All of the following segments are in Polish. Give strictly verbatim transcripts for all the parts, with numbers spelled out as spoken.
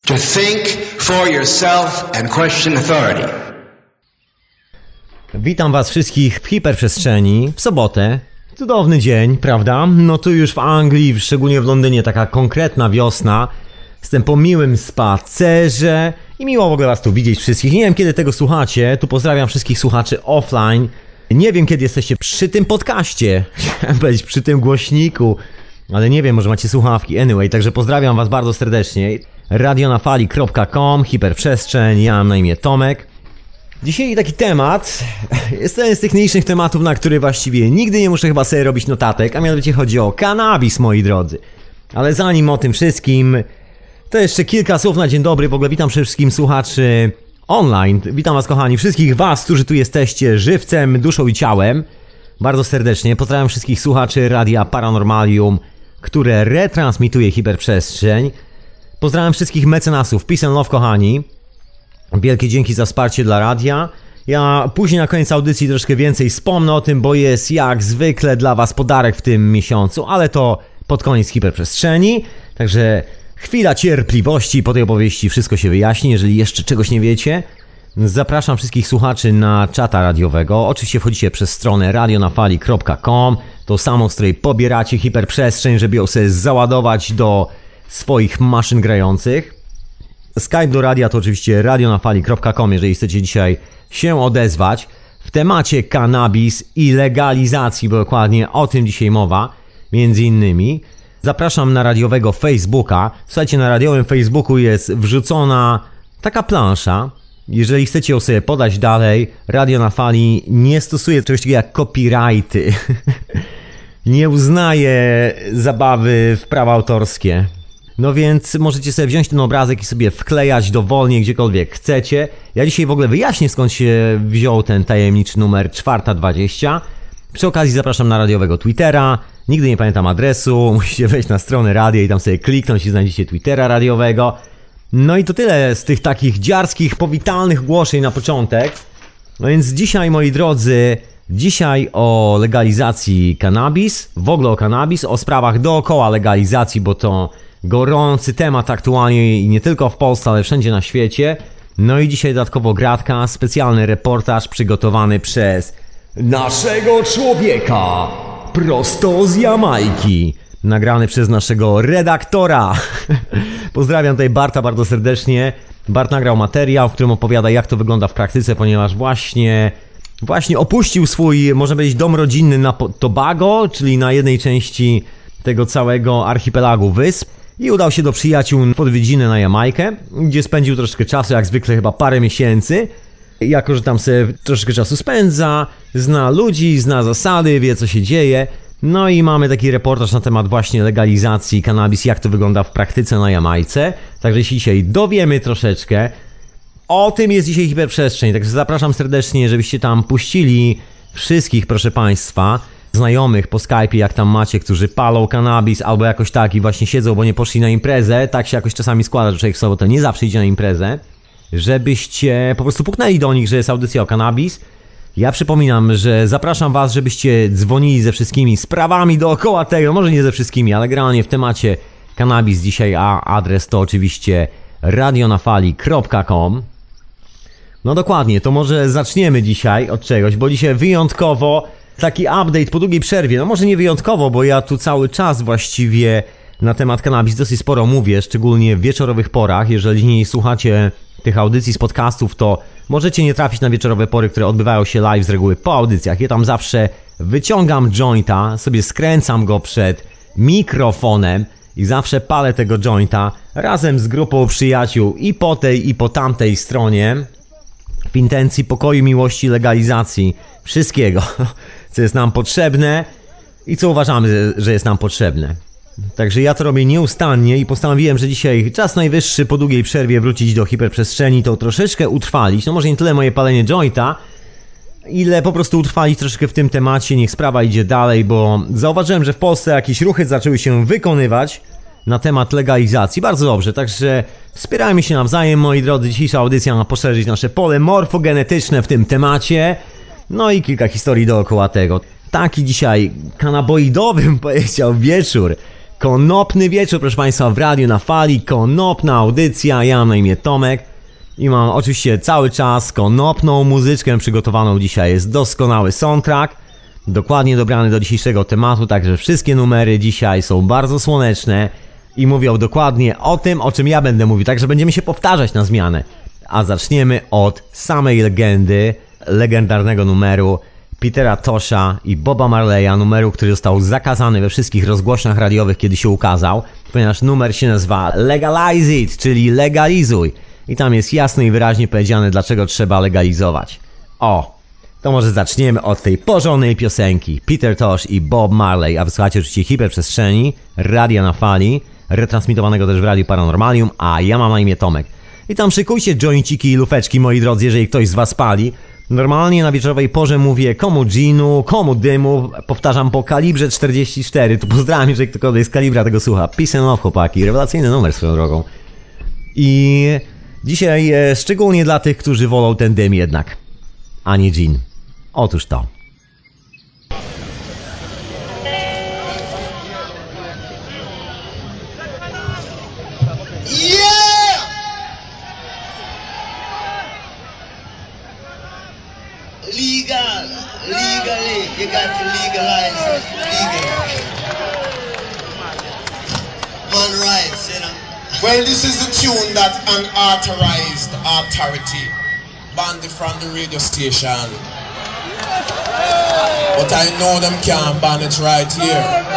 To think for yourself and question authority. Witam was wszystkich w hiperprzestrzeni w sobotę. Cudowny dzień, prawda? No tu już w Anglii, szczególnie w Londynie, taka konkretna wiosna. Jestem po miłym spacerze i miło w ogóle was tu widzieć wszystkich. Nie wiem, kiedy tego słuchacie. Tu pozdrawiam wszystkich słuchaczy offline. Nie wiem, kiedy jesteście przy tym podcaście. Chciałem powiedzieć przy tym głośniku. Ale nie wiem, może macie słuchawki. Anyway, także pozdrawiam was bardzo serdecznie. radio na fali kropka com, hiperprzestrzeń, ja mam na imię Tomek. Dzisiaj taki temat, jest jeden z tych mniejszych tematów, na który właściwie nigdy nie muszę chyba sobie robić notatek, a mianowicie chodzi o kanabis, moi drodzy. Ale zanim o tym wszystkim, to jeszcze kilka słów na dzień dobry. W ogóle witam przede wszystkim słuchaczy online. Witam was, kochani, wszystkich was, którzy tu jesteście żywcem, duszą i ciałem. Bardzo serdecznie pozdrawiam wszystkich słuchaczy Radia Paranormalium, które retransmituje hiperprzestrzeń. Pozdrawiam wszystkich mecenasów, peace and love, kochani. Wielkie dzięki za wsparcie dla radia. Ja później na koniec audycji troszkę więcej wspomnę o tym, bo jest jak zwykle dla was podarek w tym miesiącu, ale to pod koniec hiperprzestrzeni. Także chwila cierpliwości, po tej opowieści wszystko się wyjaśni, jeżeli jeszcze czegoś nie wiecie. Zapraszam wszystkich słuchaczy na czata radiowego. Oczywiście wchodzicie przez stronę radio na fali kropka com, tą samą, z której pobieracie hiperprzestrzeń, żeby ją sobie załadować do swoich maszyn grających. Skype do radia to oczywiście radio na fali kropka com, jeżeli chcecie dzisiaj się odezwać w temacie kanabis i legalizacji, bo dokładnie o tym dzisiaj mowa, między innymi. Zapraszam na radiowego Facebooka. Słuchajcie, na radiowym Facebooku jest wrzucona taka plansza. Jeżeli chcecie ją sobie podać dalej, Radio na Fali nie stosuje czegoś takiego jak copyrighty. Nie uznaje zabawy w prawa autorskie. No więc możecie sobie wziąć ten obrazek i sobie wklejać dowolnie, gdziekolwiek chcecie. Ja dzisiaj w ogóle wyjaśnię, skąd się wziął ten tajemniczy numer czwarta dwadzieścia. Przy okazji zapraszam na radiowego Twittera. Nigdy nie pamiętam adresu, musicie wejść na stronę radia i tam sobie kliknąć i znajdziecie Twittera radiowego. No i to tyle z tych takich dziarskich, powitalnych ogłoszeń na początek. No więc dzisiaj, moi drodzy, dzisiaj o legalizacji kanabis, w ogóle o kanabis, o sprawach dookoła legalizacji, bo to gorący temat aktualnie i nie tylko w Polsce, ale wszędzie na świecie. No i dzisiaj dodatkowo gratka, specjalny reportaż przygotowany przez naszego człowieka, prosto z Jamajki. Nagrany przez naszego redaktora. Pozdrawiam tutaj Barta bardzo serdecznie. Bart nagrał materiał, w którym opowiada, jak to wygląda w praktyce, ponieważ właśnie właśnie opuścił swój, można powiedzieć, dom rodzinny na Tobago, czyli na jednej części tego całego archipelagu wysp, i udał się do przyjaciół w odwiedziny na Jamajkę, gdzie spędził troszkę czasu, jak zwykle chyba parę miesięcy. Jako że tam sobie troszkę czasu spędza, zna ludzi, zna zasady, wie, co się dzieje. No i mamy taki reportaż na temat właśnie legalizacji kanabis, jak to wygląda w praktyce na Jamajce. Także się dzisiaj dowiemy troszeczkę. O tym jest dzisiaj hiperprzestrzeń, także zapraszam serdecznie, żebyście tam puścili wszystkich, proszę państwa, znajomych po Skype'ie, jak tam macie, którzy palą kanabis albo jakoś tak i właśnie siedzą, bo nie poszli na imprezę. Tak się jakoś czasami składa, że człowiek w sobotę nie zawsze idzie na imprezę. Żebyście po prostu puknęli do nich, że jest audycja o kanabis. Ja przypominam, że zapraszam was, żebyście dzwonili ze wszystkimi sprawami dookoła tego, może nie ze wszystkimi, ale generalnie w temacie kanabis dzisiaj, a adres to oczywiście radio na fali kropka com. No dokładnie, to może zaczniemy dzisiaj od czegoś, bo dzisiaj wyjątkowo taki update po długiej przerwie. No może nie wyjątkowo, bo ja tu cały czas właściwie na temat kanabis dosyć sporo mówię, szczególnie w wieczorowych porach. Jeżeli nie słuchacie tych audycji z podcastów, to możecie nie trafić na wieczorowe pory, które odbywają się live z reguły po audycjach. Ja tam zawsze wyciągam jointa, sobie skręcam go przed mikrofonem i zawsze palę tego jointa razem z grupą przyjaciół i po tej, i po tamtej stronie w intencji pokoju, miłości, legalizacji wszystkiego, co jest nam potrzebne i co uważamy, że jest nam potrzebne. Także ja to robię nieustannie i postanowiłem, że dzisiaj czas najwyższy po długiej przerwie wrócić do hiperprzestrzeni, to troszeczkę utrwalić. No może nie tyle moje palenie jointa, ile po prostu utrwalić troszeczkę w tym temacie, niech sprawa idzie dalej, bo zauważyłem, że w Polsce jakieś ruchy zaczęły się wykonywać na temat legalizacji. Bardzo dobrze, także wspierajmy się nawzajem, moi drodzy. Dzisiejsza audycja ma poszerzyć nasze pole morfogenetyczne w tym temacie. No i kilka historii dookoła tego. Taki dzisiaj kanaboidowy, bym powiedział, wieczór Konopny wieczór, proszę Państwa, w radiu na fali, konopna audycja, ja mam na imię Tomek i mam oczywiście cały czas konopną muzyczkę przygotowaną dzisiaj. Jest doskonały soundtrack, dokładnie dobrany do dzisiejszego tematu, także wszystkie numery dzisiaj są bardzo słoneczne i mówią dokładnie o tym, o czym ja będę mówił, także będziemy się powtarzać na zmianę. A zaczniemy od samej legendy, legendarnego numeru Petera Tosha i Boba Marleya, numeru, który został zakazany we wszystkich rozgłośniach radiowych, kiedy się ukazał, ponieważ numer się nazywa Legalize It, czyli legalizuj. I tam jest jasno i wyraźnie powiedziane, dlaczego trzeba legalizować. O, to może zaczniemy od tej porządnej piosenki. Peter Tosh i Bob Marley, a wysłuchacie oczywiście Hiperprzestrzeni, radia na fali, retransmitowanego też w Radiu Paranormalium, a ja mam na imię Tomek. I tam szykujcie joinciki i lufeczki, moi drodzy, jeżeli ktoś z was pali. Normalnie na wieczorowej porze mówię komu ginu, komu dymu, powtarzam po kalibrze czterdzieści cztery. Tu pozdrawiam, jeżeli ktokolwiek z kalibra tego słucha. Peace and love, chłopaki, rewelacyjny numer swoją drogą. I dzisiaj e, szczególnie dla tych, którzy wolą ten dym jednak, a nie gin. Otóż to. Legal, legally, you got to legalize it, legally. Man rights, you know. Well, this is the tune that unauthorized authority banned from the radio station. But I know them can't ban it right here.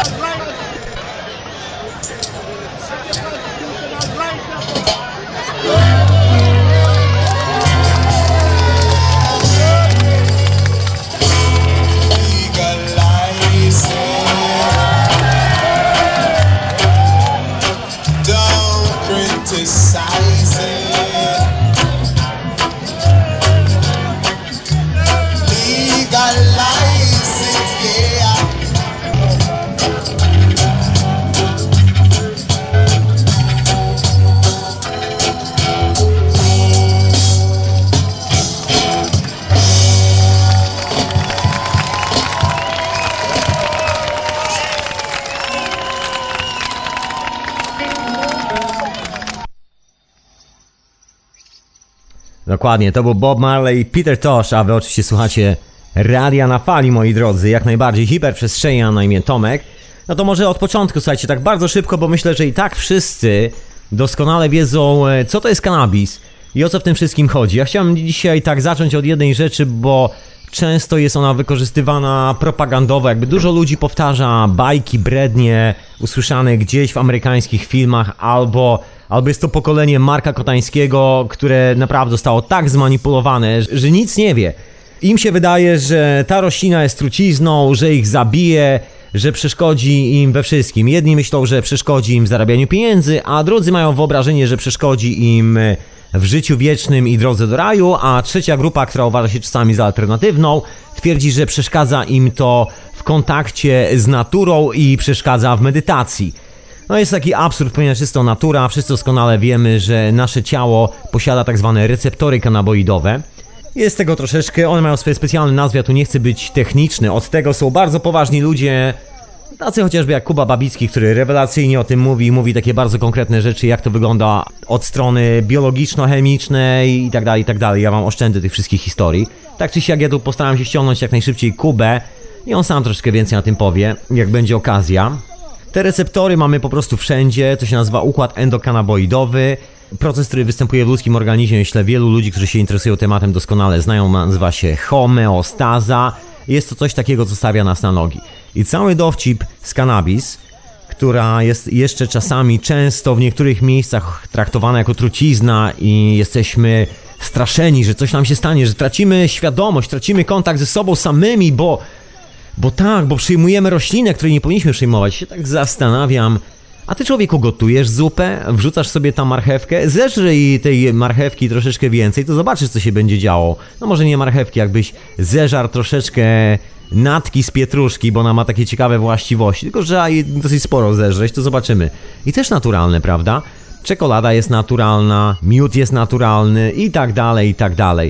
Dokładnie, to był Bob Marley i Peter Tosh, a wy oczywiście słuchacie radia na fali, moi drodzy, jak najbardziej hiperprzestrzeni, na imię Tomek. No to może od początku, słuchajcie, tak bardzo szybko, bo myślę, że i tak wszyscy doskonale wiedzą, co to jest kanabis i o co w tym wszystkim chodzi. Ja chciałem dzisiaj tak zacząć od jednej rzeczy, bo często jest ona wykorzystywana propagandowo, jakby dużo ludzi powtarza bajki, brednie usłyszane gdzieś w amerykańskich filmach, albo... Albo jest to pokolenie Marka Kotańskiego, które naprawdę zostało tak zmanipulowane, że nic nie wie. Im się wydaje, że ta roślina jest trucizną, że ich zabije, że przeszkodzi im we wszystkim. Jedni myślą, że przeszkodzi im w zarabianiu pieniędzy, a drudzy mają wyobrażenie, że przeszkodzi im w życiu wiecznym i drodze do raju, a trzecia grupa, która uważa się czasami za alternatywną, twierdzi, że przeszkadza im to w kontakcie z naturą i przeszkadza w medytacji. No jest taki absurd, ponieważ jest to natura, wszyscy doskonale wiemy, że nasze ciało posiada tak zwane receptory kanaboidowe. Jest tego troszeczkę, one mają swoje specjalne nazwy, ja tu nie chcę być techniczny, od tego są bardzo poważni ludzie, tacy chociażby jak Kuba Babicki, który rewelacyjnie o tym mówi i mówi takie bardzo konkretne rzeczy, jak to wygląda od strony biologiczno-chemicznej i tak dalej, i tak dalej. Ja wam oszczędzę tych wszystkich historii. Tak czy siak ja tu postaram się ściągnąć jak najszybciej Kubę i on sam troszeczkę więcej na tym powie, jak będzie okazja. Te receptory mamy po prostu wszędzie, to się nazywa układ endokanaboidowy. Proces, który występuje w ludzkim organizmie, myślę, wielu ludzi, którzy się interesują tematem doskonale znają, nazywa się homeostaza. Jest to coś takiego, co stawia nas na nogi. I cały dowcip z cannabis, która jest jeszcze czasami często w niektórych miejscach traktowana jako trucizna i jesteśmy straszeni, że coś nam się stanie, że tracimy świadomość, tracimy kontakt ze sobą samymi, bo... Bo tak, bo przyjmujemy roślinę, której nie powinniśmy przyjmować. Się tak zastanawiam. A ty, człowieku, gotujesz zupę? Wrzucasz sobie tam marchewkę? Zeżrzyj tej marchewki troszeczkę więcej, to zobaczysz, co się będzie działo. No może nie marchewki, jakbyś zeżarł troszeczkę natki z pietruszki, bo ona ma takie ciekawe właściwości. Tylko, że dosyć sporo zeżreć, to zobaczymy. I też naturalne, prawda? Czekolada jest naturalna, miód jest naturalny i tak dalej, i tak dalej.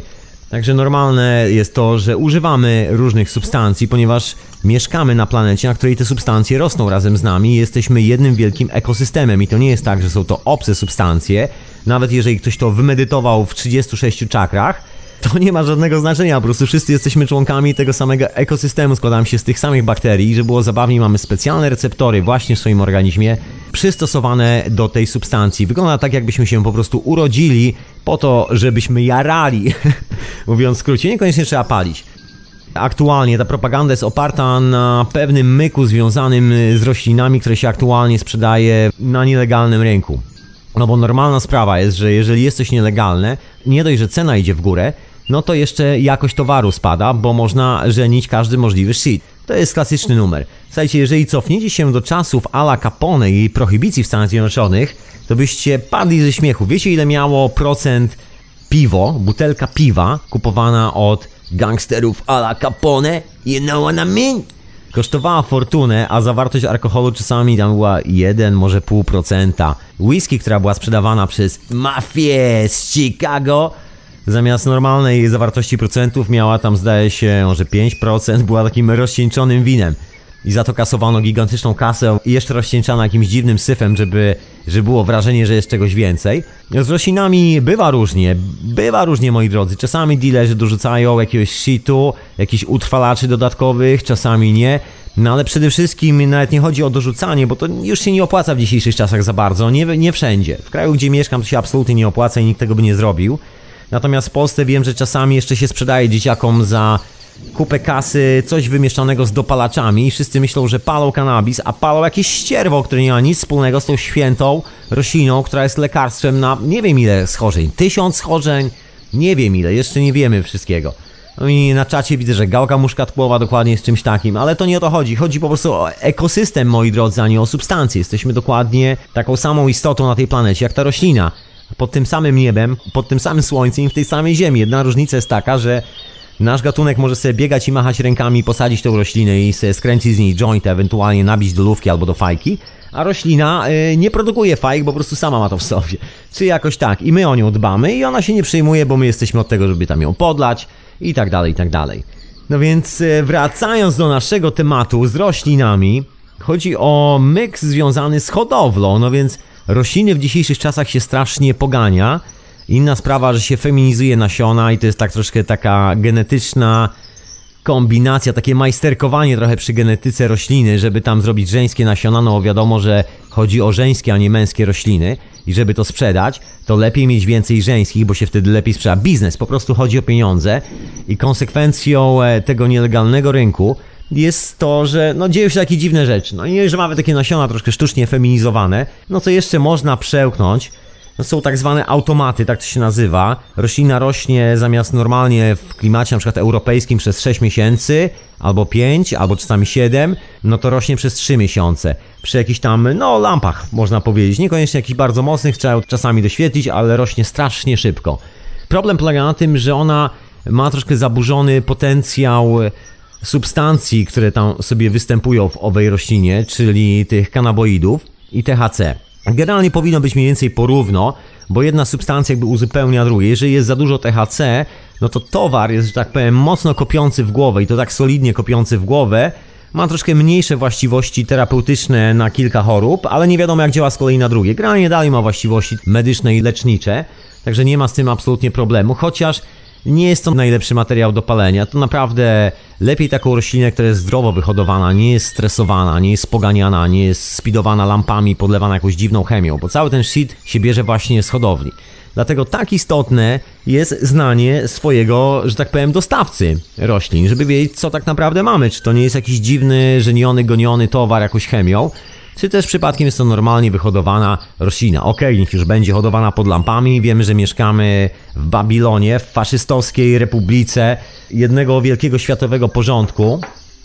Także normalne jest to, że używamy różnych substancji, ponieważ mieszkamy na planecie, na której te substancje rosną razem z nami i jesteśmy jednym wielkim ekosystemem. I to nie jest tak, że są to obce substancje. Nawet jeżeli ktoś to wymedytował w trzydziestu sześciu czakrach, to nie ma żadnego znaczenia, po prostu wszyscy jesteśmy członkami tego samego ekosystemu, składamy się z tych samych bakterii. Żeby było zabawniej, mamy specjalne receptory właśnie w swoim organizmie przystosowane do tej substancji. Wygląda tak, jakbyśmy się po prostu urodzili po to, żebyśmy jarali. Mówiąc w skrócie, niekoniecznie trzeba palić. Aktualnie ta propaganda jest oparta na pewnym myku związanym z roślinami, które się aktualnie sprzedaje na nielegalnym rynku. No bo normalna sprawa jest, że jeżeli jest coś nielegalne, nie dość, że cena idzie w górę, no to jeszcze jakość towaru spada, bo można żenić każdy możliwy shit. To jest klasyczny numer. Słuchajcie, jeżeli cofniecie się do czasów Ala Capone i prohibicji w Stanach Zjednoczonych, to byście padli ze śmiechu. Wiecie, ile miało procent piwo, butelka piwa kupowana od gangsterów Ala Capone? You know what I mean? Kosztowała fortunę, a zawartość alkoholu czasami tam była jeden, może pół procenta. Whisky, która była sprzedawana przez mafię z Chicago, zamiast normalnej zawartości procentów miała tam, zdaje się, może pięć procent, była takim rozcieńczonym winem. I za to kasowano gigantyczną kasę i jeszcze rozcieńczano jakimś dziwnym syfem, żeby, żeby było wrażenie, że jest czegoś więcej. Z roślinami bywa różnie, bywa różnie, moi drodzy. Czasami dealerzy dorzucają jakiegoś shitu, jakichś utrwalaczy dodatkowych, czasami nie. No ale przede wszystkim nawet nie chodzi o dorzucanie, bo to już się nie opłaca w dzisiejszych czasach za bardzo, nie, nie wszędzie. W kraju, gdzie mieszkam, to się absolutnie nie opłaca i nikt tego by nie zrobił. Natomiast w Polsce wiem, że czasami jeszcze się sprzedaje dzieciakom za kupę kasy coś wymieszanego z dopalaczami i wszyscy myślą, że palą kanabis, a palą jakieś ścierwo, które nie ma nic wspólnego z tą świętą rośliną, która jest lekarstwem na nie wiem ile schorzeń, tysiąc schorzeń, nie wiem ile, jeszcze nie wiemy wszystkiego. No i na czacie widzę, że gałka muszkatłowa dokładnie jest czymś takim, ale to nie o to chodzi. Chodzi po prostu o ekosystem, moi drodzy, a nie o substancje. Jesteśmy dokładnie taką samą istotą na tej planecie jak ta roślina. Pod tym samym niebem, pod tym samym słońcem i w tej samej ziemi. Jedna różnica jest taka, że nasz gatunek może sobie biegać i machać rękami, posadzić tą roślinę i sobie skręcić z niej joint, ewentualnie nabić do lufki albo do fajki, a roślina yy, nie produkuje fajek, bo po prostu sama ma to w sobie. Czy jakoś tak. I my o nią dbamy i ona się nie przejmuje, bo my jesteśmy od tego, żeby tam ją podlać i tak dalej, i tak dalej. No więc yy, wracając do naszego tematu z roślinami, chodzi o myk związany z hodowlą, no więc rośliny w dzisiejszych czasach się strasznie pogania. Inna sprawa, że się feminizuje nasiona i to jest tak troszkę taka genetyczna kombinacja, takie majsterkowanie trochę przy genetyce rośliny, żeby tam zrobić żeńskie nasiona, no wiadomo, że chodzi o żeńskie, a nie męskie rośliny i żeby to sprzedać, to lepiej mieć więcej żeńskich, bo się wtedy lepiej sprzeda. Biznes, po prostu chodzi o pieniądze i konsekwencją tego nielegalnego rynku jest to, że no dzieją się takie dziwne rzeczy. No i że mamy takie nasiona troszkę sztucznie feminizowane, no co jeszcze można przełknąć, no są tak zwane automaty, tak to się nazywa. Roślina rośnie zamiast normalnie w klimacie na przykład europejskim przez sześć miesięcy, albo pięć, albo czasami siedem, no to rośnie przez trzy miesiące. Przy jakichś tam, no lampach można powiedzieć, niekoniecznie jakichś bardzo mocnych, trzeba czasami doświetlić, ale rośnie strasznie szybko. Problem polega na tym, że ona ma troszkę zaburzony potencjał substancji, które tam sobie występują w owej roślinie, czyli tych kanaboidów i T H C. Generalnie powinno być mniej więcej porówno, bo jedna substancja jakby uzupełnia drugie. Jeżeli jest za dużo T H C, no to towar jest, że tak powiem, mocno kopiący w głowę i to tak solidnie kopiący w głowę. Ma troszkę mniejsze właściwości terapeutyczne na kilka chorób, ale nie wiadomo jak działa z kolei na drugie. Generalnie dalej ma właściwości medyczne i lecznicze, także nie ma z tym absolutnie problemu, chociaż nie jest to najlepszy materiał do palenia. To naprawdę lepiej taką roślinę, która jest zdrowo wyhodowana, nie jest stresowana, nie jest poganiana, nie jest speedowana lampami, podlewana jakąś dziwną chemią, bo cały ten shit się bierze właśnie z hodowli. Dlatego tak istotne jest znanie swojego, że tak powiem, dostawcy roślin, żeby wiedzieć, co tak naprawdę mamy. Czy to nie jest jakiś dziwny, żeniony, goniony towar jakąś chemią, czy też przypadkiem jest to normalnie wyhodowana roślina. Okej, okay, niech już będzie hodowana pod lampami. Wiemy, że mieszkamy w Babilonie, w faszystowskiej republice jednego wielkiego światowego porządku.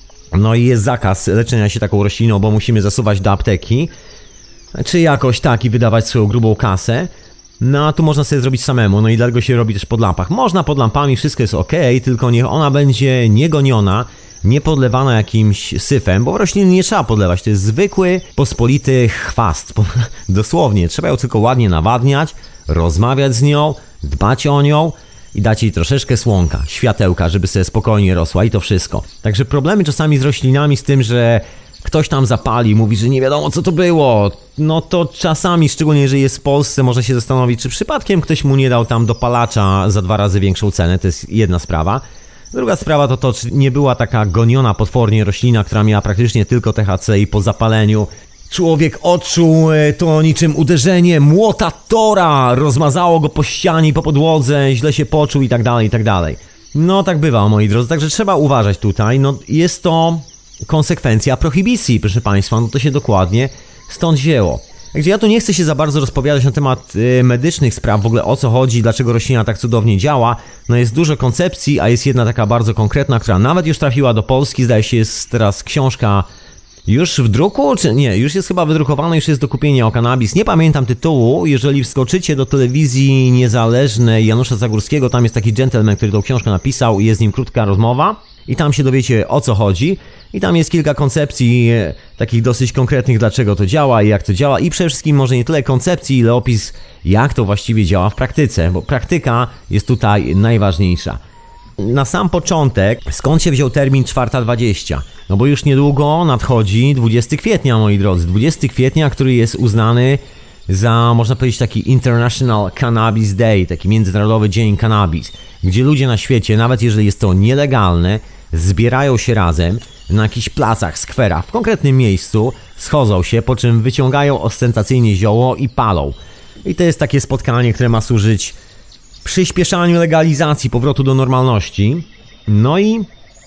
No i jest zakaz leczenia się taką rośliną, bo musimy zasuwać do apteki, czy jakoś tak i wydawać swoją grubą kasę. No a tu można sobie zrobić samemu, no i dlatego się robi też pod lampach. Można pod lampami, wszystko jest ok, tylko niech ona będzie niegoniona, nie podlewana jakimś syfem, bo rośliny nie trzeba podlewać, to jest zwykły, pospolity chwast, dosłownie, trzeba ją tylko ładnie nawadniać, rozmawiać z nią, dbać o nią i dacie jej troszeczkę słonka, światełka, żeby sobie spokojnie rosła i to wszystko. Także problemy czasami z roślinami z tym, że ktoś tam zapali, mówi, że nie wiadomo co to było, no to czasami, szczególnie jeżeli jest w Polsce, można się zastanowić, czy przypadkiem ktoś mu nie dał tam dopalacza za dwa razy większą cenę, to jest jedna sprawa. Druga sprawa to to, czy nie była taka goniona potwornie roślina, która miała praktycznie tylko T H C i po zapaleniu człowiek odczuł to niczym uderzenie młota Tora, rozmazało go po ścianie, po podłodze, źle się poczuł i tak dalej, i tak dalej. No tak bywa, moi drodzy, także trzeba uważać tutaj, no jest to konsekwencja prohibicji, proszę Państwa, no to się dokładnie stąd wzięło. Gdzie ja tu nie chcę się za bardzo rozpowiadać na temat y, medycznych spraw, w ogóle o co chodzi, dlaczego roślina tak cudownie działa. No jest dużo koncepcji, a jest jedna taka bardzo konkretna, która nawet już trafiła do Polski, zdaje się jest teraz książka już w druku, czy nie, już jest chyba wydrukowana, już jest do kupienia o kanabis. Nie pamiętam tytułu, jeżeli wskoczycie do telewizji niezależnej Janusza Zagórskiego, tam jest taki gentleman, który tą książkę napisał i jest z nim krótka rozmowa. I tam się dowiecie o co chodzi. I tam jest kilka koncepcji e, takich dosyć konkretnych, dlaczego to działa i jak to działa. I przede wszystkim może nie tyle koncepcji, ile opis, jak to właściwie działa w praktyce. Bo praktyka jest tutaj najważniejsza. Na sam początek, skąd się wziął termin czwarta dwadzieścia? No bo już niedługo nadchodzi dwudziestego kwietnia, moi drodzy. dwudziestego kwietnia, który jest uznany za, można powiedzieć, taki International Cannabis Day, taki Międzynarodowy Dzień Cannabis, gdzie ludzie na świecie, nawet jeżeli jest to nielegalne, zbierają się razem na jakichś placach, skwerach, w konkretnym miejscu, schodzą się, po czym wyciągają ostentacyjnie zioło i palą. I to jest takie spotkanie, które ma służyć przyspieszaniu legalizacji, powrotu do normalności. No i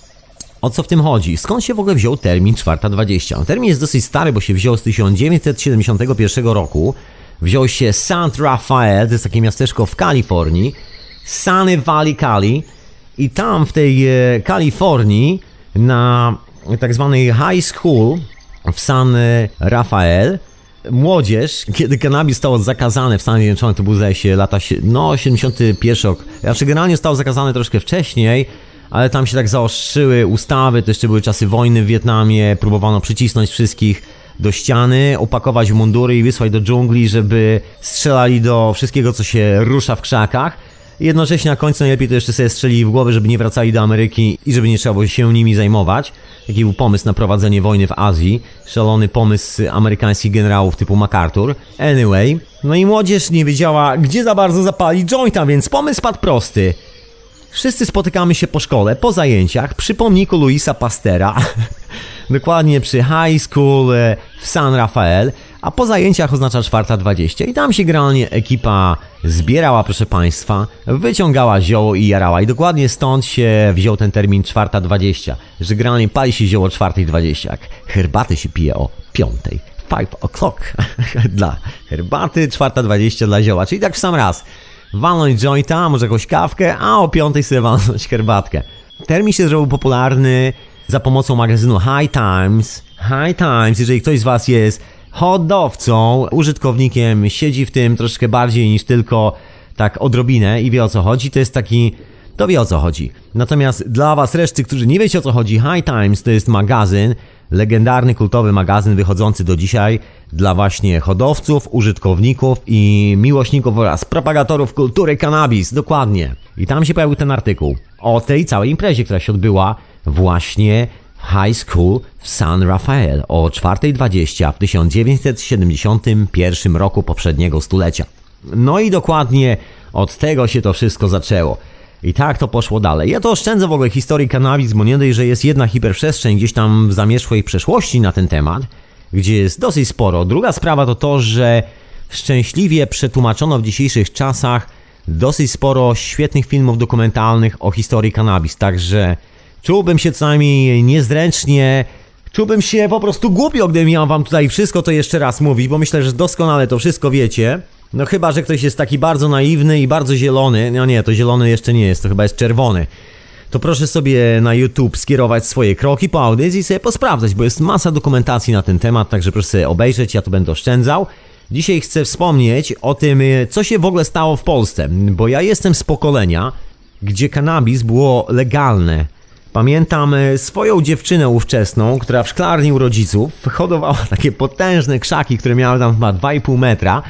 o co w tym chodzi? Skąd się w ogóle wziął termin czwarta dwadzieścia? No, termin jest dosyć stary, bo się wziął z tysiąc dziewięćset siedemdziesiątego pierwszego roku. Wziął się San Rafael, to jest takie miasteczko w Kalifornii, Sunny Valley, Cali. I tam w tej e, Kalifornii na tak zwanej high school w San Rafael młodzież, kiedy kanabis został zakazany w Stanach Zjednoczonych, to był zdaje się lata no siedemdziesiąty pierwszy rok, znaczy generalnie został zakazany troszkę wcześniej, ale tam się tak zaostrzyły ustawy, to jeszcze były czasy wojny w Wietnamie, próbowano przycisnąć wszystkich do ściany, opakować w mundury i wysłać do dżungli, żeby strzelali do wszystkiego, co się rusza w krzakach. Jednocześnie na końcu najlepiej to jeszcze sobie strzelili w głowę, żeby nie wracali do Ameryki i żeby nie trzeba było się nimi zajmować. Taki był pomysł na prowadzenie wojny w Azji. Szalony pomysł amerykańskich generałów typu MacArthur. Anyway, no i młodzież nie wiedziała, gdzie za bardzo zapalić jointa, więc pomysł padł prosty. Wszyscy spotykamy się po szkole, po zajęciach, przy pomniku Louisa Pastera. Dokładnie przy high school w San Rafael. A po zajęciach oznacza czwarta dwadzieścia i tam się generalnie ekipa zbierała, proszę Państwa, wyciągała zioło i jarała. I dokładnie stąd się wziął ten termin czwarta dwadzieścia, że generalnie pali się zioło czwartej dwadzieścia, jak herbatę się pije o piątej. five o'clock dla herbaty, czwarta dwadzieścia dla zioła, czyli tak w sam raz. Walnąć jointa, może jakąś kawkę, a o piątej sobie walnąć herbatkę. Termin się zrobił popularny za pomocą magazynu High Times. High Times, jeżeli ktoś z Was jest hodowcą, użytkownikiem, siedzi w tym troszkę bardziej niż tylko tak odrobinę i wie o co chodzi, to jest taki, to wie o co chodzi. Natomiast dla Was reszty, którzy nie wiecie o co chodzi, High Times to jest magazyn, legendarny, kultowy magazyn wychodzący do dzisiaj dla właśnie hodowców, użytkowników i miłośników oraz propagatorów kultury cannabis, dokładnie. I tam się pojawił ten artykuł o tej całej imprezie, która się odbyła właśnie High School w San Rafael o czwartej dwadzieścia w tysiąc dziewięćset siedemdziesiątym pierwszym roku poprzedniego stulecia. No i dokładnie od tego się to wszystko zaczęło. I tak to poszło dalej. Ja to oszczędzę w ogóle historii cannabis, bo nie dość, że jest jedna hiperprzestrzeń gdzieś tam w zamierzchłej przeszłości na ten temat, gdzie jest dosyć sporo. Druga sprawa to to, że szczęśliwie przetłumaczono w dzisiejszych czasach dosyć sporo świetnych filmów dokumentalnych o historii cannabis, także czułbym się co najmniej niezręcznie, czułbym się po prostu głupio, gdybym miał wam tutaj wszystko to jeszcze raz mówić, bo myślę, że doskonale to wszystko wiecie. No chyba, że ktoś jest taki bardzo naiwny i bardzo zielony, no nie, to zielony jeszcze nie jest, to chyba jest czerwony. To proszę sobie na YouTube skierować swoje kroki po audycji i sobie posprawdzać, bo jest masa dokumentacji na ten temat, także proszę sobie obejrzeć, ja to będę oszczędzał. Dzisiaj chcę wspomnieć o tym, co się w ogóle stało w Polsce, bo ja jestem z pokolenia, gdzie cannabis było legalne. Pamiętam swoją dziewczynę ówczesną, która w szklarni u rodziców hodowała takie potężne krzaki, które miały tam chyba dwa i pół metra.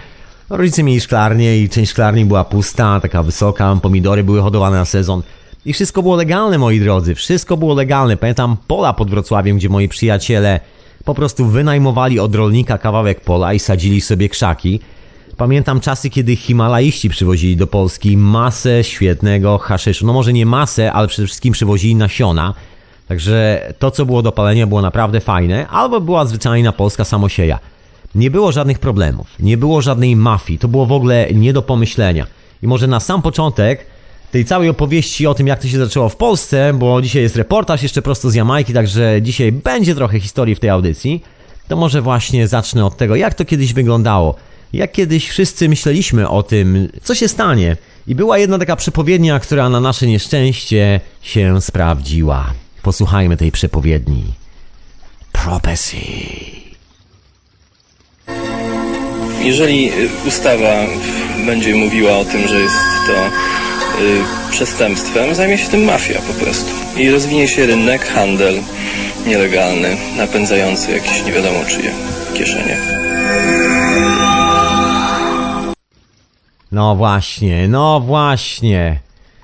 Rodzice mieli szklarnię i część szklarni była pusta, taka wysoka, pomidory były hodowane na sezon. I wszystko było legalne, moi drodzy, wszystko było legalne. Pamiętam pola pod Wrocławiem, gdzie moi przyjaciele po prostu wynajmowali od rolnika kawałek pola i sadzili sobie krzaki. Pamiętam czasy, kiedy Himalaiści przywozili do Polski masę świetnego haszyszu. No może nie masę, ale przede wszystkim przywozili nasiona. Także to, co było do palenia, było naprawdę fajne. Albo była zwyczajna polska samosieja. Nie było żadnych problemów, nie było żadnej mafii. To było w ogóle nie do pomyślenia. I może na sam początek tej całej opowieści o tym, jak to się zaczęło w Polsce, bo dzisiaj jest reportaż jeszcze prosto z Jamajki, także dzisiaj będzie trochę historii w tej audycji, to może właśnie zacznę od tego, jak to kiedyś wyglądało. Jak kiedyś wszyscy myśleliśmy o tym, co się stanie. I była jedna taka przepowiednia, która na nasze nieszczęście się sprawdziła. Posłuchajmy tej przepowiedni. Prophecy. Jeżeli ustawa będzie mówiła o tym, że jest to y, przestępstwem, zajmie się tym mafia po prostu. I rozwinie się rynek, handel nielegalny, napędzający jakieś nie wiadomo czyje kieszenie. No właśnie, no właśnie.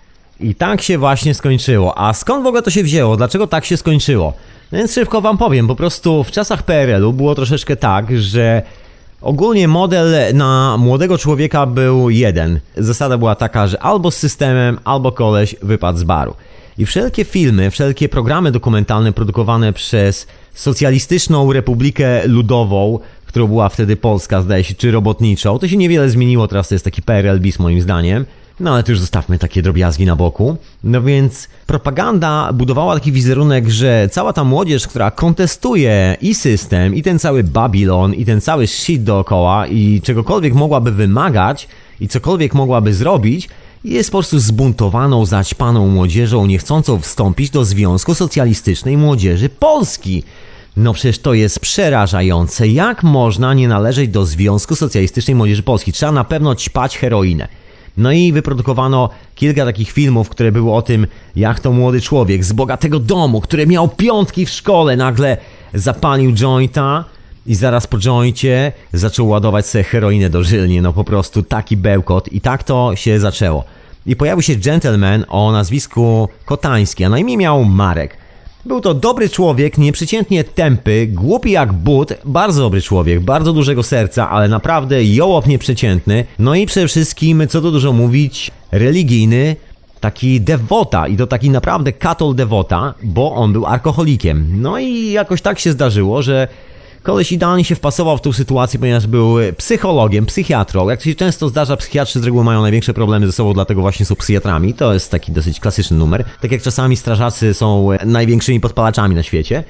I tak się właśnie skończyło. A skąd w ogóle to się wzięło? Dlaczego tak się skończyło? No więc szybko wam powiem. Po prostu w czasach P R L-u było troszeczkę tak, że ogólnie model na młodego człowieka był jeden. Zasada była taka, że albo z systemem, albo koleś wypadł z baru. I wszelkie filmy, wszelkie programy dokumentalne produkowane przez Socjalistyczną Republikę Ludową, którą była wtedy Polska, zdaje się, czy robotniczą, to się niewiele zmieniło, teraz to jest taki P R L bis moim zdaniem. No ale to już zostawmy takie drobiazgi na boku. No więc propaganda budowała taki wizerunek, że cała ta młodzież, która kontestuje i system, i ten cały Babilon, i ten cały shit dookoła, i czegokolwiek mogłaby wymagać, i cokolwiek mogłaby zrobić, jest po prostu zbuntowaną, zaćpaną młodzieżą, niechcącą wstąpić do Związku Socjalistycznej Młodzieży Polski. No przecież to jest przerażające. Jak można nie należeć do Związku Socjalistycznej Młodzieży Polski? Trzeba na pewno ćpać heroinę. No i wyprodukowano kilka takich filmów, które były o tym, jak to młody człowiek z bogatego domu, który miał piątki w szkole, nagle zapalił jointa i zaraz po joincie zaczął ładować sobie heroinę dożylnie. No po prostu taki bełkot i tak to się zaczęło. I pojawił się gentleman o nazwisku Kotański, a na imię miał Marek. Był to dobry człowiek, nieprzeciętnie tępy, głupi jak but, bardzo dobry człowiek, bardzo dużego serca, ale naprawdę jołop nieprzeciętny. No i przede wszystkim, co tu dużo mówić, religijny, taki dewota i to taki naprawdę katol dewota, bo on był alkoholikiem. No i jakoś tak się zdarzyło, że koleś idealnie się wpasował w tą sytuację, ponieważ był psychologiem, psychiatrą. Jak to się często zdarza, psychiatrzy z reguły mają największe problemy ze sobą, dlatego właśnie są psychiatrami. To jest taki dosyć klasyczny numer. Tak jak czasami strażacy są największymi podpalaczami na świecie.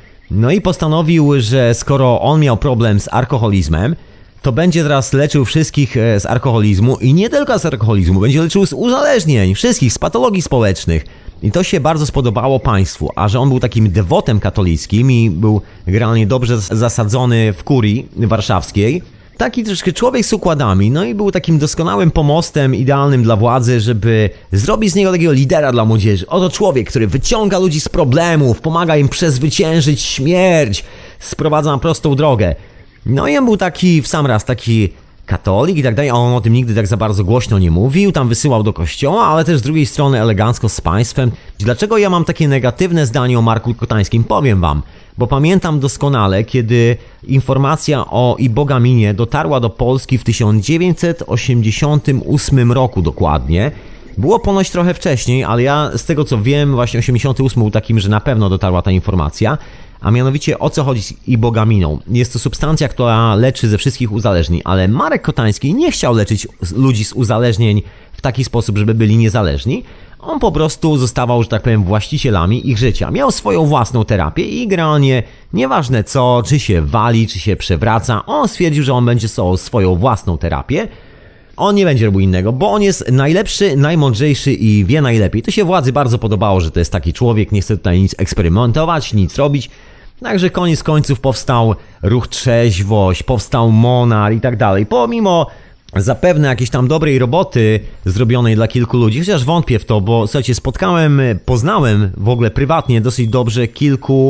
No i postanowił, że skoro on miał problem z alkoholizmem, to będzie teraz leczył wszystkich z alkoholizmu i nie tylko z alkoholizmu, będzie leczył z uzależnień, wszystkich, z patologii społecznych. I to się bardzo spodobało państwu, a że on był takim dewotem katolickim i był generalnie dobrze zasadzony w kurii warszawskiej, taki troszkę człowiek z układami, no i był takim doskonałym pomostem idealnym dla władzy, żeby zrobić z niego takiego lidera dla młodzieży. Oto człowiek, który wyciąga ludzi z problemów, pomaga im przezwyciężyć śmierć, sprowadza na prostą drogę. No i on był taki w sam raz, taki katolik i tak dalej, a on o tym nigdy tak za bardzo głośno nie mówił, tam wysyłał do kościoła, ale też z drugiej strony elegancko z państwem. Dlaczego ja mam takie negatywne zdanie o Marku Kotańskim? Powiem wam, bo pamiętam doskonale, kiedy informacja o Ibogaminie dotarła do Polski w tysiąc dziewięćset osiemdziesiątym ósmym roku dokładnie. Było ponoć trochę wcześniej, ale ja z tego co wiem, właśnie osiemdziesiąty ósmy był takim, że na pewno dotarła ta informacja. A mianowicie o co chodzi z ibogaminą? Jest to substancja, która leczy ze wszystkich uzależnień, ale Marek Kotański nie chciał leczyć ludzi z uzależnień w taki sposób, żeby byli niezależni. On po prostu zostawał, że tak powiem, właścicielami ich życia. Miał swoją własną terapię i generalnie nieważne co, czy się wali, czy się przewraca, on stwierdził, że on będzie swoją własną terapię. On nie będzie robił innego, bo on jest najlepszy, najmądrzejszy i wie najlepiej. To się władzy bardzo podobało, że to jest taki człowiek, nie chce tutaj nic eksperymentować, nic robić. Także koniec końców powstał ruch Trzeźwość, powstał Monar i tak dalej. Pomimo zapewne jakiejś tam dobrej roboty zrobionej dla kilku ludzi, chociaż wątpię w to, bo słuchajcie, spotkałem, poznałem w ogóle prywatnie dosyć dobrze kilku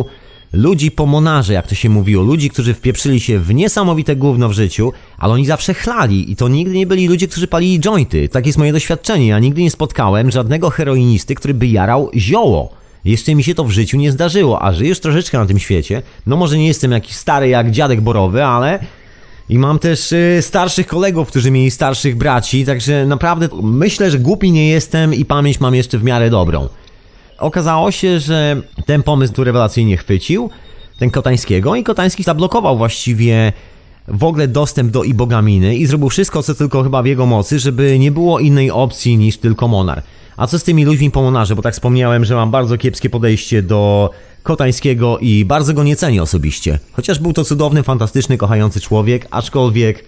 ludzi po monarze, jak to się mówiło, ludzi, którzy wpieprzyli się w niesamowite gówno w życiu, ale oni zawsze chlali i to nigdy nie byli ludzie, którzy palili jointy. Tak jest moje doświadczenie. Ja nigdy nie spotkałem żadnego heroinisty, który by jarał zioło. Jeszcze mi się to w życiu nie zdarzyło, a żyję już troszeczkę na tym świecie. No może nie jestem jakiś stary jak dziadek borowy, ale... I mam też y, starszych kolegów, którzy mieli starszych braci, także naprawdę myślę, że głupi nie jestem i pamięć mam jeszcze w miarę dobrą. Okazało się, że ten pomysł tu rewelacyjnie chwycił, ten Kotańskiego, i Kotański zablokował właściwie w ogóle dostęp do ibogaminy i zrobił wszystko, co tylko chyba w jego mocy, żeby nie było innej opcji niż tylko Monar. A co z tymi ludźmi po Monarze? Bo tak wspomniałem, że mam bardzo kiepskie podejście do Kotańskiego i bardzo go nie cenię osobiście. Chociaż był to cudowny, fantastyczny, kochający człowiek, aczkolwiek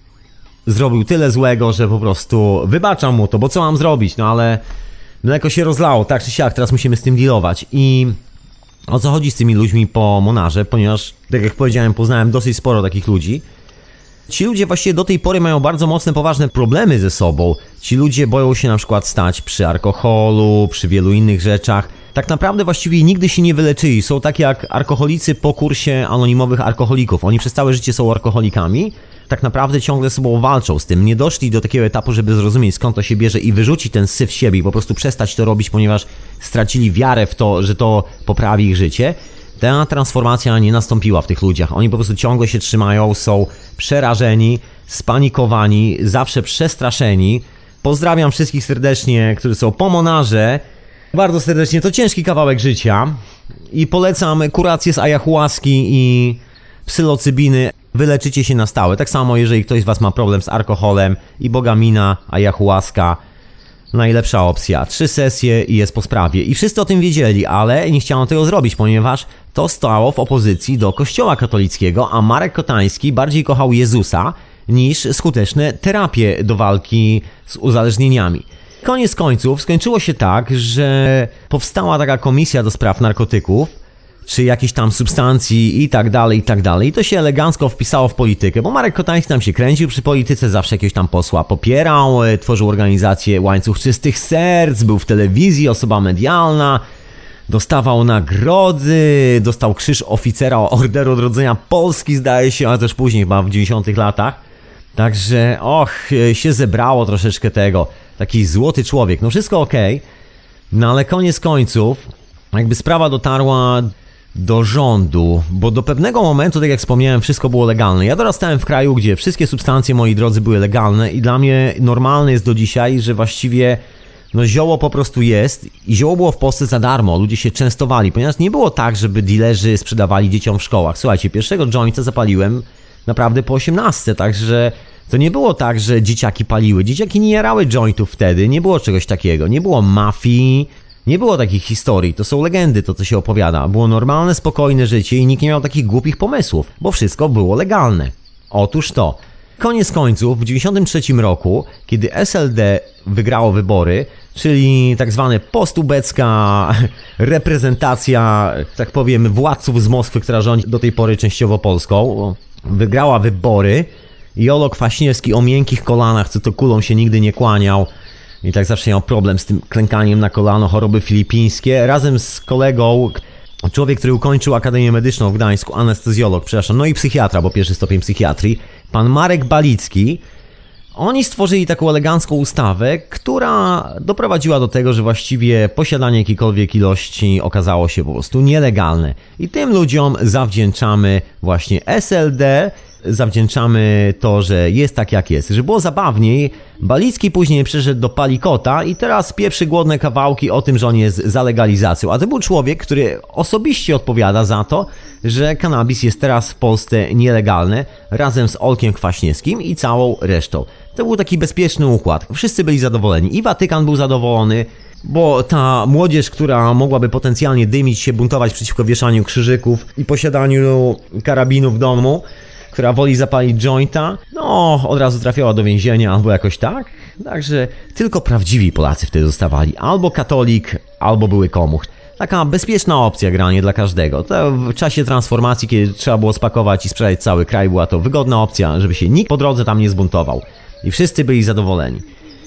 zrobił tyle złego, że po prostu wybaczam mu to, bo co mam zrobić? No ale mleko się rozlało, tak czy siak, teraz musimy z tym dealować. I o co chodzi z tymi ludźmi po Monarze? Ponieważ, tak jak powiedziałem, poznałem dosyć sporo takich ludzi. Ci ludzie właściwie do tej pory mają bardzo mocne, poważne problemy ze sobą. Ci ludzie boją się na przykład stać przy alkoholu, przy wielu innych rzeczach. Tak naprawdę właściwie nigdy się nie wyleczyli. Są tak jak alkoholicy po kursie anonimowych alkoholików. Oni przez całe życie są alkoholikami. Tak naprawdę ciągle z sobą walczą z tym. Nie doszli do takiego etapu, żeby zrozumieć, skąd to się bierze i wyrzucić ten syf z siebie i po prostu przestać to robić, ponieważ stracili wiarę w to, że to poprawi ich życie. Ta transformacja nie nastąpiła w tych ludziach. Oni po prostu ciągle się trzymają, są przerażeni, spanikowani, zawsze przestraszeni. Pozdrawiam wszystkich serdecznie, którzy są po Monarze. Bardzo serdecznie, to ciężki kawałek życia. I polecam kurację z ayahuaski i psylocybiny. Wyleczycie się na stałe. Tak samo, jeżeli ktoś z was ma problem z alkoholem, ibogamina, ayahuaska. Najlepsza opcja. Trzy sesje i jest po sprawie. I wszyscy o tym wiedzieli, ale nie chciano tego zrobić, ponieważ to stało w opozycji do Kościoła katolickiego, a Marek Kotański bardziej kochał Jezusa niż skuteczne terapie do walki z uzależnieniami. Koniec końców skończyło się tak, że powstała taka komisja do spraw narkotyków, czy jakichś tam substancji i tak dalej, i tak dalej. I to się elegancko wpisało w politykę, bo Marek Kotański tam się kręcił przy polityce, zawsze jakiegoś tam posła popierał, tworzył organizację Łańcuch Czystych Serc, był w telewizji, osoba medialna, dostawał nagrody, dostał krzyż oficera Orderu Odrodzenia Polski, zdaje się, ale też później, chyba w dziewięćdziesiątych latach. Także, och, się zebrało troszeczkę tego. Taki złoty człowiek, no wszystko okej. Okay. No ale koniec końców, jakby sprawa dotarła do rządu, bo do pewnego momentu, tak jak wspomniałem, wszystko było legalne. Ja dorastałem w kraju, gdzie wszystkie substancje, moi drodzy, były legalne i dla mnie normalne jest do dzisiaj, że właściwie no zioło po prostu jest i zioło było w Polsce za darmo, ludzie się częstowali, ponieważ nie było tak, żeby dealerzy sprzedawali dzieciom w szkołach. Słuchajcie, pierwszego jointa zapaliłem naprawdę po osiemnastce, także to nie było tak, że dzieciaki paliły. Dzieciaki nie jarały jointów wtedy, nie było czegoś takiego, nie było mafii. Nie było takich historii, to są legendy, to co się opowiada. Było normalne, spokojne życie i nikt nie miał takich głupich pomysłów, bo wszystko było legalne. Otóż to. Koniec końców, w dziewięćdziesiątym trzecim roku, kiedy S L D wygrało wybory, czyli tak zwane postubecka reprezentacja, tak powiem, władców z Moskwy, która rządzi do tej pory częściowo Polską, wygrała wybory, Jolo Kwaśniewski o miękkich kolanach, co to kulą się nigdy nie kłaniał, i tak zawsze miał problem z tym klękaniem na kolano, choroby filipińskie. Razem z kolegą, człowiek, który ukończył Akademię Medyczną w Gdańsku, anestezjolog, przepraszam, no i psychiatra, bo pierwszy stopień psychiatrii, pan Marek Balicki. Oni stworzyli taką elegancką ustawę, która doprowadziła do tego, że właściwie posiadanie jakiejkolwiek ilości okazało się po prostu nielegalne. I tym ludziom zawdzięczamy właśnie S L D, zawdzięczamy to, że jest tak jak jest. Że było zabawniej, Balicki później przeszedł do Palikota i teraz pieprzy głodne kawałki o tym, że on jest za legalizacją. A to był człowiek, który osobiście odpowiada za to, że kanabis jest teraz w Polsce nielegalny, razem z Olkiem Kwaśniewskim i całą resztą. To był taki bezpieczny układ. Wszyscy byli zadowoleni. I Watykan był zadowolony, bo ta młodzież, która mogłaby potencjalnie dymić się, buntować przeciwko wieszaniu krzyżyków i posiadaniu karabinu w domu, która woli zapalić jointa, no od razu trafiała do więzienia albo jakoś tak. Także tylko prawdziwi Polacy wtedy zostawali. Albo katolik, albo były komuch. Taka bezpieczna opcja granie dla każdego. To w czasie transformacji, kiedy trzeba było spakować i sprzedać cały kraj, była to wygodna opcja, żeby się nikt po drodze tam nie zbuntował. I wszyscy byli zadowoleni.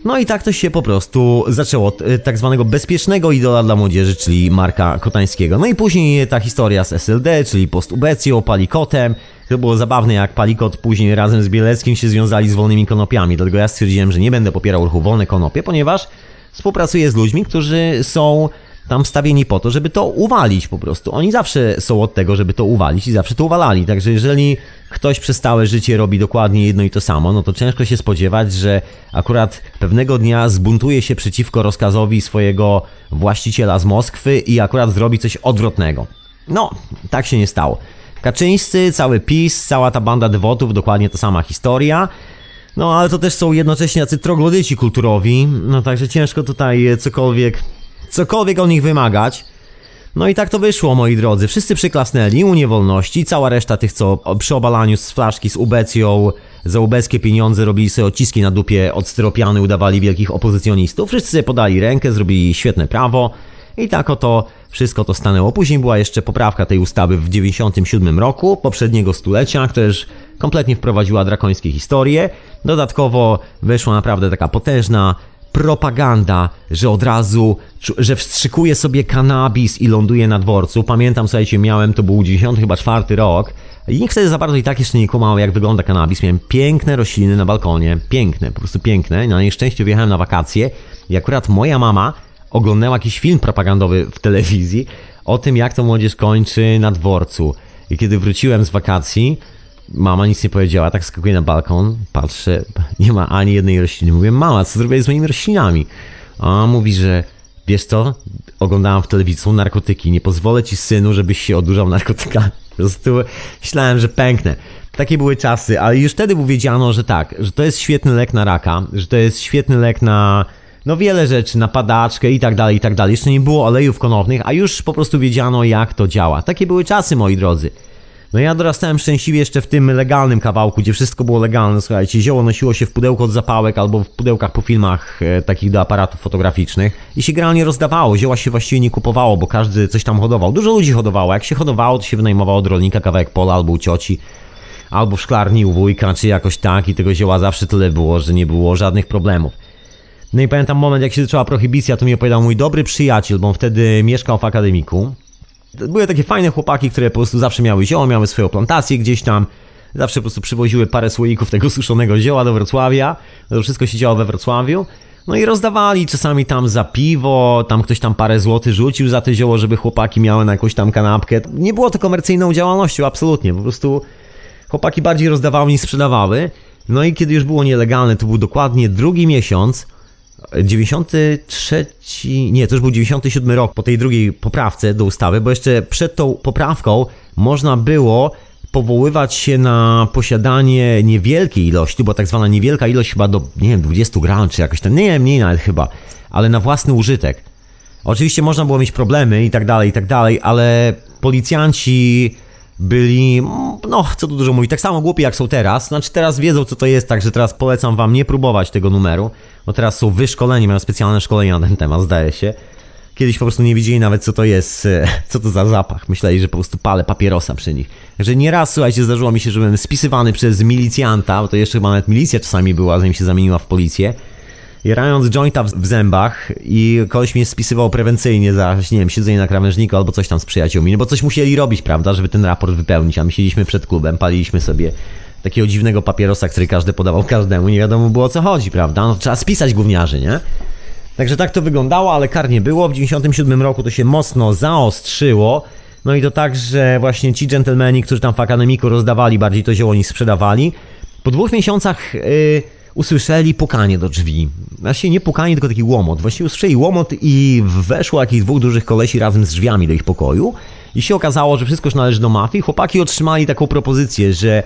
No i tak to się po prostu zaczęło od y, tak zwanego bezpiecznego idola dla młodzieży, czyli Marka Kotańskiego. No i później ta historia z S L D, czyli postubecją, Palikotem. To było zabawne, jak Palikot później razem z Bieleckim się związali z wolnymi konopiami. Dlatego ja stwierdziłem, że nie będę popierał ruchu Wolne Konopie, ponieważ współpracuję z ludźmi, którzy są tam wstawieni po to, żeby to uwalić po prostu. Oni zawsze są od tego, żeby to uwalić i zawsze to uwalali. Także jeżeli ktoś przez całe życie robi dokładnie jedno i to samo, no to ciężko się spodziewać, że akurat pewnego dnia zbuntuje się przeciwko rozkazowi swojego właściciela z Moskwy i akurat zrobi coś odwrotnego. No, tak się nie stało. Kaczyńscy, cały PiS, cała ta banda dewotów, dokładnie ta sama historia. No, ale to też są jednocześnie jacy troglodyci kulturowi, no także ciężko tutaj cokolwiek, cokolwiek od nich wymagać. No i tak to wyszło, moi drodzy. Wszyscy przyklasnęli, Unię Wolności, cała reszta tych, co przy obalaniu z flaszki z ubecją za ubeckie pieniądze robili sobie odciski na dupie od styropianu, udawali wielkich opozycjonistów. Wszyscy sobie podali rękę, zrobili świetne prawo i tak oto wszystko to stanęło. Później była jeszcze poprawka tej ustawy w dziewięćdziesiątym siódmym roku, poprzedniego stulecia, która już kompletnie wprowadziła drakońskie historie. Dodatkowo wyszła naprawdę taka potężna propaganda, że od razu, że wstrzykuje sobie kanabis i ląduje na dworcu. Pamiętam, słuchajcie, miałem, to był dziewięćdziesiąty chyba czwarty rok i nikt wtedy za bardzo i tak jeszcze nie kumał, jak wygląda kanabis. Miałem piękne rośliny na balkonie, piękne, po prostu piękne. Na nieszczęście wjechałem na wakacje i akurat moja mama oglądała jakiś film propagandowy w telewizji o tym, jak to młodzież kończy na dworcu. I kiedy wróciłem z wakacji, mama nic nie powiedziała, tak skakuję na balkon, patrzę, nie ma ani jednej rośliny. Mówię, mama, co zrobiłeś z moimi roślinami? A mówi, że wiesz co, oglądałam w telewizji, są narkotyki, nie pozwolę ci, synu, żebyś się odurzał narkotykami. Po prostu myślałem, że pęknę. Takie były czasy, ale już wtedy wiedziano, że tak, że to jest świetny lek na raka, że to jest świetny lek na no wiele rzeczy, na padaczkę i tak dalej, i tak dalej. Jeszcze nie było olejów konopnych, a już po prostu wiedziano, jak to działa. Takie były czasy, moi drodzy. No ja dorastałem szczęśliwie jeszcze w tym legalnym kawałku, gdzie wszystko było legalne, słuchajcie. Zioło nosiło się w pudełku od zapałek albo w pudełkach po filmach e, takich do aparatów fotograficznych i się generalnie rozdawało. Zioła się właściwie nie kupowało, bo każdy coś tam hodował. Dużo ludzi hodowało. Jak się hodowało, to się wynajmowało od rolnika kawałek pola albo u cioci, albo w szklarni u wujka, czy jakoś tak i tego zioła zawsze tyle było, że nie było żadnych problemów. No i pamiętam moment, jak się zaczęła prohibicja, to mi opowiadał mój dobry przyjaciel, bo on wtedy mieszkał w akademiku. Były takie fajne chłopaki, które po prostu zawsze miały zioło, miały swoją plantację gdzieś tam. Zawsze po prostu przywoziły parę słoików tego suszonego zioła do Wrocławia. To wszystko się działo we Wrocławiu. No i rozdawali czasami tam za piwo, tam ktoś tam parę złotych rzucił za to zioło, żeby chłopaki miały na jakąś tam kanapkę. Nie było to komercyjną działalnością, absolutnie. Po prostu chłopaki bardziej rozdawały niż sprzedawały. No i kiedy już było nielegalne, to był dokładnie drugi miesiąc, dziewięćdziesiąty trzeci, nie, to już był dziewięćdziesiąty siódmy rok po tej drugiej poprawce do ustawy, bo jeszcze przed tą poprawką można było powoływać się na posiadanie niewielkiej ilości, bo tak zwana niewielka ilość chyba do, nie wiem, dwudziestu gram, czy jakoś tam, nie, mniej nawet chyba, ale na własny użytek. Oczywiście można było mieć problemy i tak dalej, i tak dalej, ale policjanci byli, no co tu dużo mówić, tak samo głupi jak są teraz, znaczy teraz wiedzą co to jest, także teraz polecam wam nie próbować tego numeru, bo teraz są wyszkoleni, mają specjalne szkolenia na ten temat, zdaje się. Kiedyś po prostu nie wiedzieli nawet co to jest, co to za zapach, myśleli, że po prostu palę papierosa przy nich. Także nieraz, słuchajcie, zdarzyło mi się, że byłem spisywany przez milicjanta, bo to jeszcze chyba nawet milicja czasami była, zanim się zamieniła w policję. Jarając jointa w zębach i kogoś mnie spisywał prewencyjnie za, nie wiem, siedzenie na krawężniku albo coś tam z przyjaciółmi, no bo coś musieli robić, prawda, żeby ten raport wypełnić, a my siedzieliśmy przed klubem, paliliśmy sobie takiego dziwnego papierosa, który każdy podawał każdemu, nie wiadomo było o co chodzi, prawda, no trzeba spisać gówniarzy, nie? Także tak to wyglądało, ale kar nie było, w dziewięćdziesiątym siódmym roku to się mocno zaostrzyło, no i to tak, że właśnie ci dżentelmeni, którzy tam w akademiku rozdawali bardziej to zioło niż sprzedawali, po dwóch miesiącach... Yy, usłyszeli pukanie do drzwi. Właściwie nie pukanie, tylko taki łomot. Właściwie usłyszeli łomot i weszło jakichś dwóch dużych kolesi razem z drzwiami do ich pokoju i się okazało, że wszystko już należy do mafii. Chłopaki otrzymali taką propozycję, że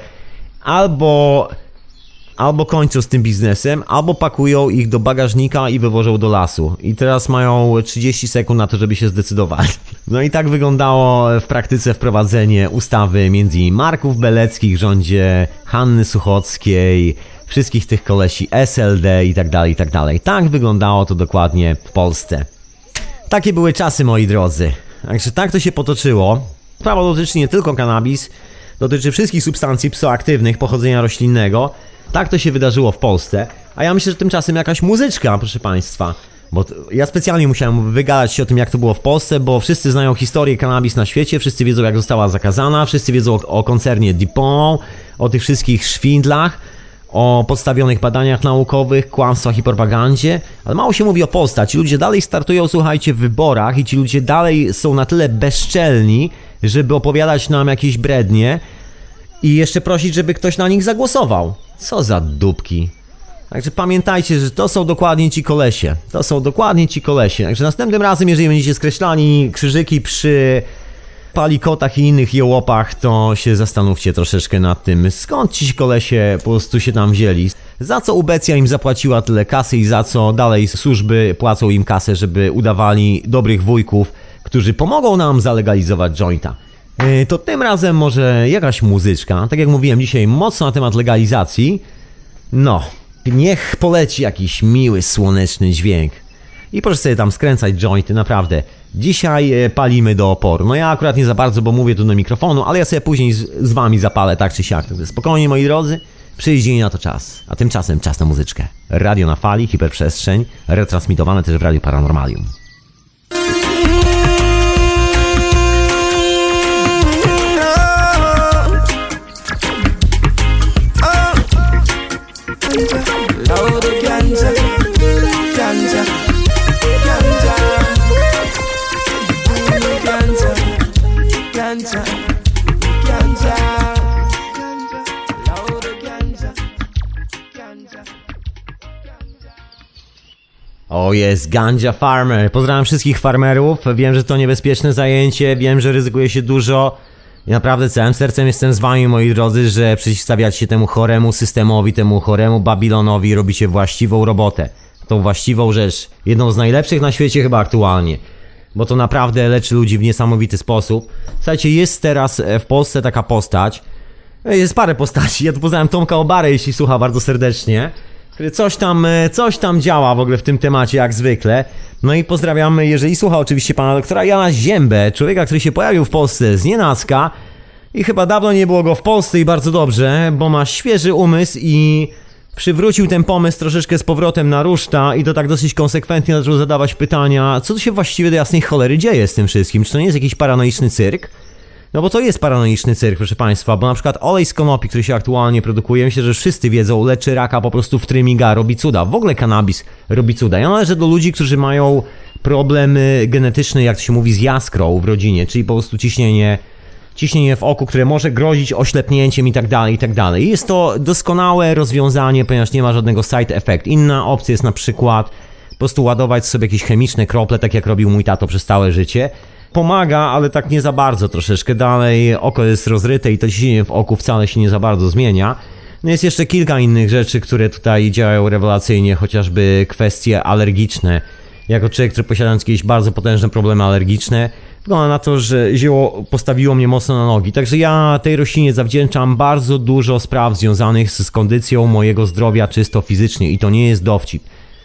albo albo kończą z tym biznesem, albo pakują ich do bagażnika i wywożą do lasu. I teraz mają trzydzieści sekund na to, żeby się zdecydowali. No i tak wyglądało w praktyce wprowadzenie ustawy między Marków Beleckich w rządzie Hanny Suchockiej, wszystkich tych kolesi S L D i tak dalej, i tak dalej. Tak wyglądało to dokładnie w Polsce. Takie były czasy, moi drodzy. Także tak to się potoczyło. Sprawa dotyczy nie tylko kanabis, dotyczy wszystkich substancji psychoaktywnych pochodzenia roślinnego. Tak to się wydarzyło w Polsce. A ja myślę, że tymczasem jakaś muzyczka, proszę państwa. Bo t- ja specjalnie musiałem wygadać się o tym, jak to było w Polsce, bo wszyscy znają historię cannabis na świecie, wszyscy wiedzą, jak została zakazana, wszyscy wiedzą o, o koncernie DuPont, o tych wszystkich szwindlach, o podstawionych badaniach naukowych, kłamstwach i propagandzie, ale mało się mówi o Polsce. Ci ludzie dalej startują, słuchajcie, w wyborach i ci ludzie dalej są na tyle bezczelni, żeby opowiadać nam jakieś brednie i jeszcze prosić, żeby ktoś na nich zagłosował. Co za dupki. Także pamiętajcie, że to są dokładnie ci kolesie. To są dokładnie ci kolesie. Także następnym razem, jeżeli będziecie skreślani krzyżyki przy palikotach i innych jełopach, to się zastanówcie troszeczkę nad tym, skąd ci kolesie po prostu się tam wzięli. Za co Ubecja im zapłaciła tyle kasy i za co dalej służby płacą im kasę, żeby udawali dobrych wujków, którzy pomogą nam zalegalizować jointa. Yy, to tym razem może jakaś muzyczka. Tak jak mówiłem dzisiaj mocno na temat legalizacji. No, niech poleci jakiś miły, słoneczny dźwięk. I proszę sobie tam skręcać jointy, naprawdę. Dzisiaj palimy do oporu. No ja akurat nie za bardzo, bo mówię tu do mikrofonu, ale ja sobie później z, z wami zapalę tak czy siak. Spokojnie, moi drodzy, przyjdzie na to czas. A tymczasem czas na muzyczkę. Radio na fali, hiperprzestrzeń, retransmitowane też w Radiu Paranormalium. Load of ganja, ganja, ganja, ganja, ganja, ganja, load of ganja, ganja. O jest, Ganja Farmer. Pozdrawiam wszystkich farmerów. Wiem, że to niebezpieczne zajęcie, wiem, że ryzykuje się dużo. I naprawdę całym sercem jestem z wami, moi drodzy, że przeciwstawiacie się temu choremu systemowi, temu choremu Babilonowi, robicie właściwą robotę. Tą właściwą rzecz, jedną z najlepszych na świecie chyba aktualnie. Bo to naprawdę leczy ludzi w niesamowity sposób. Słuchajcie, jest teraz w Polsce taka postać, jest parę postaci, ja tu poznałem Tomka Obarę, jeśli słucha, bardzo serdecznie, który coś tam, coś tam działa w ogóle w tym temacie, jak zwykle. No i pozdrawiamy, jeżeli słucha oczywiście pana doktora Jana Ziębę, człowieka, który się pojawił w Polsce z nienacka i chyba dawno nie było go w Polsce i bardzo dobrze, bo ma świeży umysł i przywrócił ten pomysł troszeczkę z powrotem na ruszta i to tak dosyć konsekwentnie zaczął zadawać pytania, co tu się właściwie do jasnej cholery dzieje z tym wszystkim, czy to nie jest jakiś paranoiczny cyrk? No bo to jest paranoiczny cyrk, proszę państwa, bo na przykład olej z konopi, który się aktualnie produkuje, myślę, że wszyscy wiedzą, leczy raka po prostu w trymiga, robi cuda. W ogóle kanabis robi cuda. Ja należę do ludzi, którzy mają problemy genetyczne, jak to się mówi, z jaskrą w rodzinie, czyli po prostu ciśnienie, ciśnienie w oku, które może grozić oślepnięciem i tak dalej, i tak dalej. Jest to doskonałe rozwiązanie, ponieważ nie ma żadnego side effect. Inna opcja jest na przykład po prostu ładować sobie jakieś chemiczne krople, tak jak robił mój tato przez całe życie. Pomaga, ale tak nie za bardzo troszeczkę. Dalej oko jest rozryte i to ciśnienie w oku wcale się nie za bardzo zmienia. No jest jeszcze kilka innych rzeczy, które tutaj działają rewelacyjnie, chociażby kwestie alergiczne. Jako człowiek, który posiadając jakieś bardzo potężne problemy alergiczne, wygląda na to, że zioło postawiło mnie mocno na nogi. Także ja tej roślinie zawdzięczam bardzo dużo spraw związanych z kondycją mojego zdrowia czysto fizycznie i to nie jest dowcip.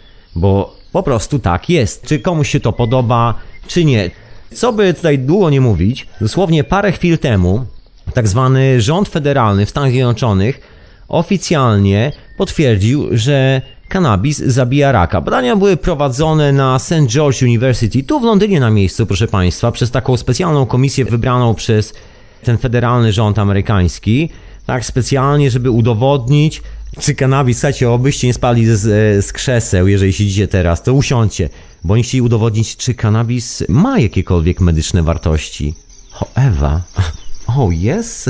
Bo po prostu tak jest. Czy komuś się to podoba, czy nie. Co by tutaj długo nie mówić, dosłownie parę chwil temu tak zwany rząd federalny w Stanach Zjednoczonych oficjalnie potwierdził, że kanabis zabija raka. Badania były prowadzone na Saint George University, tu w Londynie na miejscu, proszę państwa, przez taką specjalną komisję wybraną przez ten federalny rząd amerykański, tak specjalnie, żeby udowodnić, czy kanabis, słuchajcie, obyście nie spali z, z krzeseł, jeżeli siedzicie teraz, to usiądźcie, bo oni chcieli udowodnić, czy kanabis ma jakiekolwiek medyczne wartości. O, Ewa. O, jest?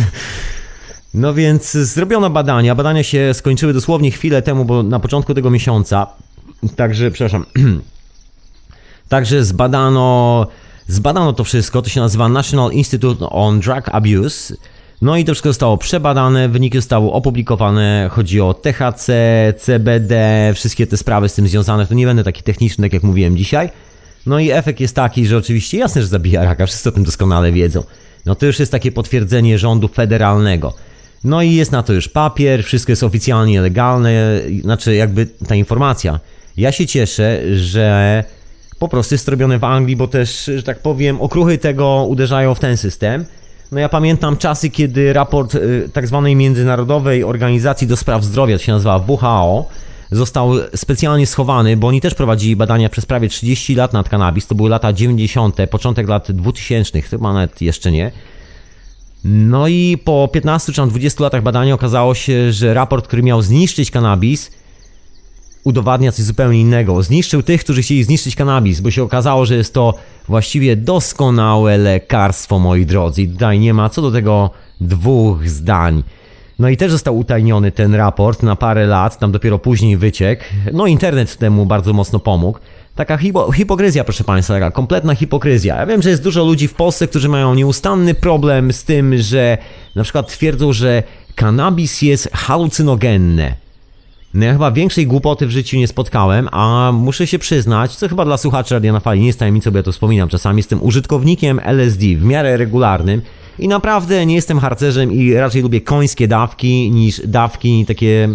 No więc zrobiono badania. Badania się skończyły dosłownie chwilę temu, bo na początku tego miesiąca. Także, przepraszam. Także zbadano, zbadano to wszystko. To się nazywa National Institute on Drug Abuse. No i to wszystko zostało przebadane, wyniki zostały opublikowane, chodzi o T H C, C B D, wszystkie te sprawy z tym związane, to nie będę taki techniczny, tak jak mówiłem dzisiaj. No i efekt jest taki, że oczywiście jasne, że zabija raka, wszyscy o tym doskonale wiedzą. No to już jest takie potwierdzenie rządu federalnego. No i jest na to już papier, wszystko jest oficjalnie legalne, znaczy jakby ta informacja. Ja się cieszę, że po prostu jest robione w Anglii, bo też, że tak powiem, okruchy tego uderzają w ten system. No ja pamiętam czasy, kiedy raport y, tak zwanej Międzynarodowej Organizacji do Spraw Zdrowia, to się nazywa W H O, został specjalnie schowany, bo oni też prowadzili badania przez prawie trzydzieści lat nad kanabis, to były lata dziewięćdziesiąte, początek lat dwutysięcznych, chyba nawet jeszcze nie. No i po piętnastu czy dwudziestu latach badania okazało się, że raport, który miał zniszczyć kanabis, udowadnia coś zupełnie innego. Zniszczył tych, którzy chcieli zniszczyć kanabis, bo się okazało, że jest to właściwie doskonałe lekarstwo, moi drodzy. I tutaj nie ma co do tego dwóch zdań. No i też został utajniony ten raport na parę lat, tam dopiero później wyciekł. No internet temu bardzo mocno pomógł. Taka hipo, hipokryzja, proszę Państwa, taka kompletna hipokryzja. Ja wiem, że jest dużo ludzi w Polsce, którzy mają nieustanny problem z tym, że na przykład twierdzą, że kanabis jest halucynogenny. No ja chyba większej głupoty w życiu nie spotkałem, a muszę się przyznać, co chyba dla słuchaczy Radia na Fali nie jest tajemnicą, bo ja to wspominam czasami, jestem użytkownikiem L S D w miarę regularnym i naprawdę nie jestem harcerzem i raczej lubię końskie dawki niż dawki takie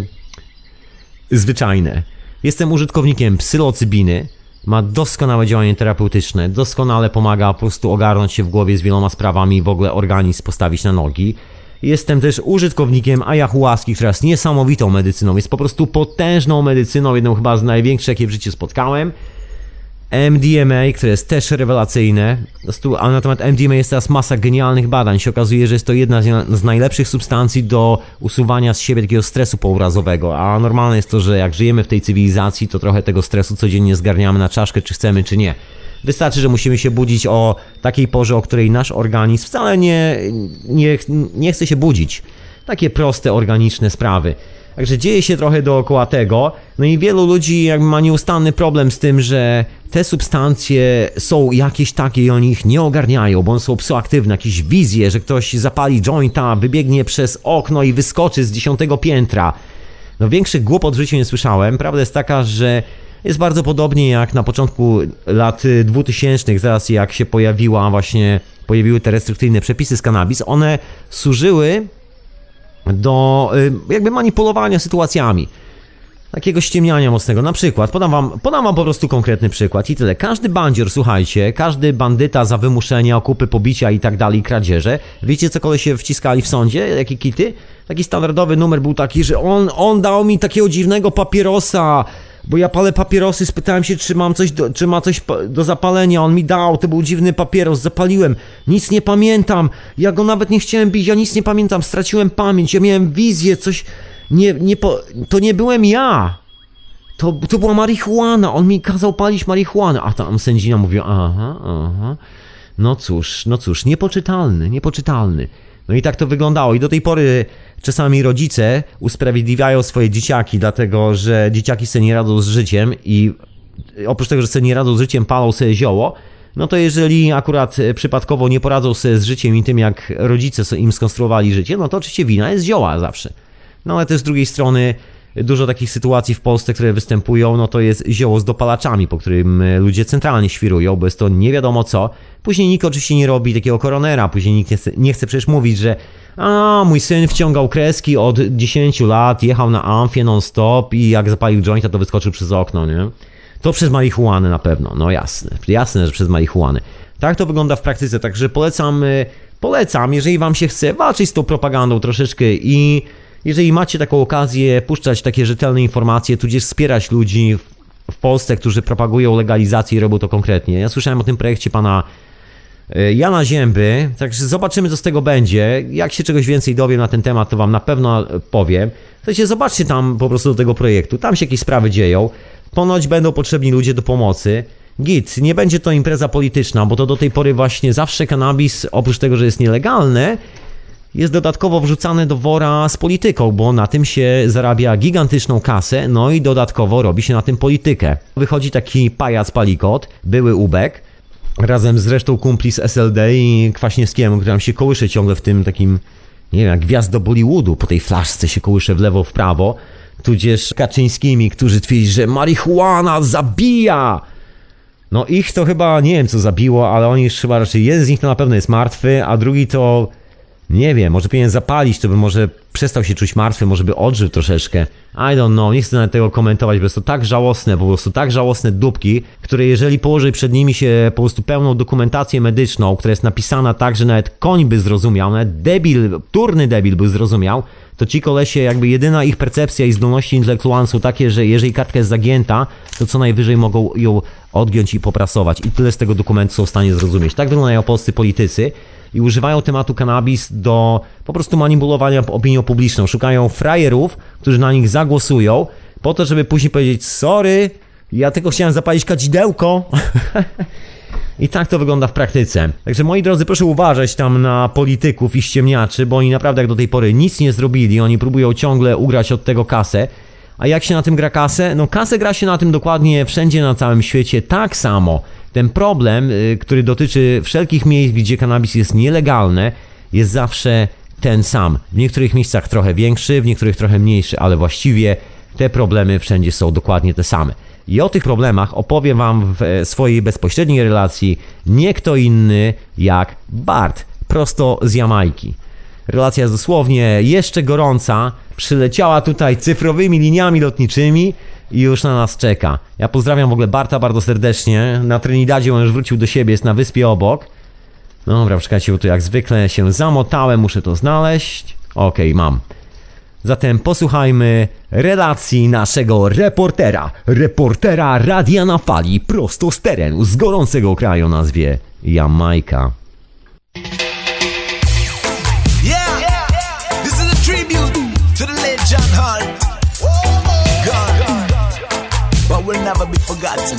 zwyczajne. Jestem użytkownikiem psylocybiny, ma doskonałe działanie terapeutyczne, doskonale pomaga po prostu ogarnąć się w głowie z wieloma sprawami i w ogóle organizm postawić na nogi. Jestem też użytkownikiem ayahuaski, która jest niesamowitą medycyną, jest po prostu potężną medycyną, jedną chyba z największych, jakie w życiu spotkałem. M D M A, które jest też rewelacyjne, a na temat M D M A jest teraz masa genialnych badań. Się okazuje, że jest to jedna z najlepszych substancji do usuwania z siebie takiego stresu pourazowego, a normalne jest to, że jak żyjemy w tej cywilizacji, to trochę tego stresu codziennie zgarniamy na czaszkę, czy chcemy, czy nie. Wystarczy, że musimy się budzić o takiej porze, o której nasz organizm wcale nie, nie, nie chce się budzić. Takie proste, organiczne sprawy. Także dzieje się trochę dookoła tego. No i wielu ludzi jakby ma nieustanny problem z tym, że te substancje są jakieś takie i oni ich nie ogarniają, bo one są psychoaktywne, jakieś wizje, że ktoś zapali jointa, wybiegnie przez okno i wyskoczy z dziesiątego piętra. No większych głupot w życiu nie słyszałem. Prawda jest taka, że jest bardzo podobnie jak na początku lat dwutysięcznych, zaraz jak się pojawiła właśnie, pojawiły te restrykcyjne przepisy z kanabis, one służyły do jakby manipulowania sytuacjami. Takiego ściemniania mocnego. Na przykład, podam wam, podam wam po prostu konkretny przykład i tyle. Każdy bandzior, słuchajcie, każdy bandyta za wymuszenia, okupy, pobicia i tak dalej, kradzieże. Wiecie, co koleś się wciskali w sądzie? Jakie kity? Taki standardowy numer był taki, że on, on dał mi takiego dziwnego papierosa, bo ja palę papierosy, spytałem się, czy mam coś do, czy ma coś do zapalenia, on mi dał, to był dziwny papieros, zapaliłem, nic nie pamiętam, ja go nawet nie chciałem bić, ja nic nie pamiętam, straciłem pamięć, ja miałem wizję, coś, nie, nie, po, to nie byłem ja, to, to była marihuana, on mi kazał palić marihuanę, a tam sędzina mówił, aha, aha, no cóż, no cóż, niepoczytalny, niepoczytalny. No i tak to wyglądało i do tej pory czasami rodzice usprawiedliwiają swoje dzieciaki, dlatego że dzieciaki sobie nie radzą z życiem i oprócz tego, że sobie nie radzą z życiem, palą sobie zioło, no to jeżeli akurat przypadkowo nie poradzą sobie z życiem i tym, jak rodzice im skonstruowali życie, no to oczywiście wina jest zioła zawsze. No ale też z drugiej strony dużo takich sytuacji w Polsce, które występują, no to jest zioło z dopalaczami, po którym ludzie centralnie świrują, bo jest to nie wiadomo co. Później nikt oczywiście nie robi takiego koronera, później nikt nie chce, nie chce przecież mówić, że a mój syn wciągał kreski od dziesięciu lat, jechał na amfie non-stop i jak zapalił jointa, to wyskoczył przez okno, nie? To przez marihuanę na pewno, no jasne, jasne, że przez marihuanę. Tak to wygląda w praktyce, także polecam, polecam, jeżeli wam się chce walczyć z tą propagandą troszeczkę i jeżeli macie taką okazję puszczać takie rzetelne informacje, tudzież wspierać ludzi w Polsce, którzy propagują legalizację i robią to konkretnie. Ja słyszałem o tym projekcie pana Jana Zięby, także zobaczymy, co z tego będzie. Jak się czegoś więcej dowiem na ten temat, to wam na pewno powiem. Słuchajcie, zobaczcie tam po prostu do tego projektu, tam się jakieś sprawy dzieją. Ponoć będą potrzebni ludzie do pomocy. Git, nie będzie to impreza polityczna, bo to do tej pory właśnie zawsze kanabis, oprócz tego, że jest nielegalne, jest dodatkowo wrzucane do wora z polityką, bo na tym się zarabia gigantyczną kasę, no i dodatkowo robi się na tym politykę. Wychodzi taki pajac Palikot, były Ubek, razem z resztą kumpli z S L D i Kwaśniewskiemu, który tam się kołysze ciągle w tym takim, nie wiem, jak gwiazd do Bollywoodu, po tej flaszce się kołysze w lewo, w prawo, tudzież Kaczyńskimi, którzy twierdzą, że marihuana zabija! No ich to chyba, nie wiem co zabiło, ale oni już chyba raczej, jeden z nich to na pewno jest martwy, a drugi to Nie wiem, może powinien zapalić, to by może przestał się czuć martwy, może by odżył troszeczkę. I don't know, nie chcę nawet tego komentować, bo jest to tak żałosne, po prostu tak żałosne dupki, które jeżeli położy przed nimi się po prostu pełną dokumentację medyczną, która jest napisana tak, że nawet koń by zrozumiał, nawet debil, turny debil by zrozumiał, to ci kolesie jakby jedyna ich percepcja i zdolności intelektualne są takie, że jeżeli kartka jest zagięta, to co najwyżej mogą ją odgiąć i poprasować. I tyle z tego dokumentu są w stanie zrozumieć. Tak wyglądają polscy politycy i używają tematu cannabis do po prostu manipulowania opinią publiczną. Szukają frajerów, którzy na nich zagłosują, po to, żeby później powiedzieć: sorry, ja tylko chciałem zapalić kadzidełko. I tak to wygląda w praktyce. Także moi drodzy, proszę uważać tam na polityków i ściemniaczy, bo oni naprawdę jak do tej pory nic nie zrobili, oni próbują ciągle ugrać od tego kasę. A jak się na tym gra kasę? No kasę gra się na tym dokładnie wszędzie na całym świecie tak samo. Ten problem, yy, który dotyczy wszelkich miejsc, gdzie kannabis jest nielegalny, jest zawsze ten sam. W niektórych miejscach trochę większy, w niektórych trochę mniejszy, ale właściwie te problemy wszędzie są dokładnie te same. I o tych problemach opowie wam w swojej bezpośredniej relacji nie kto inny jak Bart, prosto z Jamajki. Relacja jest dosłownie jeszcze gorąca, przyleciała tutaj cyfrowymi liniami lotniczymi i już na nas czeka. Ja pozdrawiam w ogóle Barta bardzo serdecznie. Na Trinidadzie on już wrócił do siebie, jest na wyspie obok. No dobra, czekajcie, bo tu jak zwykle się zamotałem, muszę to znaleźć. Okej, okay, mam. Zatem posłuchajmy relacji naszego reportera, reportera Radia na Fali, prosto z terenu, z gorącego kraju o nazwie Jamajka. Yeah, this is a tribute to the late John Hart. Gone, but will never be forgotten.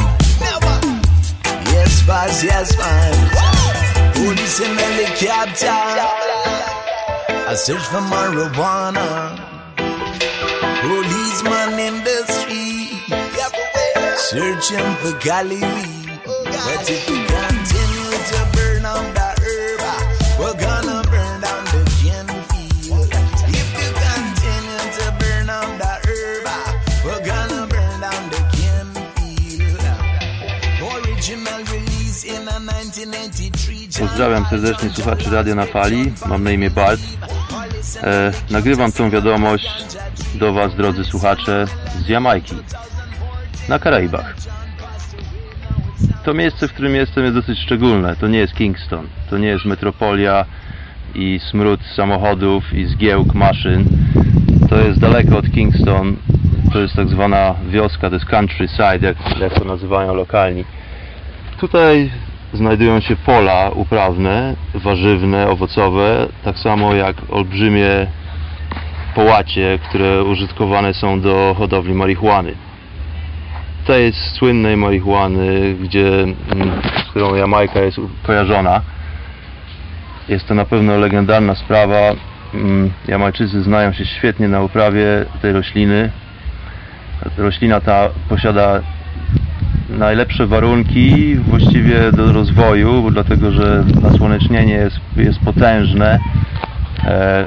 Yes, boss, yes, man. Police in helicopter. I search for marijuana. Policeman in the street, searching for Cali weed. But if we continue to burn out the herb, we're gonna burn down the gin field. If you continue to burn out the herb, we're gonna burn down the gin field. Original release in a nineteen eighty-three. Pozdrawiam serdecznie słuchaczy Radia na Fali, mam na imię Bart. E, nagrywam tą wiadomość do was, drodzy słuchacze, z Jamajki, na Karaibach. To miejsce, w którym jestem, jest dosyć szczególne. To nie jest Kingston, to nie jest metropolia i smród samochodów i zgiełk maszyn. To jest daleko od Kingston, to jest tak zwana wioska, to jest countryside, jak, jak to nazywają lokalni. Tutaj znajdują się pola uprawne, warzywne, owocowe, tak samo jak olbrzymie połacie, które użytkowane są do hodowli marihuany. Tej słynnej marihuany, gdzie, z którą Jamajka jest kojarzona. Jest to na pewno legendarna sprawa. Jamajczycy znają się świetnie na uprawie tej rośliny. Roślina ta posiada najlepsze warunki właściwie do rozwoju, dlatego że nasłonecznienie jest, jest potężne. E,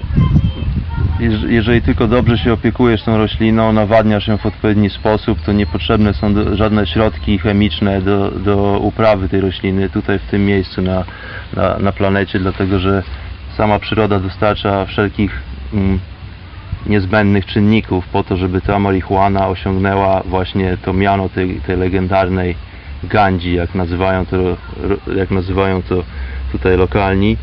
jeżeli tylko dobrze się opiekujesz tą rośliną, nawadniasz ją w odpowiedni sposób, to niepotrzebne są do, żadne środki chemiczne do, do uprawy tej rośliny tutaj w tym miejscu na, na, na planecie, dlatego że sama przyroda dostarcza wszelkich mm, niezbędnych czynników po to, żeby ta marihuana osiągnęła właśnie to miano tej, tej legendarnej gandzi, jak nazywają to, jak nazywają to tutaj lokalni.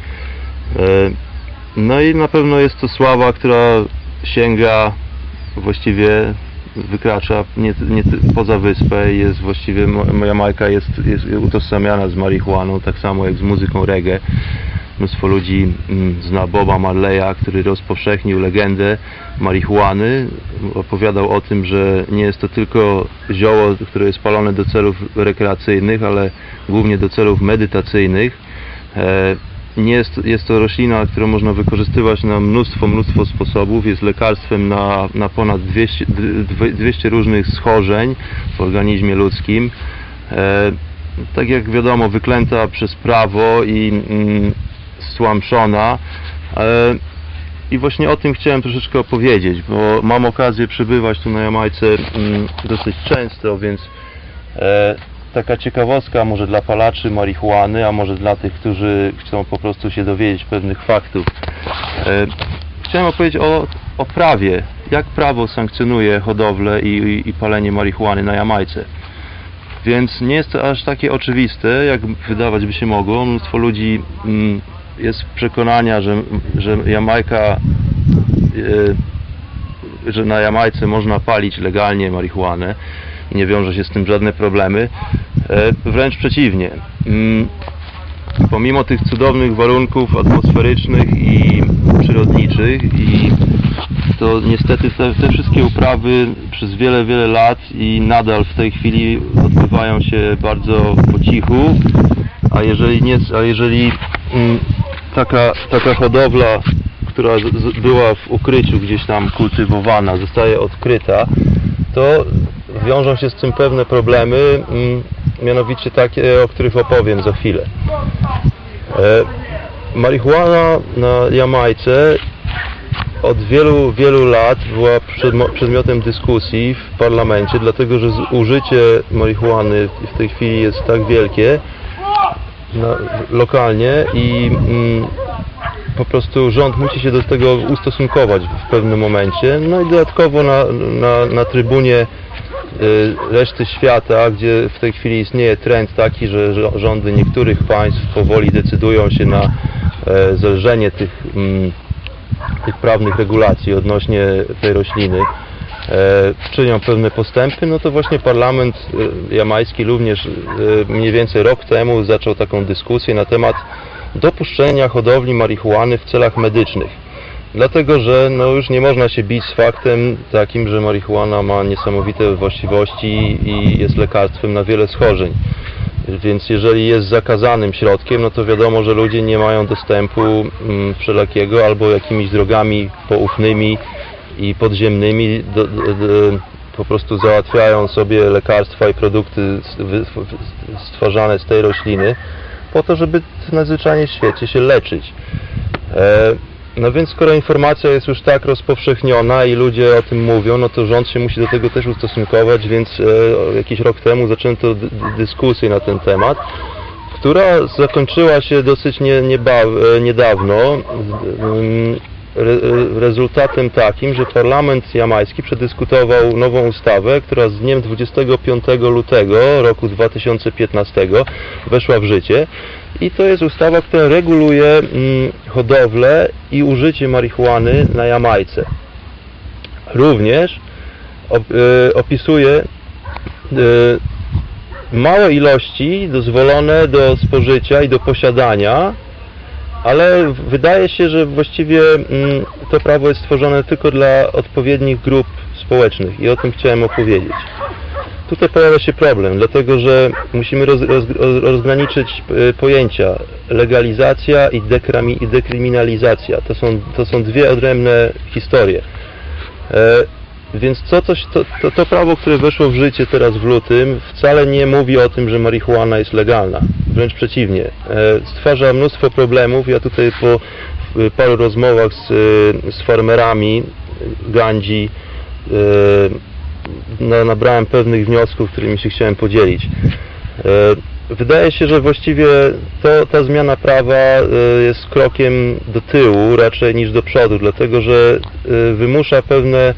No i na pewno jest to sława, która sięga właściwie, wykracza nie, nie, poza wyspę i jest właściwie, Jamajka jest, jest utożsamiana z marihuaną, tak samo jak z muzyką reggae. Mnóstwo ludzi zna Boba Marleya, który rozpowszechnił legendę marihuany. Opowiadał o tym, że nie jest to tylko zioło, które jest palone do celów rekreacyjnych, ale głównie do celów medytacyjnych. Nie jest, jest to roślina, którą można wykorzystywać na mnóstwo, mnóstwo sposobów. Jest lekarstwem na, na ponad dwieście, dwieście różnych schorzeń w organizmie ludzkim. Tak jak wiadomo, wyklęta przez prawo i mm, stłamszona. E, I właśnie o tym chciałem troszeczkę opowiedzieć, bo mam okazję przebywać tu na Jamajce mm, dosyć często, więc e, taka ciekawostka może dla palaczy marihuany, a może dla tych, którzy chcą po prostu się dowiedzieć pewnych faktów. E, chciałem opowiedzieć o, o prawie, jak prawo sankcjonuje hodowlę i, i, i palenie marihuany na Jamajce. Więc nie jest to aż takie oczywiste, jak wydawać by się mogło. Mnóstwo ludzi mm, jest przekonania, że, że Jamajka, e, że na Jamajce można palić legalnie marihuanę i nie wiąże się z tym żadne problemy. E, wręcz przeciwnie. Mm, pomimo tych cudownych warunków atmosferycznych i przyrodniczych, i to niestety te, te wszystkie uprawy przez wiele, wiele lat i nadal w tej chwili odbywają się bardzo po cichu, a jeżeli nie, a jeżeli mm, taka, taka hodowla, która z, z, była w ukryciu gdzieś tam kultywowana, zostaje odkryta, to wiążą się z tym pewne problemy, mm, mianowicie takie, o których opowiem za chwilę. E, marihuana na Jamajce od wielu, wielu lat była przedmiotem dyskusji w parlamencie, dlatego że użycie marihuany w tej chwili jest tak wielkie na, lokalnie i mm, po prostu rząd musi się do tego ustosunkować w pewnym momencie. No i dodatkowo na, na, na trybunie reszty świata, gdzie w tej chwili istnieje trend taki, że rządy niektórych państw powoli decydują się na e, zelżenie tych, mm, tych prawnych regulacji odnośnie tej rośliny, e, czynią pewne postępy, no to właśnie parlament e, jamajski również e, mniej więcej rok temu zaczął taką dyskusję na temat dopuszczenia hodowli marihuany w celach medycznych. Dlatego, że no już nie można się bić z faktem takim, że marihuana ma niesamowite właściwości i jest lekarstwem na wiele schorzeń. Więc jeżeli jest zakazanym środkiem, no to wiadomo, że ludzie nie mają dostępu mm, wszelakiego albo jakimiś drogami poufnymi i podziemnymi do, do, do, po prostu załatwiają sobie lekarstwa i produkty stwarzane z tej rośliny po to, żeby najzwyczajniej w świecie się leczyć. E, No więc skoro informacja jest już tak rozpowszechniona i ludzie o tym mówią, no to rząd się musi do tego też ustosunkować, więc e, jakiś rok temu zaczęto dyskusję na ten temat, która zakończyła się dosyć nie, nieba, niedawno re, rezultatem takim, że parlament jamajski przedyskutował nową ustawę, która z dniem dwudziestego piątego lutego roku dwa tysiące piętnastego weszła w życie. I to jest ustawa, która reguluje mm, hodowlę i użycie marihuany na Jamajce. Również op, y, opisuje y, małe ilości dozwolone do spożycia i do posiadania, ale wydaje się, że właściwie mm, to prawo jest stworzone tylko dla odpowiednich grup społecznych i o tym chciałem opowiedzieć. Tutaj pojawia się problem, dlatego że musimy roz, roz, rozgraniczyć pojęcia legalizacja i, dekrami, i dekryminalizacja. To są, to są dwie odrębne historie. E, więc co, coś, to, to, to prawo, które weszło w życie teraz w lutym, wcale nie mówi o tym, że marihuana jest legalna. Wręcz przeciwnie. E, stwarza mnóstwo problemów. Ja tutaj po paru rozmowach z, z farmerami gandzi e, No, nabrałem pewnych wniosków, którymi się chciałem podzielić. Wydaje się, że właściwie to, ta zmiana prawa jest krokiem do tyłu raczej niż do przodu, dlatego że wymusza pewne,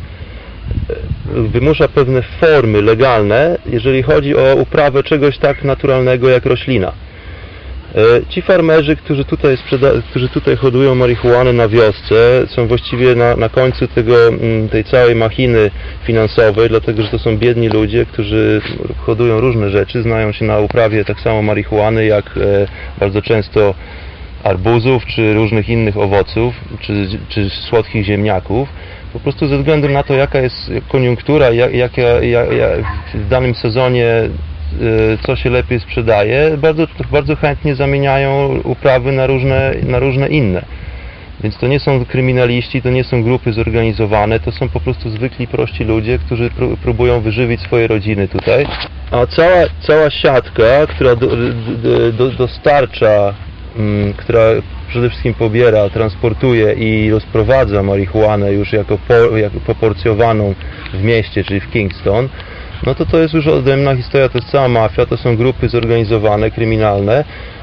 wymusza pewne formy legalne, jeżeli chodzi o uprawę czegoś tak naturalnego jak roślina. Ci farmerzy, którzy tutaj, sprzeda- którzy tutaj hodują marihuanę na wiosce, są właściwie na, na końcu tego, tej całej machiny finansowej, dlatego że to są biedni ludzie, którzy hodują różne rzeczy, znają się na uprawie tak samo marihuany jak e, bardzo często arbuzów, czy różnych innych owoców, czy, czy słodkich ziemniaków. Po prostu ze względu na to, jaka jest koniunktura, jak, jak, jak, jak w danym sezonie co się lepiej sprzedaje, bardzo, bardzo chętnie zamieniają uprawy na różne, na różne inne. Więc to nie są kryminaliści, to nie są grupy zorganizowane, to są po prostu zwykli, prości ludzie, którzy pró próbują wyżywić swoje rodziny tutaj. A cała, cała siatka, która do, do, do, dostarcza, um, która przede wszystkim pobiera, transportuje i rozprowadza marihuanę już jako, po, jako poporcjowaną w mieście, czyli w Kingston, no to to jest już odrębna historia, to jest cała mafia, to są grupy zorganizowane, kryminalne,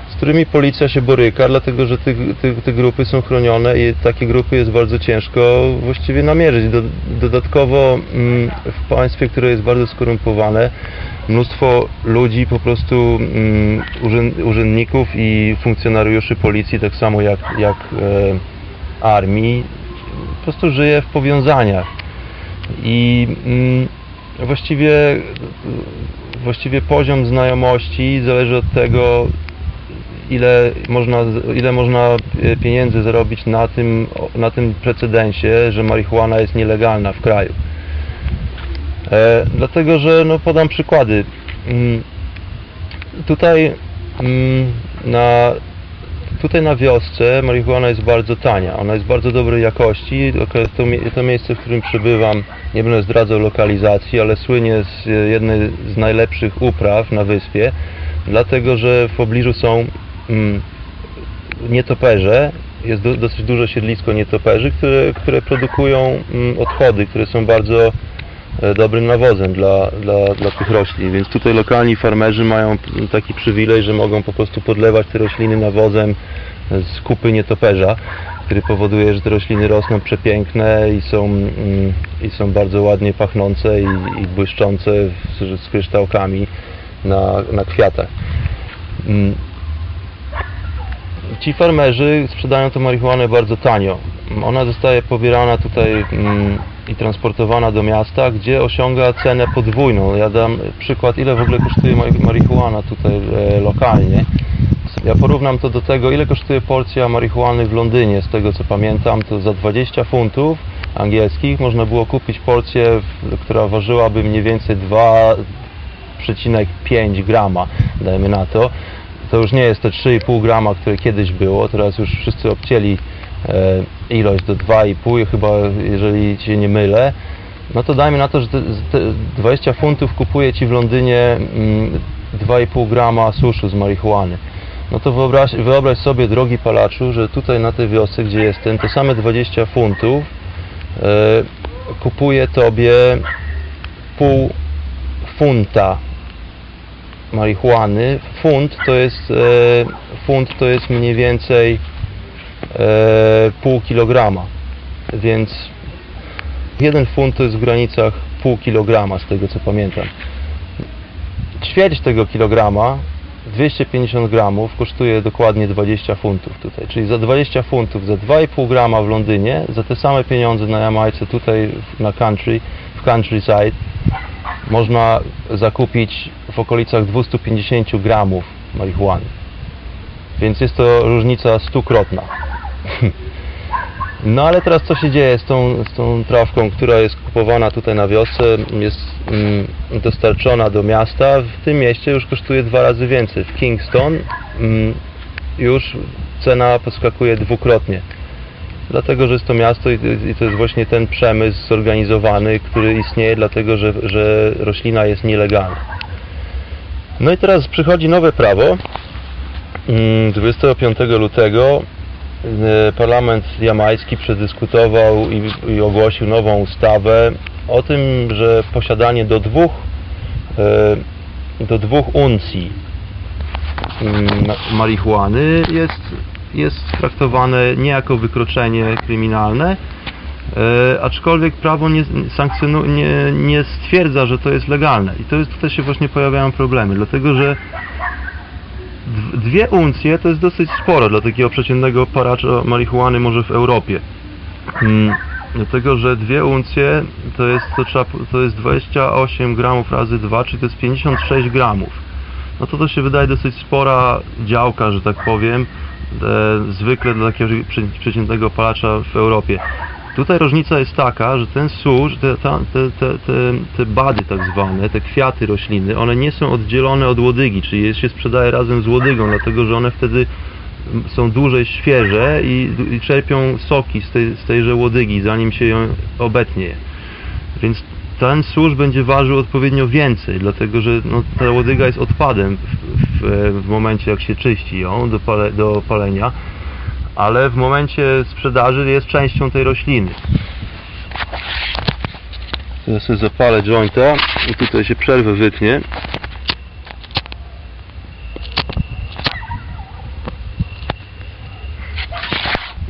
z którymi policja się boryka, dlatego że te, te, te grupy są chronione i takie grupy jest bardzo ciężko właściwie namierzyć. Do, dodatkowo mm, w państwie, które jest bardzo skorumpowane, mnóstwo ludzi, po prostu mm, urzęd, urzędników i funkcjonariuszy policji, tak samo jak, jak e, armii, po prostu żyje w powiązaniach. I mm, właściwie, właściwie poziom znajomości zależy od tego, ile można, ile można pieniędzy zarobić na tym, na tym precedensie, że marihuana jest nielegalna w kraju. E, dlatego, że no podam przykłady. Mm, tutaj, mm, na, tutaj na wiosce marihuana jest bardzo tania, ona jest bardzo dobrej jakości. To, to miejsce, w którym przebywam, nie będę zdradzał lokalizacji, ale słynie z jednej z najlepszych upraw na wyspie, dlatego, że w pobliżu są mm, nietoperze. Jest do, dosyć duże siedlisko nietoperzy, które, które produkują mm, odchody, które są bardzo dobrym nawozem dla, dla, dla tych roślin, więc tutaj lokalni farmerzy mają taki przywilej, że mogą po prostu podlewać te rośliny nawozem z kupy nietoperza, który powoduje, że te rośliny rosną przepiękne i są, mm, i są bardzo ładnie pachnące i, i błyszczące z, z kryształkami na, na kwiatach. Mm. Ci farmerzy sprzedają tę marihuanę bardzo tanio. Ona zostaje pobierana tutaj mm, i transportowana do miasta, gdzie osiąga cenę podwójną. Ja dam przykład, ile w ogóle kosztuje marihuana tutaj e, lokalnie. Ja porównam to do tego, ile kosztuje porcja marihuany w Londynie. Z tego co pamiętam, to za dwadzieścia funtów angielskich można było kupić porcję, która ważyłaby mniej więcej dwa przecinek pięć grama, dajmy na to. To już nie jest te trzy i pół grama, które kiedyś było, teraz już wszyscy obcięli e, ilość do dwa i pół, chyba jeżeli się nie mylę. No to dajmy na to, że te, te dwadzieścia funtów kupuje Ci w Londynie mm, dwa i pół grama suszu z marihuany. No to wyobraź, wyobraź sobie, drogi palaczu, że tutaj na tej wiosce, gdzie jestem, te same dwadzieścia funtów e, kupuje Tobie pół funta marihuany. Funt to jest, e, funt to jest mniej więcej e, pół kilograma, więc jeden funt to jest w granicach pół kilograma, z tego co pamiętam. Ćwierć tego kilograma, dwieście pięćdziesiąt gramów, kosztuje dokładnie dwadzieścia funtów tutaj, czyli za dwadzieścia funtów, za dwa i pół grama w Londynie, za te same pieniądze na Jamajce, tutaj na country, w countryside, można zakupić w okolicach dwieście pięćdziesiąt gramów marihuany. Więc jest to różnica stukrotna. No ale teraz co się dzieje z tą, z tą trawką, która jest kupowana tutaj na wiosce, jest mm, dostarczona do miasta. W tym mieście już kosztuje dwa razy więcej. W Kingston mm, już cena poskakuje dwukrotnie. Dlatego, że jest to miasto i, i to jest właśnie ten przemysł zorganizowany, który istnieje dlatego, że, że roślina jest nielegalna. No i teraz przychodzi nowe prawo. dwudziestego piątego lutego parlament jamajski przedyskutował i, i ogłosił nową ustawę o tym, że posiadanie do dwóch, do dwóch uncji marihuany jest jest traktowane nie jako wykroczenie kryminalne, e, aczkolwiek prawo nie, sankcjonuje, nie, nie stwierdza, że to jest legalne. I to jest, tutaj się właśnie pojawiają problemy, dlatego że dwie uncje to jest dosyć sporo dla takiego przeciętnego paracza marihuany może w Europie. Hmm, dlatego, że dwie uncje to jest, to, trzeba, to jest dwadzieścia osiem gramów razy dwa, czyli to jest pięćdziesiąt sześć gramów. No to to się wydaje dosyć spora działka, że tak powiem, e, zwykle dla takiego przeciętnego palacza w Europie. Tutaj różnica jest taka, że ten susz, te, te, te, te, te bady tak zwane, te kwiaty rośliny, one nie są oddzielone od łodygi, czyli je się sprzedaje razem z łodygą, dlatego że one wtedy są dłużej świeże i, i czerpią soki z, tej, z tejże łodygi, zanim się ją obetnie. Więc ten susz będzie ważył odpowiednio więcej, dlatego że no, ta łodyga jest odpadem w, w, w momencie, jak się czyści ją do, pale, do palenia, ale w momencie sprzedaży jest częścią tej rośliny. Teraz sobie zapalę jointa i tutaj się przerwę wytnie.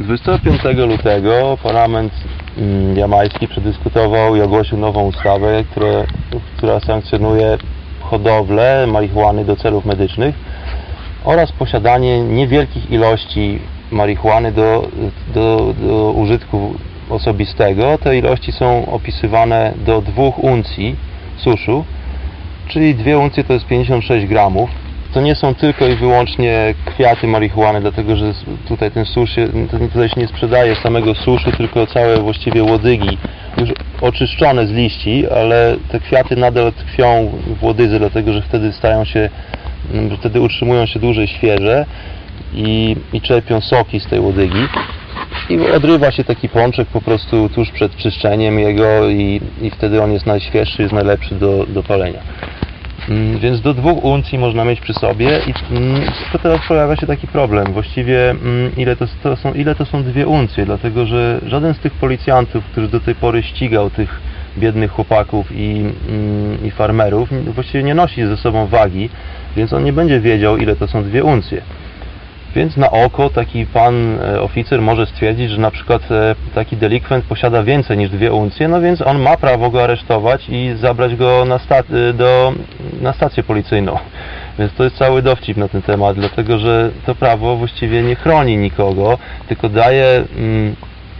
dwudziestego piątego lutego parlament mm, jamański przedyskutował i ogłosił nową ustawę, która, która sankcjonuje hodowlę marihuany do celów medycznych oraz posiadanie niewielkich ilości marihuany do, do, do użytku osobistego. Te ilości są opisywane do dwóch uncji suszu, czyli dwie uncje to jest pięćdziesiąt sześć gramów. To nie są tylko i wyłącznie kwiaty marihuany, dlatego że tutaj ten susz, się, tutaj się nie sprzedaje samego suszu, tylko całe właściwie łodygi już oczyszczone z liści, ale te kwiaty nadal tkwią w łodydze, dlatego że wtedy stają się, wtedy utrzymują się dłużej świeże i, i czerpią soki z tej łodygi. I odrywa się taki pączek po prostu tuż przed czyszczeniem jego i, i wtedy on jest najświeższy, jest najlepszy do, do palenia. Mm, więc do dwóch uncji można mieć przy sobie i mm, to teraz pojawia się taki problem. Właściwie mm, ile, to, to są, ile to są dwie uncje, dlatego że żaden z tych policjantów, który do tej pory ścigał tych biednych chłopaków i, mm, i farmerów, właściwie nie nosi ze sobą wagi, więc on nie będzie wiedział, ile to są dwie uncje. Więc na oko taki pan e, oficer może stwierdzić, że na przykład e, taki delikwent posiada więcej niż dwie uncje, no więc on ma prawo go aresztować i zabrać go na, sta do, na stację policyjną. Więc to jest cały dowcip na ten temat, dlatego że to prawo właściwie nie chroni nikogo, tylko daje, mm,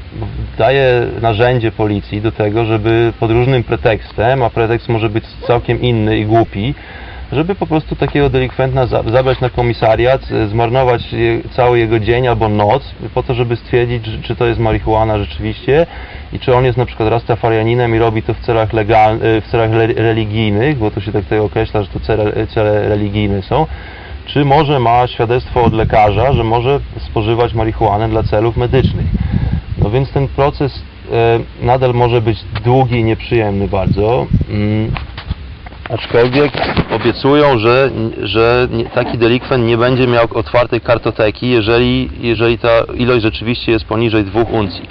daje narzędzie policji do tego, żeby pod różnym pretekstem, a pretekst może być całkiem inny i głupi, żeby po prostu takiego delikwenta zabrać na komisariat, zmarnować je, cały jego dzień albo noc po to, żeby stwierdzić, czy to jest marihuana rzeczywiście i czy on jest na przykład rastafarianinem i robi to w celach, legal, w celach religijnych, bo to się tak tutaj określa, że to cele, cele religijne są, czy może ma świadectwo od lekarza, że może spożywać marihuanę dla celów medycznych. No więc ten proces e, nadal może być długi i nieprzyjemny bardzo. Mm. Aczkolwiek obiecują, że, że taki delikwent nie będzie miał otwartej kartoteki, jeżeli, jeżeli ta ilość rzeczywiście jest poniżej dwóch uncji.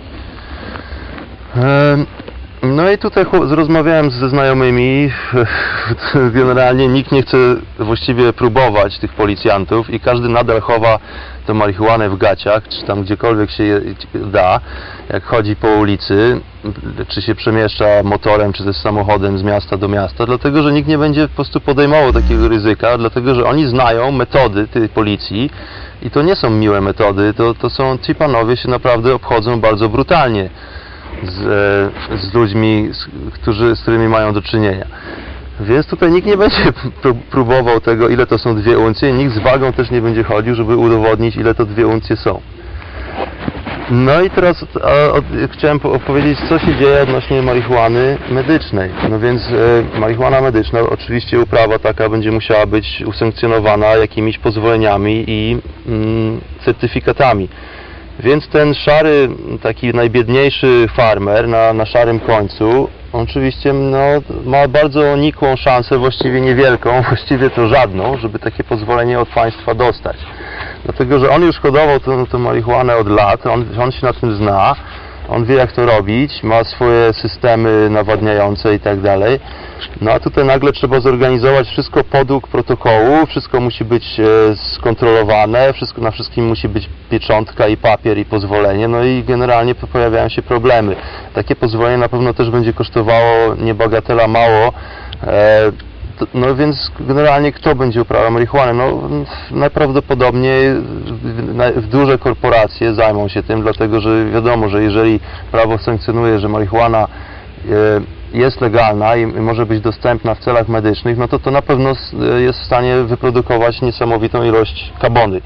No i tutaj rozmawiałem ze znajomymi, generalnie nikt nie chce właściwie próbować tych policjantów i każdy nadal chowa tę marihuanę w gaciach, czy tam gdziekolwiek się je da, jak chodzi po ulicy, czy się przemieszcza motorem, czy też samochodem z miasta do miasta, dlatego że nikt nie będzie po prostu podejmował takiego ryzyka, dlatego że oni znają metody tej policji i to nie są miłe metody, to, to są, ci panowie się naprawdę obchodzą bardzo brutalnie z, z ludźmi, z, którzy, z którymi mają do czynienia. Więc tutaj nikt nie będzie próbował tego, ile to są dwie uncje, nikt z wagą też nie będzie chodził, żeby udowodnić, ile to dwie uncje są. No i teraz a, a, chciałem opowiedzieć, co się dzieje odnośnie marihuany medycznej. No więc e, marihuana medyczna, oczywiście uprawa taka będzie musiała być usankcjonowana jakimiś pozwoleniami i mm, certyfikatami. Więc ten szary, taki najbiedniejszy farmer na, na szarym końcu, on oczywiście no, ma bardzo nikłą szansę, właściwie niewielką, właściwie to żadną, żeby takie pozwolenie od państwa dostać. Dlatego, że on już hodował tę, tę marihuanę od lat, on, on się na tym zna, on wie jak to robić, ma swoje systemy nawadniające i tak dalej. No a tutaj nagle trzeba zorganizować wszystko podług protokołu, wszystko musi być e, skontrolowane, wszystko, na wszystkim musi być pieczątka i papier i pozwolenie, no i generalnie pojawiają się problemy. Takie pozwolenie na pewno też będzie kosztowało niebagatela mało, e, to, no więc generalnie kto będzie uprawiał marihuanę? No najprawdopodobniej w, w duże korporacje zajmą się tym, dlatego że wiadomo, że jeżeli prawo sankcjonuje, że marihuana e, jest legalna i może być dostępna w celach medycznych, no to to na pewno jest w stanie wyprodukować niesamowitą ilość kabony.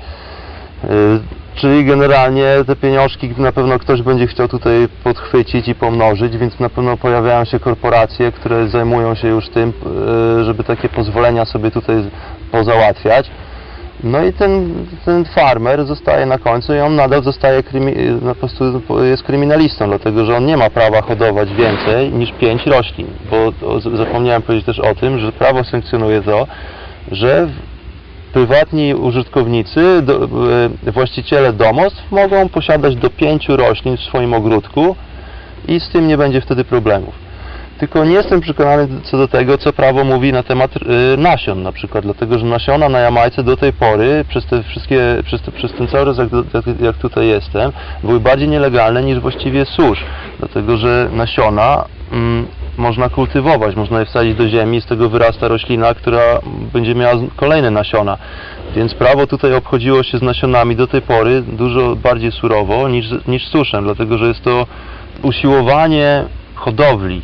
Czyli generalnie te pieniążki na pewno ktoś będzie chciał tutaj podchwycić i pomnożyć, więc na pewno pojawiają się korporacje, które zajmują się już tym, żeby takie pozwolenia sobie tutaj pozałatwiać. No i ten, ten farmer zostaje na końcu i on nadal zostaje, krymi, po prostu jest kryminalistą, dlatego że on nie ma prawa hodować więcej niż pięć roślin, bo zapomniałem powiedzieć też o tym, że prawo sankcjonuje to, że prywatni użytkownicy, do, właściciele domostw mogą posiadać do pięciu roślin w swoim ogródku i z tym nie będzie wtedy problemów. Tylko nie jestem przekonany co do tego, co prawo mówi na temat y, nasion na przykład, dlatego że nasiona na Jamajce do tej pory, przez te wszystkie, przez, te, przez ten cały czas jak, jak tutaj jestem, były bardziej nielegalne niż właściwie susz, dlatego że nasiona mm, można kultywować, można je wsadzić do ziemi, z tego wyrasta roślina, która będzie miała kolejne nasiona. Więc prawo tutaj obchodziło się z nasionami do tej pory dużo bardziej surowo niż, niż suszem, dlatego że jest to usiłowanie hodowli.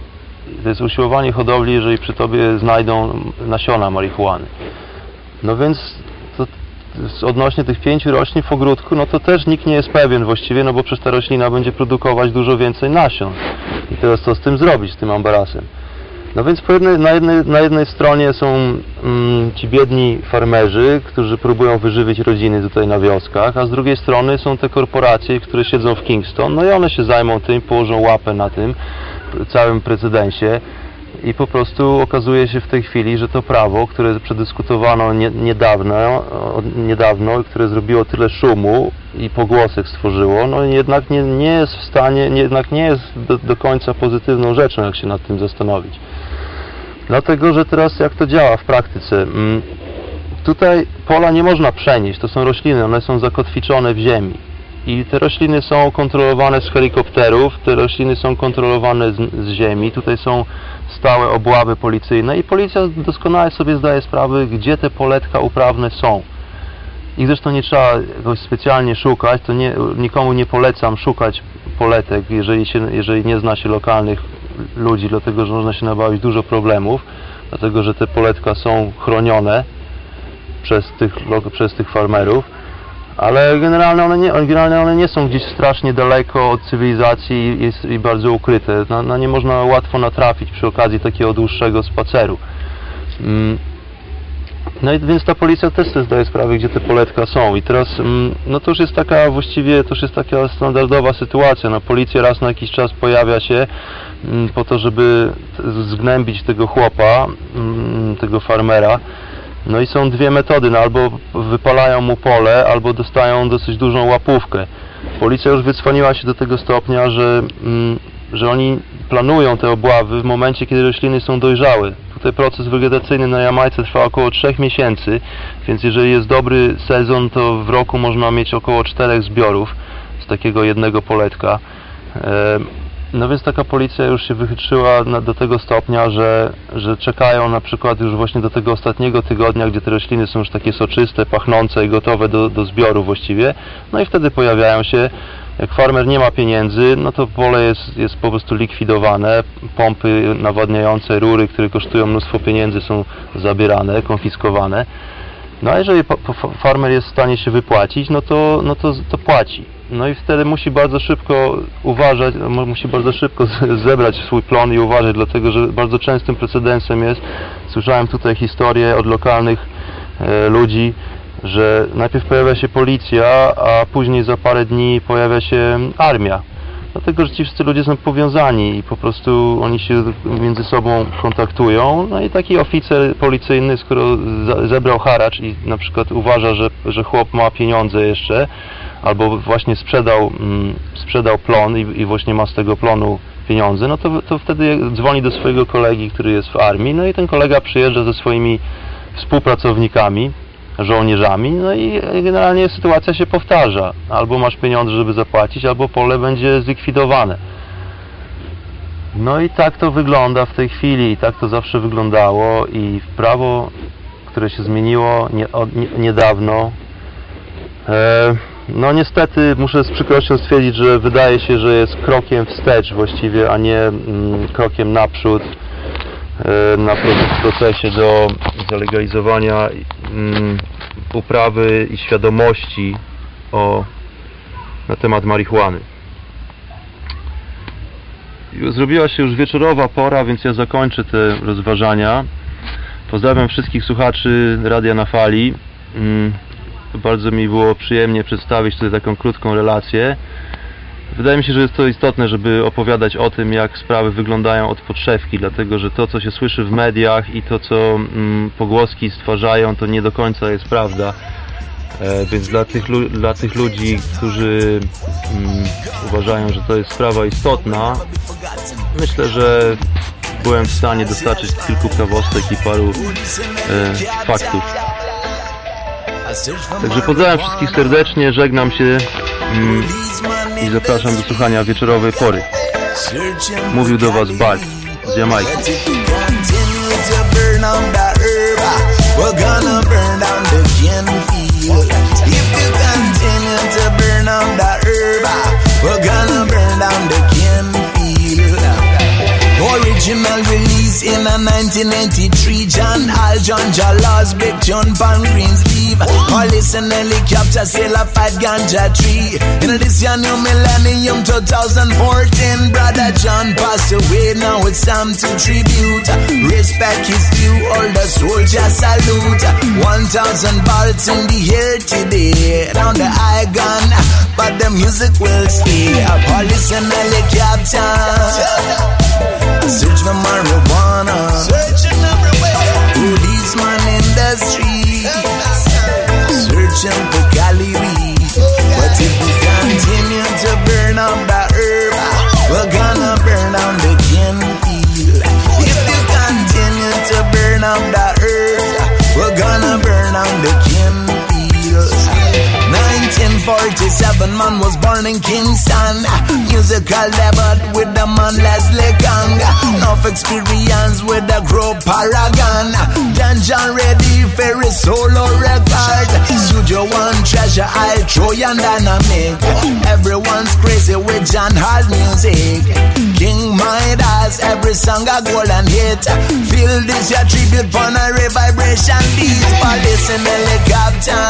To jest usiłowanie hodowli, jeżeli przy tobie znajdą nasiona marihuany. No więc to, to odnośnie tych pięciu roślin w ogródku, no to też nikt nie jest pewien właściwie, no bo przecież ta roślina będzie produkować dużo więcej nasion. I teraz co z tym zrobić, z tym ambarasem? No więc po jednej, na, jednej, na jednej stronie są mm, ci biedni farmerzy, którzy próbują wyżywić rodziny tutaj na wioskach, a z drugiej strony są te korporacje, które siedzą w Kingston, no i one się zajmą tym, położą łapę na tym całym precedensie i po prostu okazuje się w tej chwili, że to prawo, które przedyskutowano nie, niedawno, niedawno, które zrobiło tyle szumu i pogłosek stworzyło, no jednak nie, nie jest w stanie, nie, jednak nie jest do, do końca pozytywną rzeczą, jak się nad tym zastanowić. Dlatego, że teraz jak to działa w praktyce? Tutaj pola nie można przenieść, to są rośliny, one są zakotwiczone w ziemi. I te rośliny są kontrolowane z helikopterów, te rośliny są kontrolowane z, z ziemi, tutaj są stałe obławy policyjne i policja doskonale sobie zdaje sprawę, gdzie te poletka uprawne są. Ich zresztą nie trzeba jakoś specjalnie szukać, to nie, nikomu nie polecam szukać poletek, jeżeli, się, jeżeli nie zna się lokalnych ludzi, dlatego że można się nabawić dużo problemów, dlatego że te poletka są chronione przez tych, przez tych farmerów. Ale generalnie one, nie, generalnie one nie są gdzieś strasznie daleko od cywilizacji i, jest, i bardzo ukryte. Na, na nie można łatwo natrafić przy okazji takiego dłuższego spaceru. Mm. No i więc ta policja też sobie zdaje sprawę, gdzie te poletka są. I teraz, mm, no to już jest taka właściwie, to już jest taka standardowa sytuacja. No, policja raz na jakiś czas pojawia się mm, po to, żeby zgnębić tego chłopa, mm, tego farmera. No i są dwie metody, no albo wypalają mu pole, albo dostają dosyć dużą łapówkę. Policja już wycwaniła się do tego stopnia, że, mm, że oni planują te obławy w momencie, kiedy rośliny są dojrzałe. Tutaj proces wegetacyjny na Jamajce trwa około trzech miesięcy, więc jeżeli jest dobry sezon, to w roku można mieć około czterech zbiorów z takiego jednego poletka. E No więc taka policja już się wychytrzyła na, do tego stopnia, że, że czekają na przykład już właśnie do tego ostatniego tygodnia, gdzie te rośliny są już takie soczyste, pachnące i gotowe do, do zbioru właściwie. No i wtedy pojawiają się, jak farmer nie ma pieniędzy, no to pole jest, jest po prostu likwidowane, pompy nawadniające, rury, które kosztują mnóstwo pieniędzy, są zabierane, konfiskowane. No a jeżeli po, po farmer jest w stanie się wypłacić, no to, no to, to płaci. No i wtedy musi bardzo szybko uważać, musi bardzo szybko zebrać swój plon i uważać, dlatego że bardzo częstym precedensem jest, słyszałem tutaj historię od lokalnych e, ludzi, że najpierw pojawia się policja, a później za parę dni pojawia się armia. Dlatego, że ci wszyscy ludzie są powiązani i po prostu oni się między sobą kontaktują. No i taki oficer policyjny, skoro zebrał haracz i na przykład uważa, że, że chłop ma pieniądze jeszcze, albo właśnie sprzedał, mm, sprzedał plon i, i właśnie ma z tego plonu pieniądze, no to, to wtedy dzwoni do swojego kolegi, który jest w armii, no i ten kolega przyjeżdża ze swoimi współpracownikami, żołnierzami, no i generalnie sytuacja się powtarza. Albo masz pieniądze, żeby zapłacić, albo pole będzie zlikwidowane. No i tak to wygląda w tej chwili, i tak to zawsze wyglądało i prawo, które się zmieniło nie, od, nie, niedawno, e, no niestety muszę z przykrością stwierdzić, że wydaje się, że jest krokiem wstecz właściwie, a nie mm, krokiem naprzód e, na procesie do zalegalizowania mm, uprawy i świadomości o, na temat marihuany. Zrobiła się już wieczorowa pora, więc ja zakończę te rozważania. Pozdrawiam wszystkich słuchaczy Radia na Fali. Bardzo mi było przyjemnie przedstawić tutaj taką krótką relację. Wydaje mi się, że jest to istotne, żeby opowiadać o tym, jak sprawy wyglądają od podszewki, dlatego że to, co się słyszy w mediach i to, co mm, pogłoski stwarzają, to nie do końca jest prawda. E, więc dla tych, lu- dla tych ludzi, którzy mm, uważają, że to jest sprawa istotna, myślę, że byłem w stanie dostarczyć kilku prawostek i paru e, faktów. Także pozdrawiam wszystkich serdecznie, żegnam się mm, i zapraszam do słuchania wieczorowej pory. Mówił do Was Bart z Jamajki. Original release in a nineteen eighty-three. John Al John Jalas, big tune pan Greensleeve. All listen helicopter sail a fight ganja tree. In this year new millennium twenty fourteen, brother John passed away. Now it's time to tribute. Respect is due, all the soldiers salute. One thousand volts in the air today. Down the high gun, but the music will stay. All listen helicopter. Search for marijuana. Searching everywhere. Policeman in the streets. Searching for Cali weed. But if we continue to burn up the herb, we're gonna burn down the cane field. If you continue to burn up the herb, we're gonna burn down the cane field. nineteen forty-seven, man was born in Kingston. Musical debut with the man Leslie Kang. Enough experience with the group Paragon. John John ready for his solo record. Studio One treasure, I'll throw you dynamic. Everyone's crazy with John Hall music. King Midas, every song a golden hit. Feel this your tribute for a vibration beat. Police in helicopter.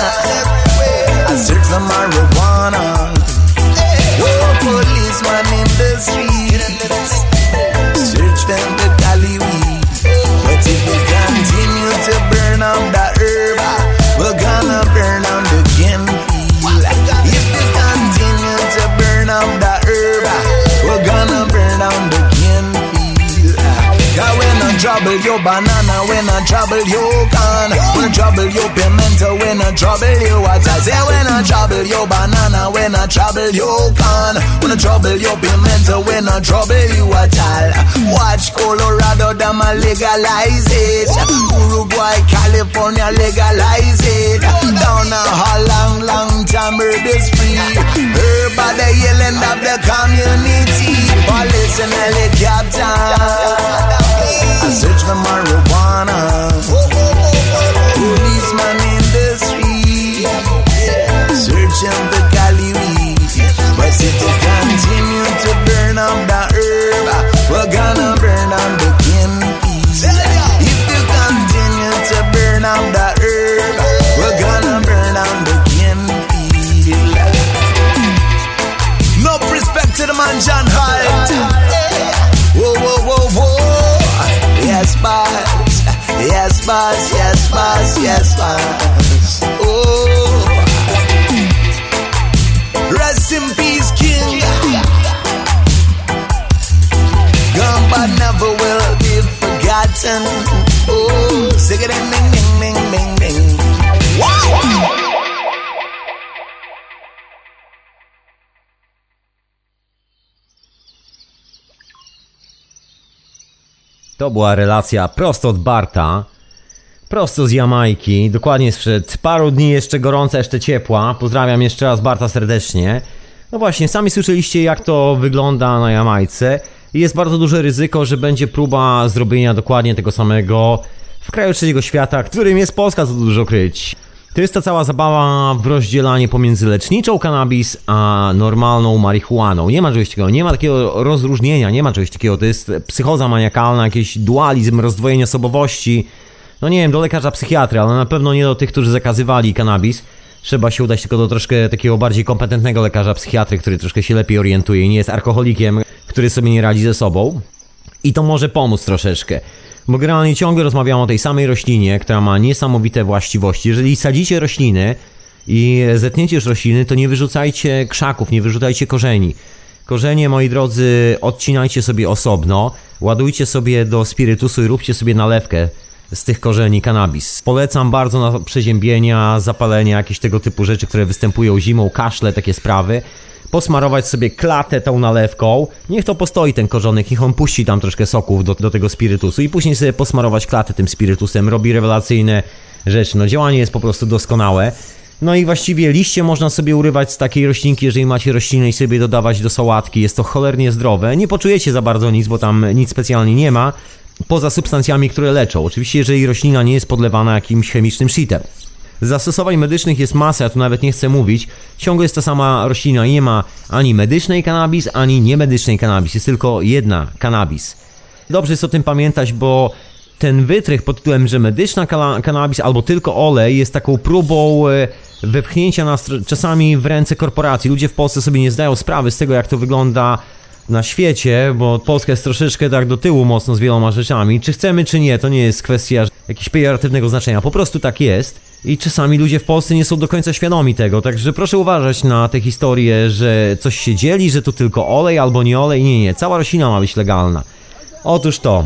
I search for marijuana. Oh, policeman in the streets. Search them for Cali weed. But if we continue to burn up the herb, we're gonna burn down the cane field. If we continue to burn up the herb, we're gonna burn down the cane field. Cause when I trouble your banana, when I trouble your can, when I trouble your pimento, when I trouble you, what I say when I trouble your banana, when I trouble your can, when I trouble your pimento, when I trouble you, what I'll watch Colorado, them a legalize it. Uruguay, California legalize it. Down a long, long time herb is free. Herb by the yelling of the community. Police and helicopter. I search for marijuana. Policeman in the street. Searching for Cali weed. But if you continue to burn up the herb, we're gonna burn down the cane field. If you continue to burn up the herb, we're gonna burn down the cane field. No respect to the man John Hart. Whoa, whoa, whoa, whoa. Yes, boss. Yes, boss. Yes, boss. Yes, boss. Oh. Rest in peace, King. Gone but never will be forgotten. Oh, sing it, ding, ding, ding, ding, ding. Wow. To była relacja prosto od Barta, prosto z Jamajki, dokładnie sprzed paru dni, jeszcze gorąca, jeszcze ciepła. Pozdrawiam jeszcze raz Barta serdecznie. No właśnie, sami słyszeliście jak to wygląda na Jamajce. Jest bardzo duże ryzyko, że będzie próba zrobienia dokładnie tego samego w kraju trzeciego świata, którym jest Polska, co dużo kryć. To jest ta cała zabawa w rozdzielanie pomiędzy leczniczą cannabis a normalną marihuaną. Nie ma czegoś takiego, nie ma takiego rozróżnienia, nie ma czegoś takiego. To jest psychoza maniakalna, jakiś dualizm, rozdwojenie osobowości. No nie wiem, do lekarza psychiatry, ale na pewno nie do tych, którzy zakazywali cannabis. Trzeba się udać tylko do troszkę takiego bardziej kompetentnego lekarza psychiatry, który troszkę się lepiej orientuje i nie jest alkoholikiem, który sobie nie radzi ze sobą. I to może pomóc troszeczkę. Bo generalnie ciągle rozmawiam o tej samej roślinie, która ma niesamowite właściwości. Jeżeli sadzicie rośliny i zetniecie już rośliny, to nie wyrzucajcie krzaków, nie wyrzucajcie korzeni. Korzenie, moi drodzy, odcinajcie sobie osobno, ładujcie sobie do spirytusu i róbcie sobie nalewkę z tych korzeni kanabis. Polecam bardzo na przeziębienia, zapalenia, jakieś tego typu rzeczy, które występują zimą, kaszle, takie sprawy. Posmarować sobie klatę tą nalewką, niech to postoi ten korzonek, niech on puści tam troszkę soków do, do tego spirytusu i później sobie posmarować klatę tym spirytusem, robi rewelacyjne rzeczy, no działanie jest po prostu doskonałe. No i właściwie liście można sobie urywać z takiej roślinki, jeżeli macie roślinę i sobie dodawać do sałatki, jest to cholernie zdrowe, nie poczujecie za bardzo nic, bo tam nic specjalnie nie ma, poza substancjami, które leczą, oczywiście jeżeli roślina nie jest podlewana jakimś chemicznym shitem. Zastosowań medycznych jest masa, ja tu nawet nie chcę mówić. Ciągle jest ta sama roślina i nie ma ani medycznej kanabis, ani niemedycznej kanabis. Jest tylko jedna kanabis. Dobrze jest o tym pamiętać, bo ten wytrych pod tytułem, że medyczna kanabis albo tylko olej jest taką próbą wepchnięcia nas czasami w ręce korporacji. Ludzie w Polsce sobie nie zdają sprawy z tego, jak to wygląda na świecie, bo Polska jest troszeczkę tak do tyłu mocno z wieloma rzeczami. Czy chcemy, czy nie, to nie jest kwestia jakiegoś pejoratywnego znaczenia. Po prostu tak jest. I czasami ludzie w Polsce nie są do końca świadomi tego, także proszę uważać na te historie, że coś się dzieli, że to tylko olej albo nie olej. Nie, nie, cała roślina ma być legalna. Otóż to,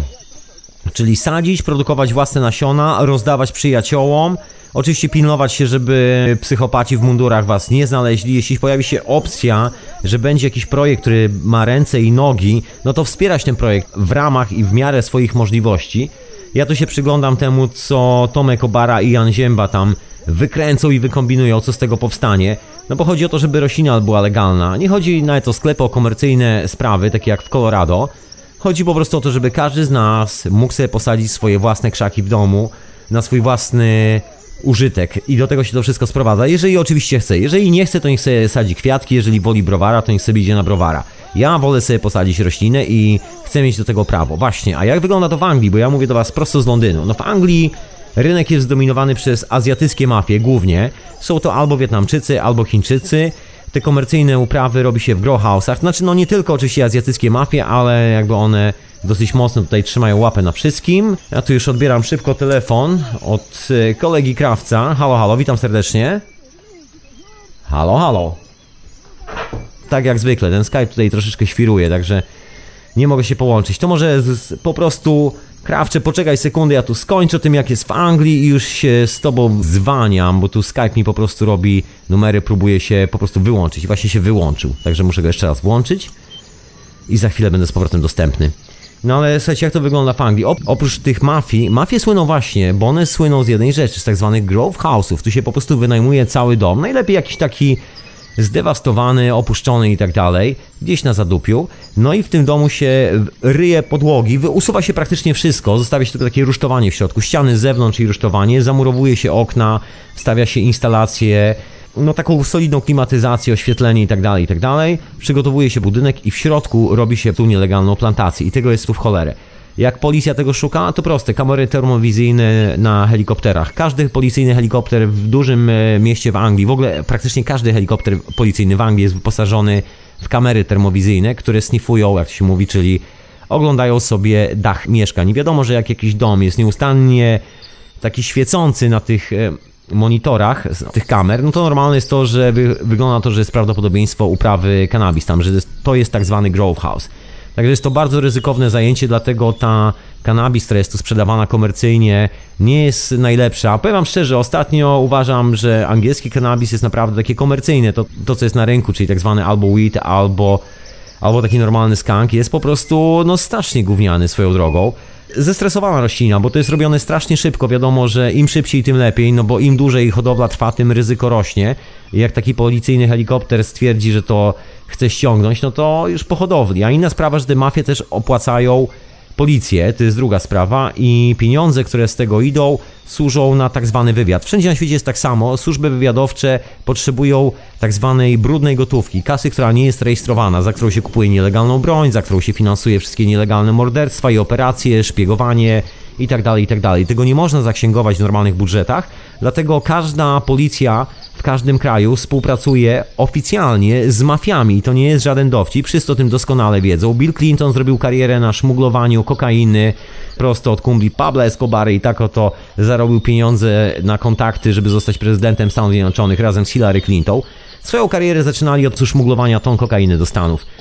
czyli sadzić, produkować własne nasiona, rozdawać przyjaciołom, oczywiście pilnować się, żeby psychopaci w mundurach was nie znaleźli. Jeśli pojawi się opcja, że będzie jakiś projekt, który ma ręce i nogi, no to wspierać ten projekt w ramach i w miarę swoich możliwości. Ja tu się przyglądam temu, co Tomek Obara i Jan Zięba tam wykręcą i wykombinują, co z tego powstanie. No bo chodzi o to, żeby roślina była legalna. Nie chodzi nawet o sklepy, o komercyjne sprawy, takie jak w Colorado. Chodzi po prostu o to, żeby każdy z nas mógł sobie posadzić swoje własne krzaki w domu, na swój własny użytek. I do tego się to wszystko sprowadza. Jeżeli oczywiście chce. Jeżeli nie chce, to niech sobie sadzi kwiatki. Jeżeli woli browara, to niech sobie idzie na browara. Ja wolę sobie posadzić roślinę i chcę mieć do tego prawo. Właśnie, a jak wygląda to w Anglii? Bo ja mówię do was prosto z Londynu. No w Anglii rynek jest zdominowany przez azjatyckie mafie głównie. Są to albo Wietnamczycy, albo Chińczycy. Te komercyjne uprawy robi się w grow house'ach. Znaczy, no nie tylko oczywiście azjatyckie mafie, ale jakby one dosyć mocno tutaj trzymają łapę na wszystkim. Ja tu już odbieram szybko telefon od kolegi Krawca. Halo, halo, witam serdecznie. Halo, halo. Tak jak zwykle, ten Skype tutaj troszeczkę świruje, także nie mogę się połączyć. To może z, po prostu, Krawcze, poczekaj sekundę, ja tu skończę o tym, jak jest w Anglii i już się z tobą zwaniam, bo tu Skype mi po prostu robi numery, próbuje się po prostu wyłączyć. I właśnie się wyłączył, także muszę go jeszcze raz włączyć i za chwilę będę z powrotem dostępny. No ale słuchajcie, jak to wygląda w Anglii? Op- oprócz tych mafii, mafie słyną właśnie, bo one słyną z jednej rzeczy, z tak zwanych grove house'ów. Tu się po prostu wynajmuje cały dom, najlepiej jakiś taki zdewastowany, opuszczony i tak dalej, gdzieś na zadupiu. No i w tym domu się ryje podłogi, usuwa się praktycznie wszystko, zostawia się tylko takie rusztowanie w środku, ściany z zewnątrz i rusztowanie, zamurowuje się okna, wstawia się instalacje, no taką solidną klimatyzację, oświetlenie i tak dalej, i tak dalej. Przygotowuje się budynek i w środku robi się tu nielegalną plantację i tego jest tu w cholerę. Jak policja tego szuka? To proste, kamery termowizyjne na helikopterach. Każdy policyjny helikopter w dużym mieście w Anglii, w ogóle praktycznie każdy helikopter policyjny w Anglii jest wyposażony w kamery termowizyjne, które sniffują, jak się mówi, czyli oglądają sobie dach mieszkań. Wiadomo, że jak jakiś dom jest nieustannie taki świecący na tych monitorach tych kamer, no to normalne jest to, że wy, wygląda to, że jest prawdopodobieństwo uprawy cannabis tam, że to jest tak zwany grow house. Także jest to bardzo ryzykowne zajęcie, dlatego ta cannabis, która jest tu sprzedawana komercyjnie, nie jest najlepsza. Powiem wam szczerze, ostatnio uważam, że angielski cannabis jest naprawdę takie komercyjne. To, to co jest na rynku, czyli tak zwany albo weed, albo, albo taki normalny skunk, jest po prostu no strasznie gówniany swoją drogą. Zestresowana roślina, bo to jest robione strasznie szybko. Wiadomo, że im szybciej, tym lepiej, no bo im dłużej hodowla trwa, tym ryzyko rośnie. I jak taki policyjny helikopter stwierdzi, że to chce ściągnąć, no to już po hodowli. A inna sprawa, że te mafie też opłacają policję, to jest druga sprawa i pieniądze, które z tego idą, służą na tak zwany wywiad. Wszędzie na świecie jest tak samo, służby wywiadowcze potrzebują tak zwanej brudnej gotówki, kasy, która nie jest rejestrowana, za którą się kupuje nielegalną broń, za którą się finansuje wszystkie nielegalne morderstwa i operacje, szpiegowanie i tak dalej, i tak dalej. Tego nie można zaksięgować w normalnych budżetach, dlatego każda policja w każdym kraju współpracuje oficjalnie z mafiami i to nie jest żaden dowcip, wszyscy o tym doskonale wiedzą. Bill Clinton zrobił karierę na szmuglowaniu kokainy prosto od kumpli Pabla Escobara i tak oto zarobił pieniądze na kontakty, żeby zostać prezydentem Stanów Zjednoczonych razem z Hillary Clinton. Swoją karierę zaczynali od szmuglowania ton kokainy do Stanów.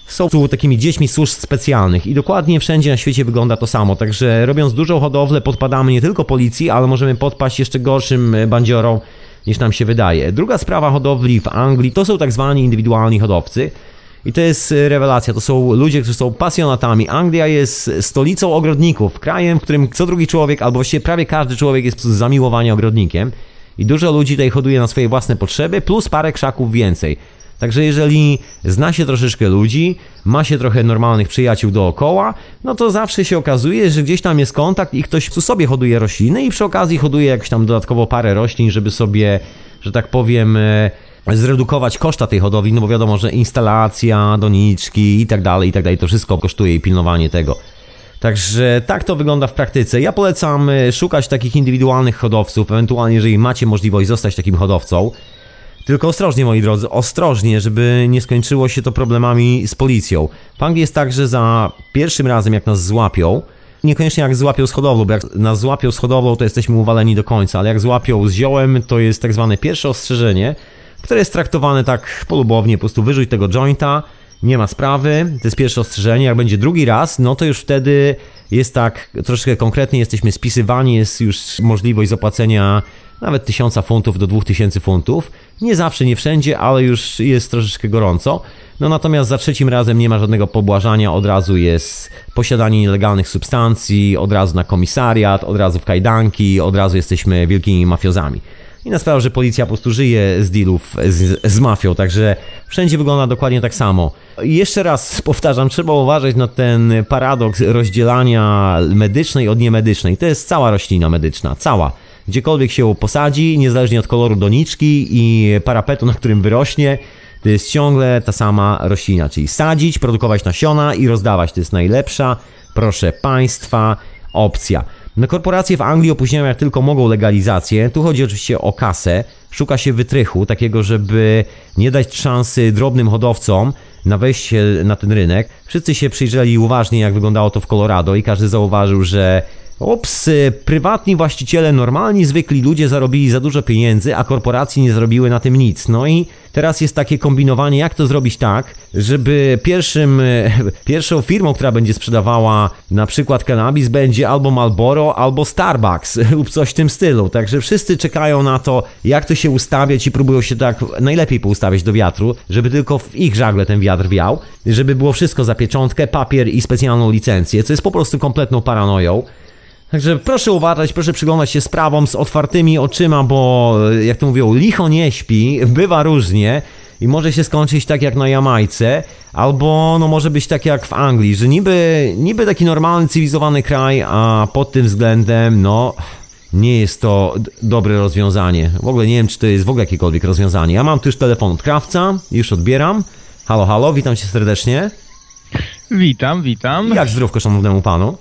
są tu takimi dziećmi służb specjalnych i dokładnie wszędzie na świecie wygląda to samo, także robiąc dużą hodowlę podpadamy nie tylko policji, ale możemy podpaść jeszcze gorszym bandziorom niż nam się wydaje. Druga sprawa hodowli w Anglii to są tak zwani indywidualni hodowcy i to jest rewelacja, to są ludzie, którzy są pasjonatami. Anglia jest stolicą ogrodników, krajem, w którym co drugi człowiek, albo właściwie prawie każdy człowiek jest z zamiłowania ogrodnikiem i dużo ludzi tutaj hoduje na swoje własne potrzeby, plus parę krzaków więcej. Także jeżeli zna się troszeczkę ludzi, ma się trochę normalnych przyjaciół dookoła, no to zawsze się okazuje, że gdzieś tam jest kontakt i ktoś tu sobie hoduje rośliny i przy okazji hoduje jakąś tam dodatkowo parę roślin, żeby sobie, że tak powiem, zredukować koszta tej hodowli, no bo wiadomo, że instalacja, doniczki i tak dalej, i tak dalej, to wszystko kosztuje i pilnowanie tego. Także tak to wygląda w praktyce. Ja polecam szukać takich indywidualnych hodowców, ewentualnie jeżeli macie możliwość zostać takim hodowcą. Tylko ostrożnie, moi drodzy, ostrożnie, żeby nie skończyło się to problemami z policją. W Anglii jest tak, że za pierwszym razem jak nas złapią, niekoniecznie jak złapią z hodowlą, bo jak nas złapią z hodowlą, to jesteśmy uwaleni do końca, ale jak złapią z ziołem, to jest tak zwane pierwsze ostrzeżenie, które jest traktowane tak polubownie, po prostu wyrzuć tego jointa, nie ma sprawy, to jest pierwsze ostrzeżenie. Jak będzie drugi raz, no to już wtedy jest tak troszkę konkretnie, jesteśmy spisywani, jest już możliwość zapłacenia nawet tysiąca funtów do dwóch tysięcy funtów. Nie zawsze, nie wszędzie, ale już jest troszeczkę gorąco. No natomiast za trzecim razem nie ma żadnego pobłażania, od razu jest posiadanie nielegalnych substancji, od razu na komisariat, od razu w kajdanki, od razu jesteśmy wielkimi mafiozami. I na sprawę, że policja po prostu żyje z dealów z, z mafią, także wszędzie wygląda dokładnie tak samo. I jeszcze raz powtarzam, trzeba uważać na ten paradoks rozdzielania medycznej od niemedycznej. To jest cała roślina medyczna, cała. Gdziekolwiek się posadzi, niezależnie od koloru doniczki i parapetu, na którym wyrośnie, to jest ciągle ta sama roślina, czyli sadzić, produkować nasiona i rozdawać. To jest najlepsza, proszę Państwa, opcja. No korporacje w Anglii opóźniają jak tylko mogą legalizację. Tu chodzi oczywiście o kasę. Szuka się wytrychu, takiego, żeby nie dać szansy drobnym hodowcom na wejście na ten rynek. Wszyscy się przyjrzeli uważnie, jak wyglądało to w Colorado i każdy zauważył, że Ops, prywatni właściciele, normalni, zwykli ludzie zarobili za dużo pieniędzy, a korporacje nie zarobiły na tym nic. No i teraz jest takie kombinowanie, jak to zrobić tak, żeby pierwszym, pierwszą firmą, która będzie sprzedawała na przykład cannabis, będzie albo Marlboro, albo Starbucks lub coś w tym stylu. Także wszyscy czekają na to, jak to się ustawiać i próbują się tak najlepiej poustawiać do wiatru, żeby tylko w ich żagle ten wiatr wiał, żeby było wszystko za pieczątkę, papier i specjalną licencję, co jest po prostu kompletną paranoją. Także proszę uważać, proszę przyglądać się sprawom z otwartymi oczyma, bo jak to mówią, licho nie śpi, bywa różnie i może się skończyć tak jak na Jamajce, albo no może być tak jak w Anglii, że niby, niby taki normalny, cywilizowany kraj, a pod tym względem, no nie jest to d- dobre rozwiązanie. W ogóle nie wiem, czy to jest w ogóle jakiekolwiek rozwiązanie. Ja mam tu już telefon od krawca, już odbieram. Halo, halo, witam cię serdecznie. Witam, witam. Jak zdrówko szanownemu panu?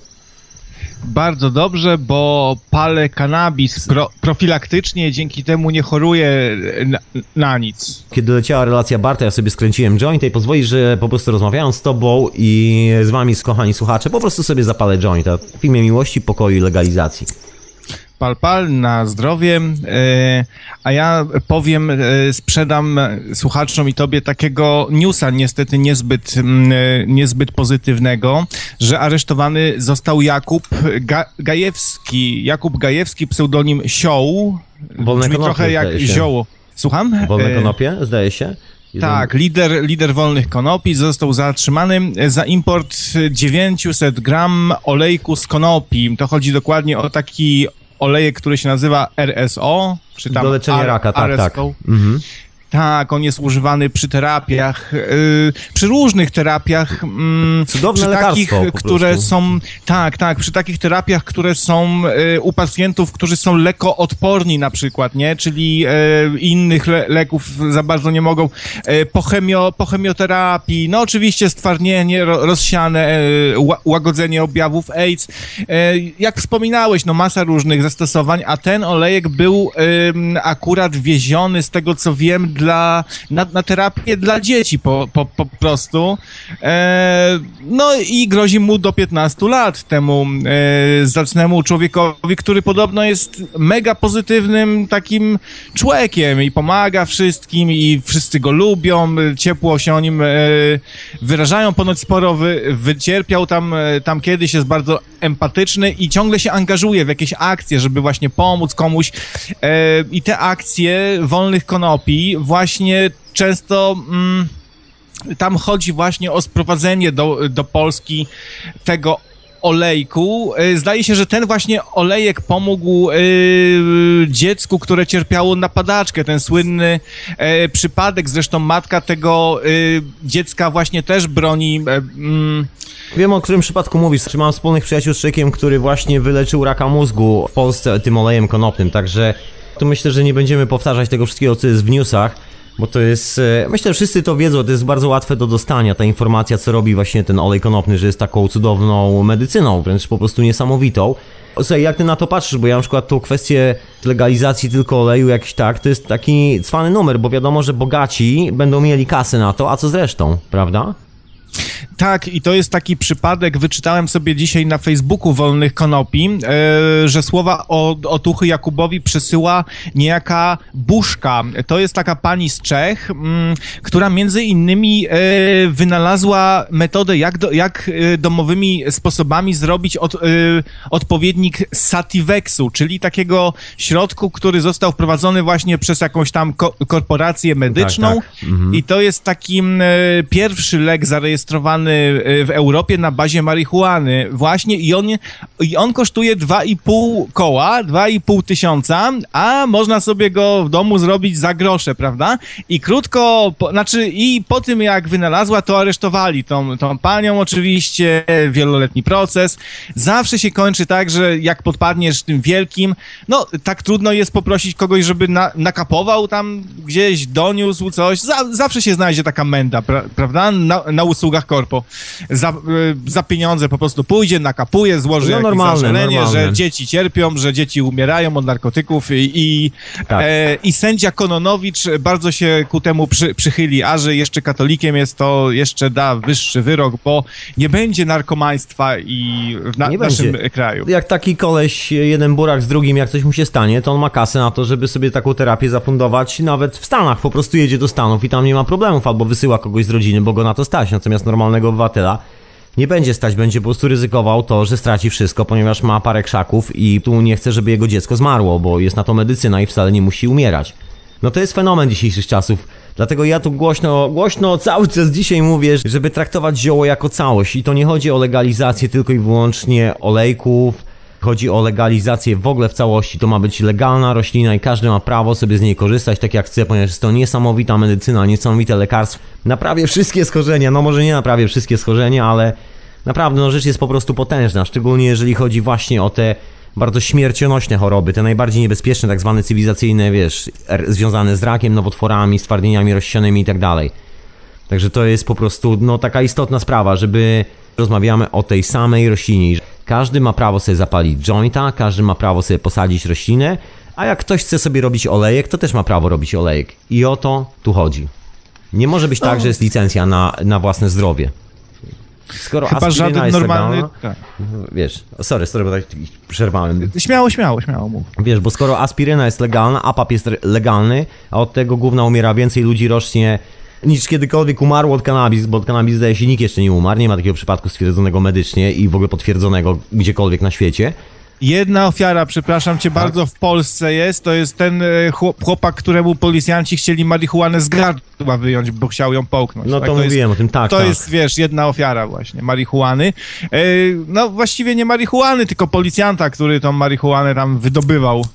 Bardzo dobrze, bo palę kanabis pro, profilaktycznie, dzięki temu nie choruję na, na nic. Kiedy leciała relacja Barta, ja sobie skręciłem jointa i pozwolisz, że po prostu rozmawiając z tobą i z wami, kochani słuchacze, po prostu sobie zapalę jointa w imię miłości, pokoju i legalizacji. Pal, pal, na zdrowie, e, a ja powiem, e, sprzedam słuchaczom i tobie takiego newsa niestety niezbyt, m, niezbyt pozytywnego, że aresztowany został Jakub Ga- Gajewski, Jakub Gajewski, pseudonim Sioł, Wolne brzmi konopie, trochę jak zioło. Słucham? Wolne E, konopie, zdaje się? Tak, lider, lider wolnych konopi został zatrzymany za import dziewięćset gram olejku z konopi. To chodzi dokładnie o taki olejek, który się nazywa R S O, czy tam do leczenia R- raka, tak, R S O. tak. Mhm. Tak, on jest używany przy terapiach, yy, przy różnych terapiach, yy, Cudowne przy lekarstwo takich, po które prostu. są, tak, tak, przy takich terapiach, które są yy, u pacjentów, którzy są lekoodporni na przykład, nie, czyli yy, innych le- leków za bardzo nie mogą, yy, po, chemio, po chemioterapii, no oczywiście stwardnienie, ro- rozsiane, yy, ła- łagodzenie objawów AIDS, yy, jak wspominałeś, no masa różnych zastosowań, a ten olejek był yy, akurat wieziony, z tego co wiem, dla, na, na terapię dla dzieci po, po, po prostu. E, no i grozi mu do piętnastu lat temu e, zacnemu człowiekowi, który podobno jest mega pozytywnym takim człowiekiem i pomaga wszystkim i wszyscy go lubią, ciepło się o nim e, wyrażają, ponoć sporo wy, wycierpiał tam, e, tam kiedyś, jest bardzo empatyczny i ciągle się angażuje w jakieś akcje, żeby właśnie pomóc komuś e, i te akcje wolnych konopi właśnie często mm, tam chodzi właśnie o sprowadzenie do, do Polski tego olejku. Zdaje się, że ten właśnie olejek pomógł yy, dziecku, które cierpiało na padaczkę. Ten słynny yy, przypadek, zresztą matka tego yy, dziecka właśnie też broni. Yy, Wiem, o którym przypadku mówisz. Czy mam wspólnych przyjaciół z człowiekiem, który właśnie wyleczył raka mózgu w Polsce tym olejem konopnym, także tu myślę, że nie będziemy powtarzać tego wszystkiego, co jest w newsach, bo to jest, myślę, że wszyscy to wiedzą, to jest bardzo łatwe do dostania, ta informacja, co robi właśnie ten olej konopny, że jest taką cudowną medycyną, wręcz po prostu niesamowitą. Słuchaj, jak ty na to patrzysz, bo ja na przykład tą kwestię legalizacji tylko oleju jakiś tak, to jest taki cwany numer, bo wiadomo, że bogaci będą mieli kasę na to, a co z resztą, prawda? Tak, i to jest taki przypadek, wyczytałem sobie dzisiaj na Facebooku Wolnych Konopi, e, że słowa o otuchy Jakubowi przesyła niejaka Buszka. To jest taka pani z Czech, m, która między innymi e, wynalazła metodę, jak, do, jak e, domowymi sposobami zrobić od, e, odpowiednik Sativexu, czyli takiego środku, który został wprowadzony właśnie przez jakąś tam ko- korporację medyczną. Tak, tak. Mhm. I to jest taki e, pierwszy lek zarejestrowany w Europie na bazie marihuany właśnie i on, i on kosztuje dwa i pół koła, dwa i pół tysiąca, a można sobie go w domu zrobić za grosze, prawda? I krótko, po, znaczy i po tym jak wynalazła, to aresztowali tą, tą panią oczywiście, wieloletni proces. Zawsze się kończy tak, że jak podpadniesz tym wielkim, no tak trudno jest poprosić kogoś, żeby na, nakapował tam gdzieś, doniósł coś. Za, zawsze się znajdzie taka menda, pra, prawda? Na, na usługach korpo. Za, za pieniądze po prostu pójdzie, nakapuje, złoży no, jakieś normalne, zażalenie, normalne. że dzieci cierpią, że dzieci umierają od narkotyków i, i, Tak. e, i sędzia Kononowicz bardzo się ku temu przy, przychyli, a że jeszcze katolikiem jest, to jeszcze da wyższy wyrok, bo nie będzie narkomaństwa i w na, Nie naszym będzie. kraju. Jak taki koleś, jeden burak z drugim, jak coś mu się stanie, to on ma kasę na to, żeby sobie taką terapię zafundować nawet w Stanach. Po prostu jedzie do Stanów i tam nie ma problemów, albo wysyła kogoś z rodziny, bo go na to stać. Natomiast normalnego obywatela nie będzie stać, będzie po prostu ryzykował to, że straci wszystko, ponieważ ma parę krzaków i tu nie chce, żeby jego dziecko zmarło, bo jest na to medycyna i wcale nie musi umierać. No to jest fenomen dzisiejszych czasów. Dlatego ja tu głośno, głośno cały czas dzisiaj mówię, żeby traktować zioło jako całość. I to nie chodzi o legalizację tylko i wyłącznie olejków. Chodzi o legalizację w ogóle w całości. To ma być legalna roślina i każdy ma prawo sobie z niej korzystać tak jak chce, ponieważ jest to niesamowita medycyna, niesamowite lekarstwo. Naprawię wszystkie schorzenia. No może nie naprawię wszystkie schorzenia, ale naprawdę no rzecz jest po prostu potężna. Szczególnie jeżeli chodzi właśnie o te bardzo śmiercionośne choroby, te najbardziej niebezpieczne, tak zwane cywilizacyjne, wiesz, r- związane z rakiem, nowotworami, stwardnieniami rozsianymi i tak dalej. Także to jest po prostu no taka istotna sprawa, żeby rozmawiamy o tej samej roślinie. Każdy ma prawo sobie zapalić jointa, każdy ma prawo sobie posadzić roślinę, a jak ktoś chce sobie robić olejek, to też ma prawo robić olejek. I o to tu chodzi. Nie może być no. tak, że jest licencja na, na własne zdrowie. Skoro Chyba aspiryna żaden jest normalny... legalna, Tak. wiesz, sorry, sorry, bo tak przerwałem. Śmiało, śmiało, śmiało mów. Wiesz, bo skoro aspiryna jest legalna, a pap jest legalny, a od tego gówna umiera więcej ludzi rocznie niż kiedykolwiek umarło od kanabis, bo od kanabis zdaje się nikt jeszcze nie umarł, nie ma takiego przypadku stwierdzonego medycznie i w ogóle potwierdzonego gdziekolwiek na świecie. Jedna ofiara, przepraszam cię tak. bardzo, w Polsce jest, to jest ten chłop, chłopak, któremu policjanci chcieli marihuanę z gardła wyjąć, bo chciał ją połknąć. No tak? to, to mówiłem jest, o tym, tak, To tak. jest, wiesz, jedna ofiara właśnie, marihuany. E, no właściwie nie marihuany, tylko policjanta, który tą marihuanę tam wydobywał.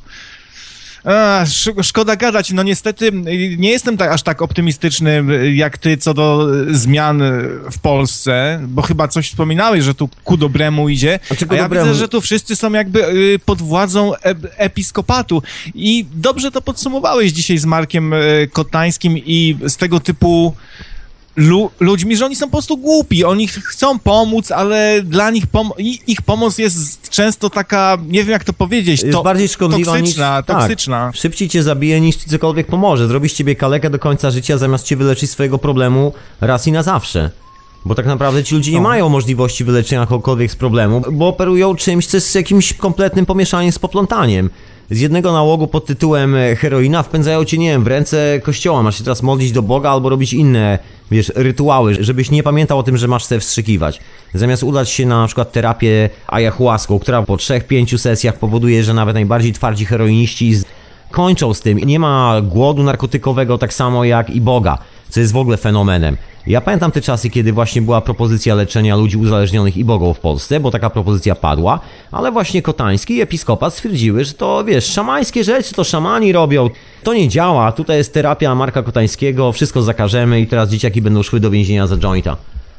A, szkoda gadać, no niestety nie jestem tak, aż tak optymistyczny jak ty co do zmian w Polsce, bo chyba coś wspominałeś, że tu ku dobremu idzie, a, a ja dobremu? widzę, że tu wszyscy są jakby pod władzą episkopatu i dobrze to podsumowałeś dzisiaj z Markiem Kotańskim i z tego typu lu- ludźmi, że oni są po prostu głupi. Oni ch- chcą pomóc, ale dla nich pom- i- ich pomoc jest często taka, nie wiem jak to powiedzieć, Jest to, bardziej szkodliwa toksyczna, niż... toksyczna. Tak, szybciej cię zabije niż ci cokolwiek pomoże. Zrobi z ciebie kalekę do końca życia, zamiast cię wyleczyć z swojego problemu raz i na zawsze. Bo tak naprawdę ci ludzie nie No. mają możliwości wyleczenia kogokolwiek z problemu, bo operują czymś, co jest jakimś kompletnym pomieszaniem z poplątaniem. Z jednego nałogu pod tytułem heroina wpędzają cię, nie wiem, w ręce kościoła. Masz się teraz modlić do Boga albo robić inne, wiesz, rytuały, żebyś nie pamiętał o tym, że masz sobie wstrzykiwać. Zamiast udać się na, na przykład terapię ayahuaską, która po trzech, pięciu sesjach powoduje, że nawet najbardziej twardzi heroiniści z... kończą z tym. Nie ma głodu narkotykowego tak samo jak i Boga, co jest w ogóle fenomenem. Ja pamiętam te czasy, kiedy właśnie była propozycja leczenia ludzi uzależnionych i bogą w Polsce, bo taka propozycja padła, ale właśnie Kotański i episkopat stwierdziły, że to, wiesz, szamańskie rzeczy to szamani robią. To nie działa, tutaj jest terapia Marka Kotańskiego, wszystko zakażemy i teraz dzieciaki będą szły do więzienia za jointa.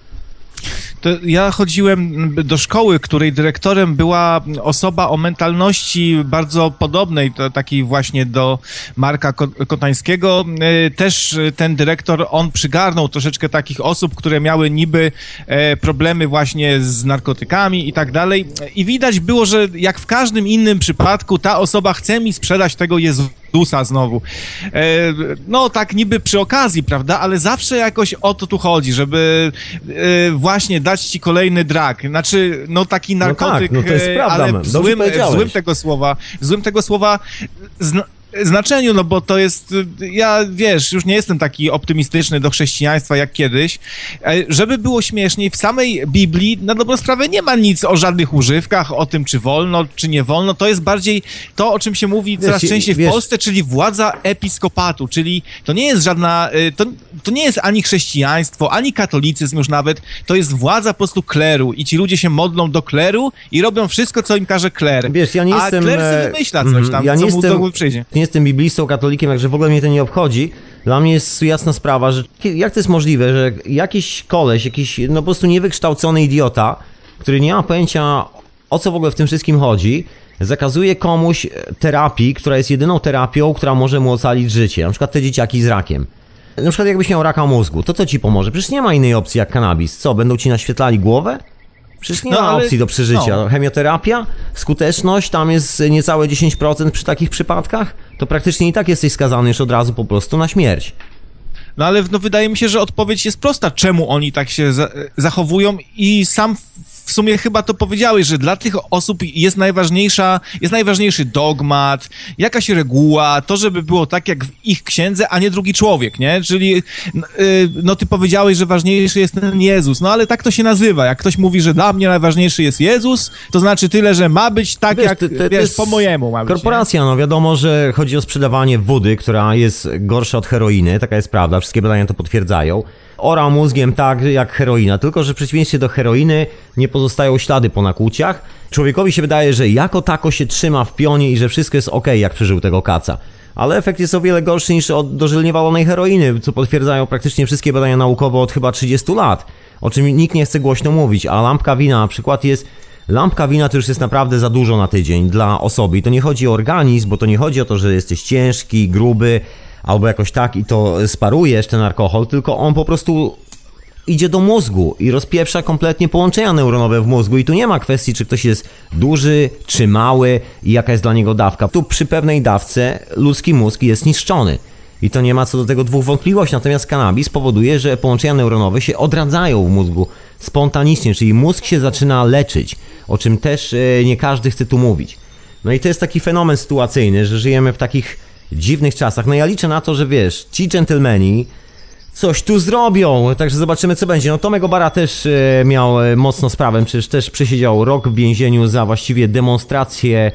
To ja chodziłem do szkoły, której dyrektorem była osoba o mentalności bardzo podobnej, to takiej właśnie do Marka Kotańskiego. Też ten dyrektor, on przygarnął troszeczkę takich osób, które miały niby problemy właśnie z narkotykami i tak dalej. I widać było, że jak w każdym innym przypadku ta osoba chce mi sprzedać tego Jezusa znowu. No tak niby przy okazji, prawda, ale zawsze jakoś o to tu chodzi, żeby właśnie dać ci kolejny drag, znaczy no taki narkotyk, no tak, no to jest prawda, ale w złym, w złym tego słowa, w złym tego słowa zna- znaczeniu, no bo to jest, ja wiesz, już nie jestem taki optymistyczny do chrześcijaństwa jak kiedyś. Żeby było śmieszniej, w samej Biblii na dobrą sprawę nie ma nic o żadnych używkach, o tym czy wolno, czy nie wolno, to jest bardziej to, o czym się mówi wiesz, coraz częściej w wiesz, Polsce, czyli władza episkopatu, czyli to nie jest żadna, to, to nie jest ani chrześcijaństwo, ani katolicyzm już nawet, to jest władza po prostu kleru i ci ludzie się modlą do kleru i robią wszystko, co im każe kler. Wiesz, ja nie A jestem, kler sobie wymyśla coś tam, ja co nie mu jestem, do głowy przyjdzie. Nie jestem biblistą, katolikiem, także w ogóle mnie to nie obchodzi. Dla mnie jest jasna sprawa, że jak to jest możliwe, że jakiś koleś, jakiś no po prostu niewykształcony idiota, który nie ma pojęcia, o co w ogóle w tym wszystkim chodzi, zakazuje komuś terapii, która jest jedyną terapią, która może mu ocalić życie. Na przykład te dzieciaki z rakiem. Na przykład jakbyś miał raka mózgu, to co ci pomoże? Przecież nie ma innej opcji jak kanabis. Co, będą ci naświetlali głowę? Przecież nie No, ma ale- opcji do przeżycia. no. Chemioterapia, skuteczność, tam jest niecałe dziesięć procent przy takich przypadkach, to praktycznie i tak jesteś skazany już od razu po prostu na śmierć. No ale no, wydaje mi się, że odpowiedź jest prosta, czemu oni tak się za- zachowują i sam w sumie chyba to powiedziałeś, że dla tych osób jest najważniejsza, jest najważniejszy dogmat, jakaś reguła, to żeby było tak jak w ich księdze, a nie drugi człowiek, nie? Czyli no, y, no ty powiedziałeś, że ważniejszy jest ten Jezus, no ale tak to się nazywa. Jak ktoś mówi, że dla mnie najważniejszy jest Jezus, to znaczy tyle, że ma być tak Wiesz, jak, to- to- to wiesz, jest po mojemu ma być. Korporacja, no wiadomo, że chodzi o sprzedawanie wody, która jest gorsza od heroiny, taka jest prawda, wszystkie badania to potwierdzają. Ora mózgiem tak jak heroina, tylko że w przeciwieństwie do heroiny nie pozostają ślady po nakłuciach. Człowiekowi się wydaje, że jako tako się trzyma w pionie i że wszystko jest okej, jak przeżył tego kaca. Ale efekt jest o wiele gorszy niż od dożylnie walonej heroiny, co potwierdzają praktycznie wszystkie badania naukowe od chyba trzydziestu lat, o czym nikt nie chce głośno mówić, a lampka wina na przykład jest... Lampka wina to już jest naprawdę za dużo na tydzień dla osoby i to nie chodzi o organizm, bo to nie chodzi o to, że jesteś ciężki, gruby albo jakoś tak i to sparujesz ten alkohol, tylko on po prostu idzie do mózgu i rozpieprza kompletnie połączenia neuronowe w mózgu i tu nie ma kwestii, czy ktoś jest duży, czy mały i jaka jest dla niego dawka. Tu przy pewnej dawce ludzki mózg jest niszczony. I to nie ma co do tego dwóch wątpliwości, natomiast kanabis powoduje, że połączenia neuronowe się odradzają w mózgu spontanicznie, czyli mózg się zaczyna leczyć, o czym też e, nie każdy chce tu mówić. No i to jest taki fenomen sytuacyjny, że żyjemy w takich dziwnych czasach. No ja liczę na to, że wiesz, ci dżentelmeni coś tu zrobią, także zobaczymy co będzie. No Tomek Obara też e, miał e, mocno sprawę, przecież też przesiedział rok w więzieniu za właściwie demonstrację,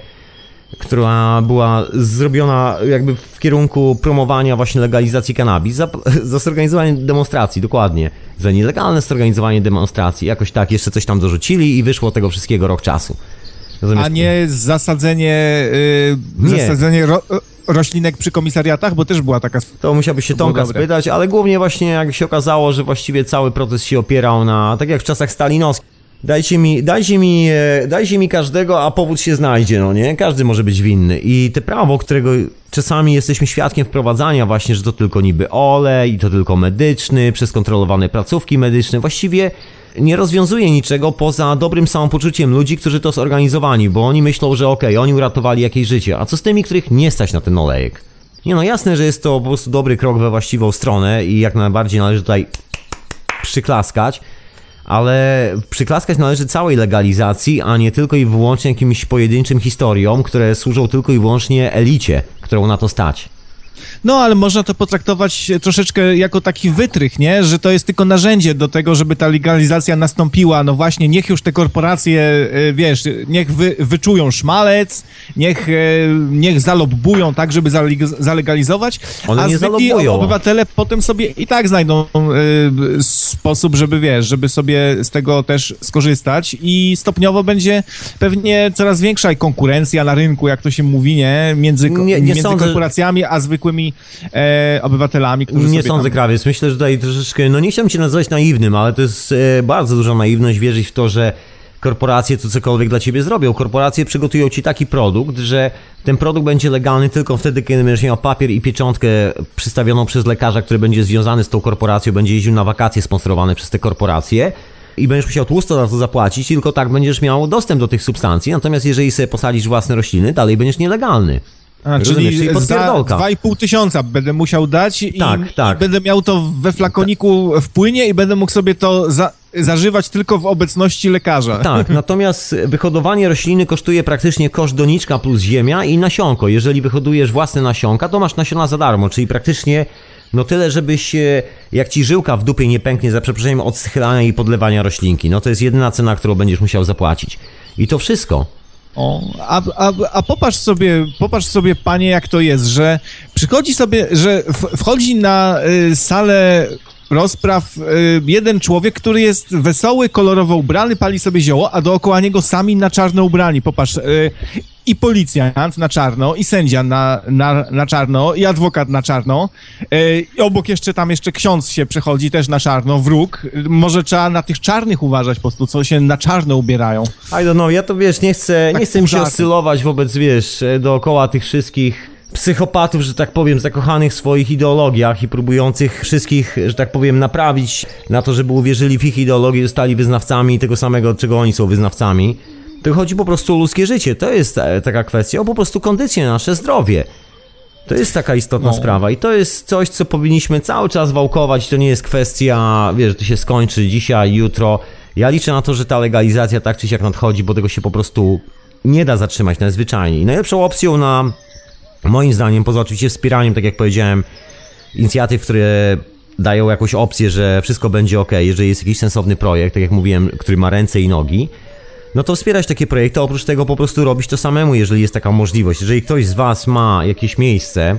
która była zrobiona jakby w kierunku promowania właśnie legalizacji cannabis, za, za zorganizowanie demonstracji, dokładnie, za nielegalne zorganizowanie demonstracji, jakoś tak, jeszcze coś tam dorzucili i wyszło tego wszystkiego rok czasu. Zamiast... A nie zasadzenie, yy, Nie. zasadzenie ro, roślinek przy komisariatach, bo też była taka... To musiałbyś się To było Tomka dobre. spytać, ale głównie właśnie jak się okazało, że właściwie cały proces się opierał na, tak jak w czasach stalinowskich, Dajcie mi, dajcie mi, e, dajcie mi każdego, a powód się znajdzie, no nie? Każdy może być winny. I te prawo, którego czasami jesteśmy świadkiem wprowadzania właśnie, że to tylko niby olej i to tylko medyczny, przez kontrolowane placówki medyczne, właściwie nie rozwiązuje niczego poza dobrym samopoczuciem ludzi, którzy to zorganizowali, bo oni myślą, że okej, okay, oni uratowali jakieś życie. A co z tymi, których nie stać na ten olejek? Nie no, jasne, że jest to po prostu dobry krok we właściwą stronę i jak najbardziej należy tutaj przyklaskać, ale przyklaskać należy całej legalizacji, a nie tylko i wyłącznie jakimś pojedynczym historiom, które służą tylko i wyłącznie elicie, którą na to stać. No, ale można to potraktować troszeczkę jako taki wytrych, nie? Że to jest tylko narzędzie do tego, żeby ta legalizacja nastąpiła. No właśnie, niech już te korporacje, wiesz, niech wy, wyczują szmalec, niech, niech zalobbują tak, żeby zalegalizować, One a nie zwykli zalobbują. obywatele potem sobie i tak znajdą y, sposób, żeby, wiesz, żeby sobie z tego też skorzystać i stopniowo będzie pewnie coraz większa konkurencja na rynku, jak to się mówi, nie? Między, Nie- nie między sądzę- korporacjami, a zwykłymi e, obywatelami, którzy Nie sobie sądzę, tam... Krawiec. Myślę, że tutaj troszeczkę, no nie chciałbym cię nazywać naiwnym, ale to jest e, bardzo duża naiwność wierzyć w to, że korporacje to cokolwiek dla ciebie zrobią. Korporacje przygotują ci taki produkt, że ten produkt będzie legalny tylko wtedy, kiedy będziesz miał papier i pieczątkę przystawioną przez lekarza, który będzie związany z tą korporacją, będzie jeździł na wakacje sponsorowane przez te korporacje i będziesz musiał tłusto za to zapłacić, tylko tak będziesz miał dostęp do tych substancji. Natomiast jeżeli sobie posadzisz własne rośliny, dalej będziesz nielegalny. A, Rozumiesz? czyli za podpierdolka. dwa i pół tysiąca będę musiał dać i, Tak, tak. i będę miał to we flakoniku w płynie i będę mógł sobie to za, zażywać tylko w obecności lekarza. Tak, natomiast wyhodowanie rośliny kosztuje praktycznie koszt doniczka plus ziemia i nasionko. Jeżeli wyhodujesz własne nasionka, to masz nasiona za darmo, czyli praktycznie no tyle, żebyś, e, jak ci żyłka w dupie nie pęknie za przeproszeniem od schylania i podlewania roślinki. No to jest jedyna cena, którą będziesz musiał zapłacić. I to wszystko. O, a, a, a popatrz sobie, popatrz sobie, panie, jak to jest, że przychodzi sobie, że w, wchodzi na y, salę rozpraw y, jeden człowiek, który jest wesoły, kolorowo ubrany, pali sobie zioło, a dookoła niego sami na czarno ubrani. Popatrz, y, i policjant na czarno, i sędzia na, na, na czarno, i adwokat na czarno. Y, I obok jeszcze tam jeszcze ksiądz się przechodzi też na czarno, wróg. Y, Może trzeba na tych czarnych uważać po prostu, co się na czarno ubierają. I don't know, ja to wiesz, nie chcę, Tak nie chcę mi się pół żartu. oscylować wobec, wiesz, dookoła tych wszystkich psychopatów, że tak powiem, zakochanych w swoich ideologiach i próbujących wszystkich, że tak powiem, naprawić na to, żeby uwierzyli w ich ideologię i zostali wyznawcami tego samego, czego oni są wyznawcami. To chodzi po prostu o ludzkie życie. To jest e, taka kwestia, o po prostu kondycję, nasze zdrowie. To jest taka istotna No. sprawa i to jest coś, co powinniśmy cały czas wałkować. To nie jest kwestia, wiesz, że to się skończy dzisiaj, jutro. Ja liczę na to, że ta legalizacja tak czy siak nadchodzi, bo tego się po prostu nie da zatrzymać najzwyczajniej. I najlepszą opcją na, moim zdaniem, poza oczywiście wspieraniem, tak jak powiedziałem, inicjatyw, które dają jakąś opcję, że wszystko będzie ok, jeżeli jest jakiś sensowny projekt, tak jak mówiłem, który ma ręce i nogi, no to wspierać takie projekty, a oprócz tego po prostu robić to samemu, jeżeli jest taka możliwość. Jeżeli ktoś z was ma jakieś miejsce,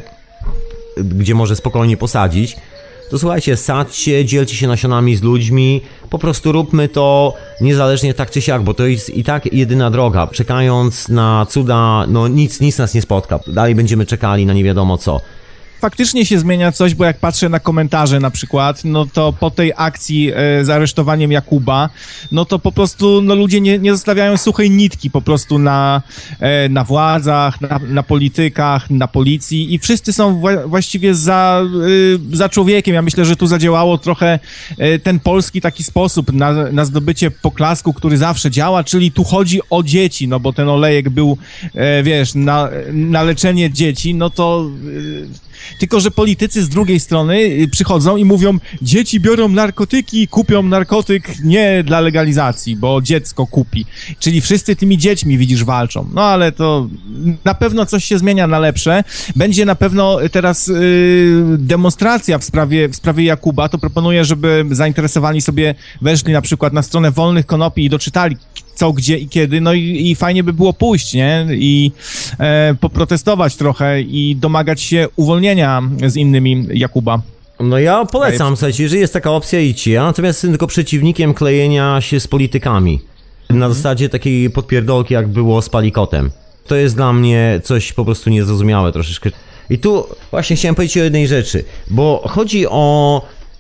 gdzie może spokojnie posadzić, to słuchajcie, sadźcie, dzielcie się nasionami z ludźmi, po prostu róbmy to niezależnie tak czy siak, bo to jest i tak jedyna droga. Czekając na cuda, no nic, nic nas nie spotka. Dalej będziemy czekali na nie wiadomo co. Faktycznie się zmienia coś, bo jak patrzę na komentarze na przykład, no to po tej akcji e, z aresztowaniem Jakuba, no to po prostu no ludzie nie, nie zostawiają suchej nitki po prostu na, e, na władzach, na, na politykach, na policji i wszyscy są wła- właściwie za, y, za człowiekiem. Ja myślę, że tu zadziałało trochę e, ten polski taki sposób na, na zdobycie poklasku, który zawsze działa, czyli tu chodzi o dzieci, no bo ten olejek był, e, wiesz, na, na leczenie dzieci, no to... Y, Tylko że politycy z drugiej strony y, przychodzą i mówią, dzieci biorą narkotyki, kupią narkotyk nie dla legalizacji, bo dziecko kupi. Czyli wszyscy tymi dziećmi, widzisz, walczą. No ale to na pewno coś się zmienia na lepsze. Będzie na pewno teraz y, demonstracja w sprawie, w sprawie Jakuba. To proponuję, żeby zainteresowani sobie weszli na przykład na stronę Wolnych Konopi i doczytali co, gdzie i kiedy, no i, i fajnie by było pójść, nie? I e, poprotestować trochę i domagać się uwolnienia z innymi Jakuba. No ja polecam, słuchajcie, jeżeli jest taka opcja, idźcie. Ja natomiast jestem tylko przeciwnikiem klejenia się z politykami. Na zasadzie takiej podpierdolki, jak było z Palikotem. To jest dla mnie coś po prostu niezrozumiałe troszeczkę. I tu właśnie chciałem powiedzieć o jednej rzeczy, bo chodzi o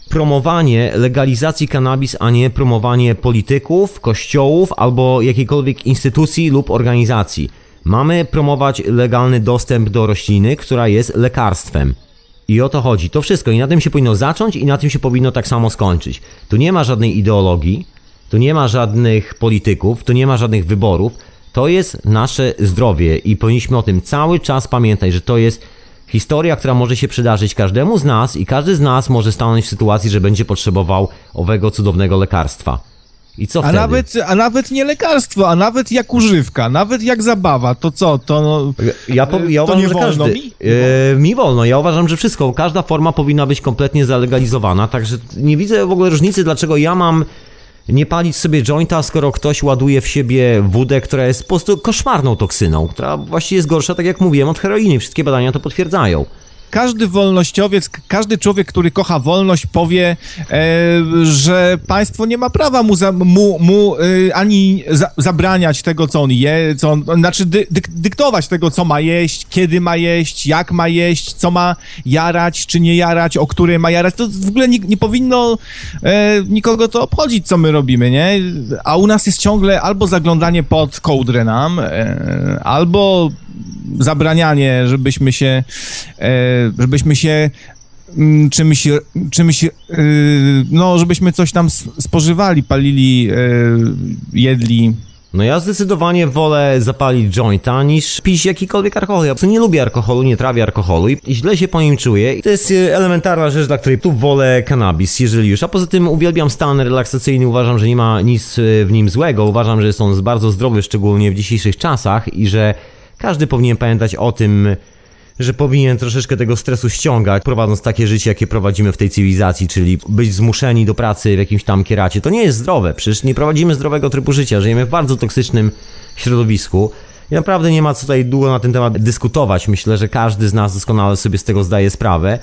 promowanie legalizacji cannabis, a nie promowanie polityków, kościołów albo jakiejkolwiek instytucji lub organizacji. Mamy promować legalny dostęp do rośliny, która jest lekarstwem. I o to chodzi. To wszystko. I na tym się powinno zacząć i na tym się powinno tak samo skończyć. Tu nie ma żadnej ideologii, tu nie ma żadnych polityków, tu nie ma żadnych wyborów. To jest nasze zdrowie i powinniśmy o tym cały czas pamiętać, że to jest historia, która może się przydarzyć każdemu z nas i każdy z nas może stanąć w sytuacji, że będzie potrzebował owego cudownego lekarstwa. I co a wtedy? Nawet, a nawet nie lekarstwo, a nawet jak używka, nawet jak zabawa, to co? To, no, ja, po, ja to uważam, nie że wolno każdy, mi? E, mi wolno, ja uważam, że wszystko, każda forma powinna być kompletnie zalegalizowana, także nie widzę w ogóle różnicy, dlaczego ja mam nie palić sobie jointa, skoro ktoś ładuje w siebie wódę, która jest po prostu koszmarną toksyną, która właściwie jest gorsza, tak jak mówiłem, od heroiny. Wszystkie badania to potwierdzają. Każdy wolnościowiec, każdy człowiek, który kocha wolność, powie, e, że państwo nie ma prawa mu, za, mu, mu e, ani za, zabraniać tego, co on je, co on, znaczy dy, dyk, dyktować tego, co ma jeść, kiedy ma jeść, jak ma jeść, co ma jarać, czy nie jarać, o które ma jarać. To w ogóle nie, nie powinno e, nikogo to obchodzić, co my robimy, nie? A u nas jest ciągle albo zaglądanie pod kołdrę nam, e, albo zabranianie, żebyśmy się, e, żebyśmy się m, czymś, czymś e, no, żebyśmy coś tam spożywali, palili, e, jedli. No ja zdecydowanie wolę zapalić jointa niż pić jakikolwiek alkohol. Ja nie lubię alkoholu, nie trawię alkoholu i źle się po nim czuję. I to jest elementarna rzecz, dla której tu wolę cannabis, jeżeli już. A poza tym uwielbiam stan relaksacyjny, uważam, że nie ma nic w nim złego. Uważam, że jest on bardzo zdrowy, szczególnie w dzisiejszych czasach i że każdy powinien pamiętać o tym, że powinien troszeczkę tego stresu ściągać, prowadząc takie życie, jakie prowadzimy w tej cywilizacji, czyli być zmuszeni do pracy w jakimś tam kieracie. To nie jest zdrowe, przecież nie prowadzimy zdrowego trybu życia, żyjemy w bardzo toksycznym środowisku i naprawdę nie ma co tutaj długo na ten temat dyskutować. Myślę, że każdy z nas doskonale sobie z tego zdaje sprawę.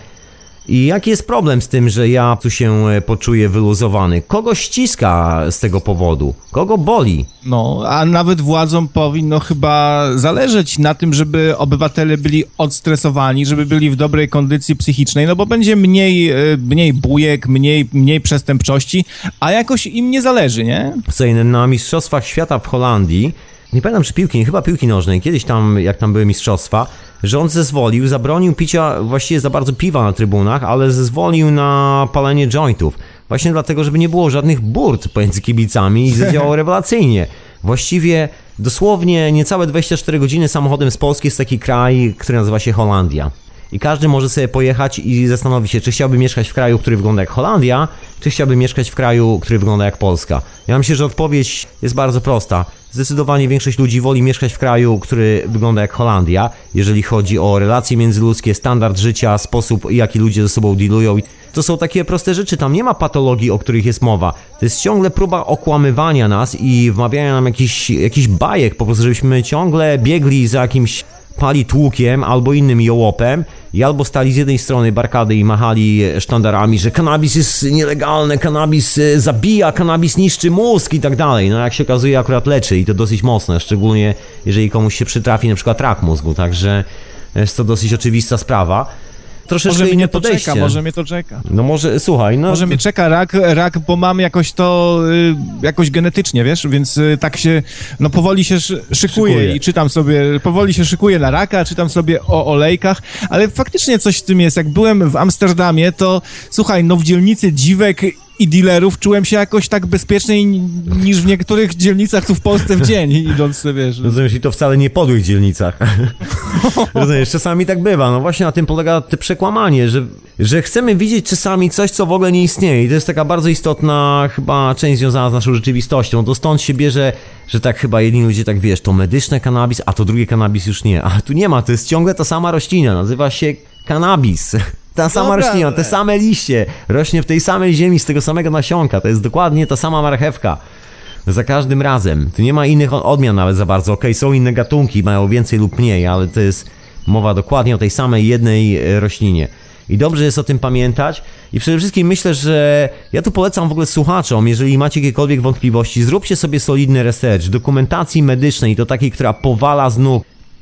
I jaki jest problem z tym, że ja tu się poczuję wyluzowany? Kogo ściska z tego powodu? Kogo boli? No, a nawet władzom powinno chyba zależeć na tym, żeby obywatele byli odstresowani, żeby byli w dobrej kondycji psychicznej, no bo będzie mniej, mniej bujek, mniej, mniej przestępczości, a jakoś im nie zależy, nie? Co innym, na Mistrzostwach Świata w Holandii, nie pamiętam czy piłki, nie, chyba piłki nożnej, kiedyś tam, jak tam były mistrzostwa, rząd zezwolił, zabronił picia właściwie za bardzo piwa na trybunach, ale zezwolił na palenie jointów. Właśnie dlatego, żeby nie było żadnych burt pomiędzy kibicami i zadziałało rewelacyjnie. Właściwie dosłownie niecałe dwadzieścia cztery godziny samochodem z Polski jest taki kraj, który nazywa się Holandia. I każdy może sobie pojechać i zastanowić się, czy chciałby mieszkać w kraju, który wygląda jak Holandia, czy chciałby mieszkać w kraju, który wygląda jak Polska. Ja myślę, że odpowiedź jest bardzo prosta. Zdecydowanie większość ludzi woli mieszkać w kraju, który wygląda jak Holandia, jeżeli chodzi o relacje międzyludzkie, standard życia, sposób, jaki ludzie ze sobą dealują. To są takie proste rzeczy, tam nie ma patologii, o których jest mowa. To jest ciągle próba okłamywania nas i wmawiania nam jakiś, jakiś bajek, po prostu żebyśmy ciągle biegli za jakimś palitłukiem albo innym jołopem i albo stali z jednej strony barkady i machali sztandarami, że kanabis jest nielegalny, kanabis zabija, kanabis niszczy mózg i tak dalej. No jak się okazuje, akurat leczy i to dosyć mocno, szczególnie jeżeli komuś się przytrafi na przykład rak mózgu, także jest to dosyć oczywista sprawa. Troszeczkę może inne mnie to podejście. czeka, może mnie to czeka. No może, słuchaj, no... Może mnie czeka rak, rak, bo mam jakoś to, y, jakoś genetycznie, wiesz, więc y, tak się, no powoli się szy, szykuję Szykuje. i czytam sobie, powoli się szykuję na raka, czytam sobie o olejkach, ale faktycznie coś w tym jest. Jak byłem w Amsterdamie, to słuchaj, no w dzielnicy dziwek i dealerów czułem się jakoś tak bezpieczniej niż w niektórych dzielnicach tu w Polsce w dzień, idąc sobie, wiesz. Rozumiesz, i to wcale nie podłych dzielnicach. Rozumiesz, czasami tak bywa. No właśnie na tym polega to przekłamanie, że, że chcemy widzieć czasami coś, co w ogóle nie istnieje. I to jest taka bardzo istotna chyba część związana z naszą rzeczywistością. To stąd się bierze, że tak chyba jedni ludzie tak, wiesz, to medyczne cannabis, a to drugie cannabis już nie. A tu nie ma, to jest ciągle ta sama roślina. Nazywa się cannabis. Ta sama Dobra, roślina, te same liście, rośnie w tej samej ziemi, z tego samego nasionka. To jest dokładnie ta sama marchewka. Za każdym razem. Tu nie ma innych odmian nawet za bardzo. Okej, okay, są inne gatunki, mają więcej lub mniej, ale to jest mowa dokładnie o tej samej jednej roślinie. I dobrze jest o tym pamiętać. I przede wszystkim myślę, że ja tu polecam w ogóle słuchaczom, jeżeli macie jakiekolwiek wątpliwości, zróbcie sobie solidny research dokumentacji medycznej, to takiej, która powala z nóg.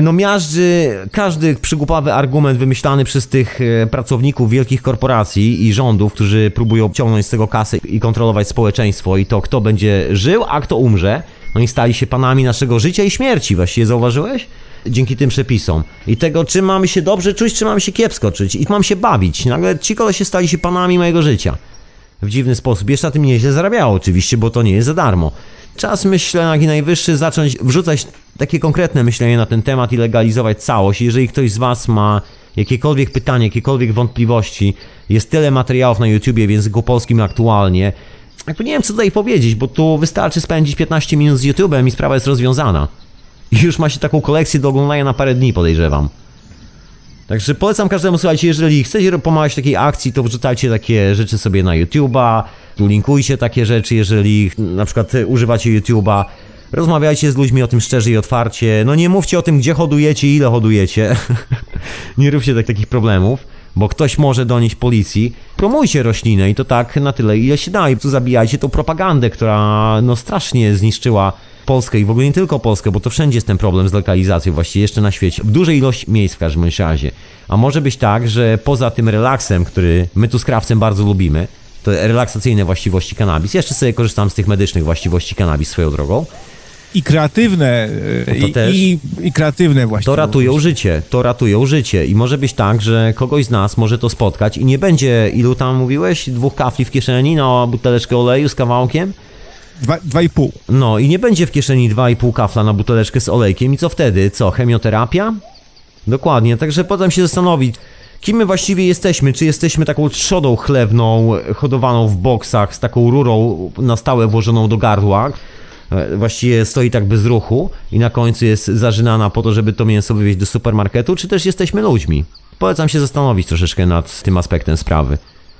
No miażdży każdy przygłupawy argument wymyślany przez tych e, pracowników wielkich korporacji i rządów, którzy próbują ciągnąć z tego kasę i kontrolować społeczeństwo i to, kto będzie żył, a kto umrze. No i stali się panami naszego życia i śmierci, właściwie zauważyłeś? Dzięki tym przepisom. I tego, czy mamy się dobrze czuć, czy mamy się kiepsko czuć. I mam się bawić. Nagle ci kolesie stali się panami mojego życia. W dziwny sposób. Jeszcze na tym nieźle zarabiało oczywiście, bo to nie jest za darmo. Czas, myślę, jak i najwyższy zacząć wrzucać takie konkretne myślenie na ten temat i legalizować całość. Jeżeli ktoś z was ma jakiekolwiek pytanie, jakiekolwiek wątpliwości, jest tyle materiałów na YouTubie w języku polskim aktualnie. Jakby nie wiem, co tutaj powiedzieć, bo tu wystarczy spędzić piętnaście minut z YouTubem i sprawa jest rozwiązana. I już ma się taką kolekcję do oglądania na parę dni, podejrzewam. Także polecam każdemu, słuchajcie, jeżeli chcecie pomagać takiej akcji, to wrzucajcie takie rzeczy sobie na YouTube'a, tu linkujcie takie rzeczy, jeżeli na przykład używacie YouTube'a, rozmawiajcie z ludźmi o tym szczerze i otwarcie, no nie mówcie o tym, gdzie hodujecie i ile hodujecie, nie róbcie tak, takich problemów, bo ktoś może donieść policji, promujcie roślinę i to tak na tyle, ile się da i tu zabijajcie tą propagandę, która no strasznie zniszczyła Polskę i w ogóle nie tylko Polskę, bo to wszędzie jest ten problem z lokalizacją właściwie jeszcze na świecie. W dużej ilości miejsc w każdym razie. A może być tak, że poza tym relaksem, który my tu z Krawcem bardzo lubimy, to relaksacyjne właściwości kanabis. Jeszcze sobie korzystam z tych medycznych właściwości kanabis swoją drogą. I kreatywne, to i, też, i, i kreatywne właśnie. To ratują życie, to ratują życie i może być tak, że kogoś z nas może to spotkać i nie będzie, ilu tam mówiłeś, dwóch kafli w kieszeni na buteleczkę oleju z kawałkiem? Dwa, dwa i pół. No i nie będzie w kieszeni dwa i pół kafla na buteleczkę z olejkiem i co wtedy? Co, chemioterapia? Dokładnie, także potem się zastanowić, kim my właściwie jesteśmy, czy jesteśmy taką trzodą chlewną, hodowaną w boksach z taką rurą na stałe włożoną do gardła, właściwie stoi tak bez ruchu i na końcu jest zarzynana po to, żeby to mięso wywieźć do supermarketu, czy też jesteśmy ludźmi. Polecam się zastanowić troszeczkę nad tym aspektem sprawy.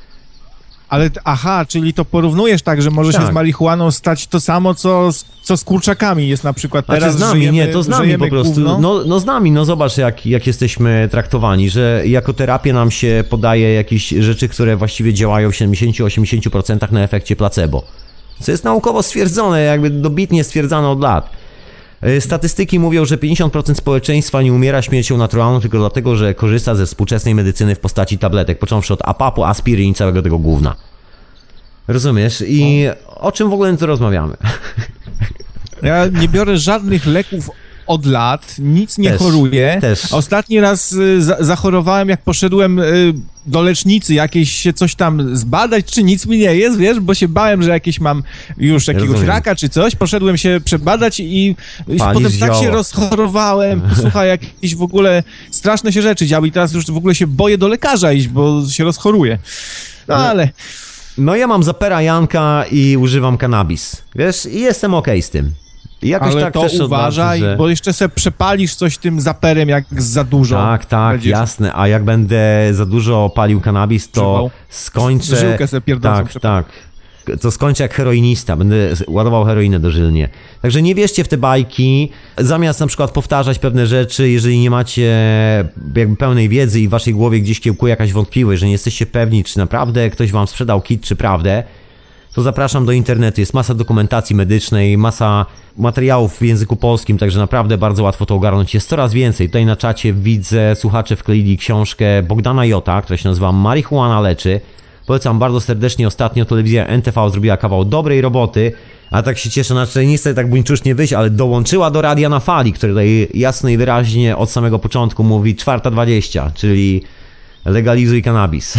Ale, aha, czyli to porównujesz tak, że może Tak. się z marihuaną stać to samo, co, co z kurczakami jest na przykład teraz, Znaczy z nami, żyjemy, nie, to z nami po prostu, gówno. no, no z nami, no zobacz jak, jak jesteśmy traktowani, że jako terapię nam się podaje jakieś rzeczy, które właściwie działają w siedemdziesiąt do osiemdziesięciu procentów na efekcie placebo. Co jest naukowo stwierdzone, jakby dobitnie stwierdzane od lat. Statystyki mówią, że pięćdziesiąt procent społeczeństwa nie umiera śmiercią naturalną tylko dlatego, że korzysta ze współczesnej medycyny w postaci tabletek, począwszy od apapu, aspiryn i całego tego gówna. Rozumiesz? I o czym w ogóle tu rozmawiamy? Ja nie biorę żadnych leków od lat, nic nie Też, choruję. też. Ostatni raz y, za, zachorowałem, jak poszedłem y, do lecznicy jakieś się coś tam zbadać, czy nic mi nie jest, wiesz, bo się bałem, że jakieś mam już jakiegoś Rozumiem. raka czy coś. Poszedłem się przebadać i, i Palisz potem tak zioło. się rozchorowałem. Słuchaj, jakieś w ogóle straszne się rzeczy działy i teraz już w ogóle się boję do lekarza iść, bo się rozchoruję. No ale... No ja mam zapera Janka i używam kanabis, wiesz, i jestem okej z tym. I jakoś Ale tak to też od uważaj, lat, że... bo jeszcze se przepalisz coś tym zaperem, jak za dużo. Tak, tak, będziesz. jasne, a jak będę za dużo palił kanabis, to Trzymał. skończę... Żyłkę sobie pierdolcą Tak, przepalił. tak. To skończę jak heroinista, będę ładował heroinę dożylnie. Także nie wierzcie w te bajki, zamiast na przykład powtarzać pewne rzeczy, jeżeli nie macie jakby pełnej wiedzy i w waszej głowie gdzieś kiełkuje jakaś wątpliwość, że nie jesteście pewni, czy naprawdę ktoś wam sprzedał kit, czy prawdę, to zapraszam do internetu, jest masa dokumentacji medycznej, masa materiałów w języku polskim, także naprawdę bardzo łatwo to ogarnąć, jest coraz więcej. Tutaj na czacie widzę, słuchacze wkleili książkę Bogdana Jota, która się nazywa Marihuana leczy. Polecam bardzo serdecznie, ostatnio telewizja N T V zrobiła kawał dobrej roboty, a tak się cieszę, znaczy nie chcę tak buńczucznie wyjść, ale dołączyła do Radia na Fali, które tutaj jasno i wyraźnie od samego początku mówi czwarta dwadzieścia, czyli legalizuj kanabis.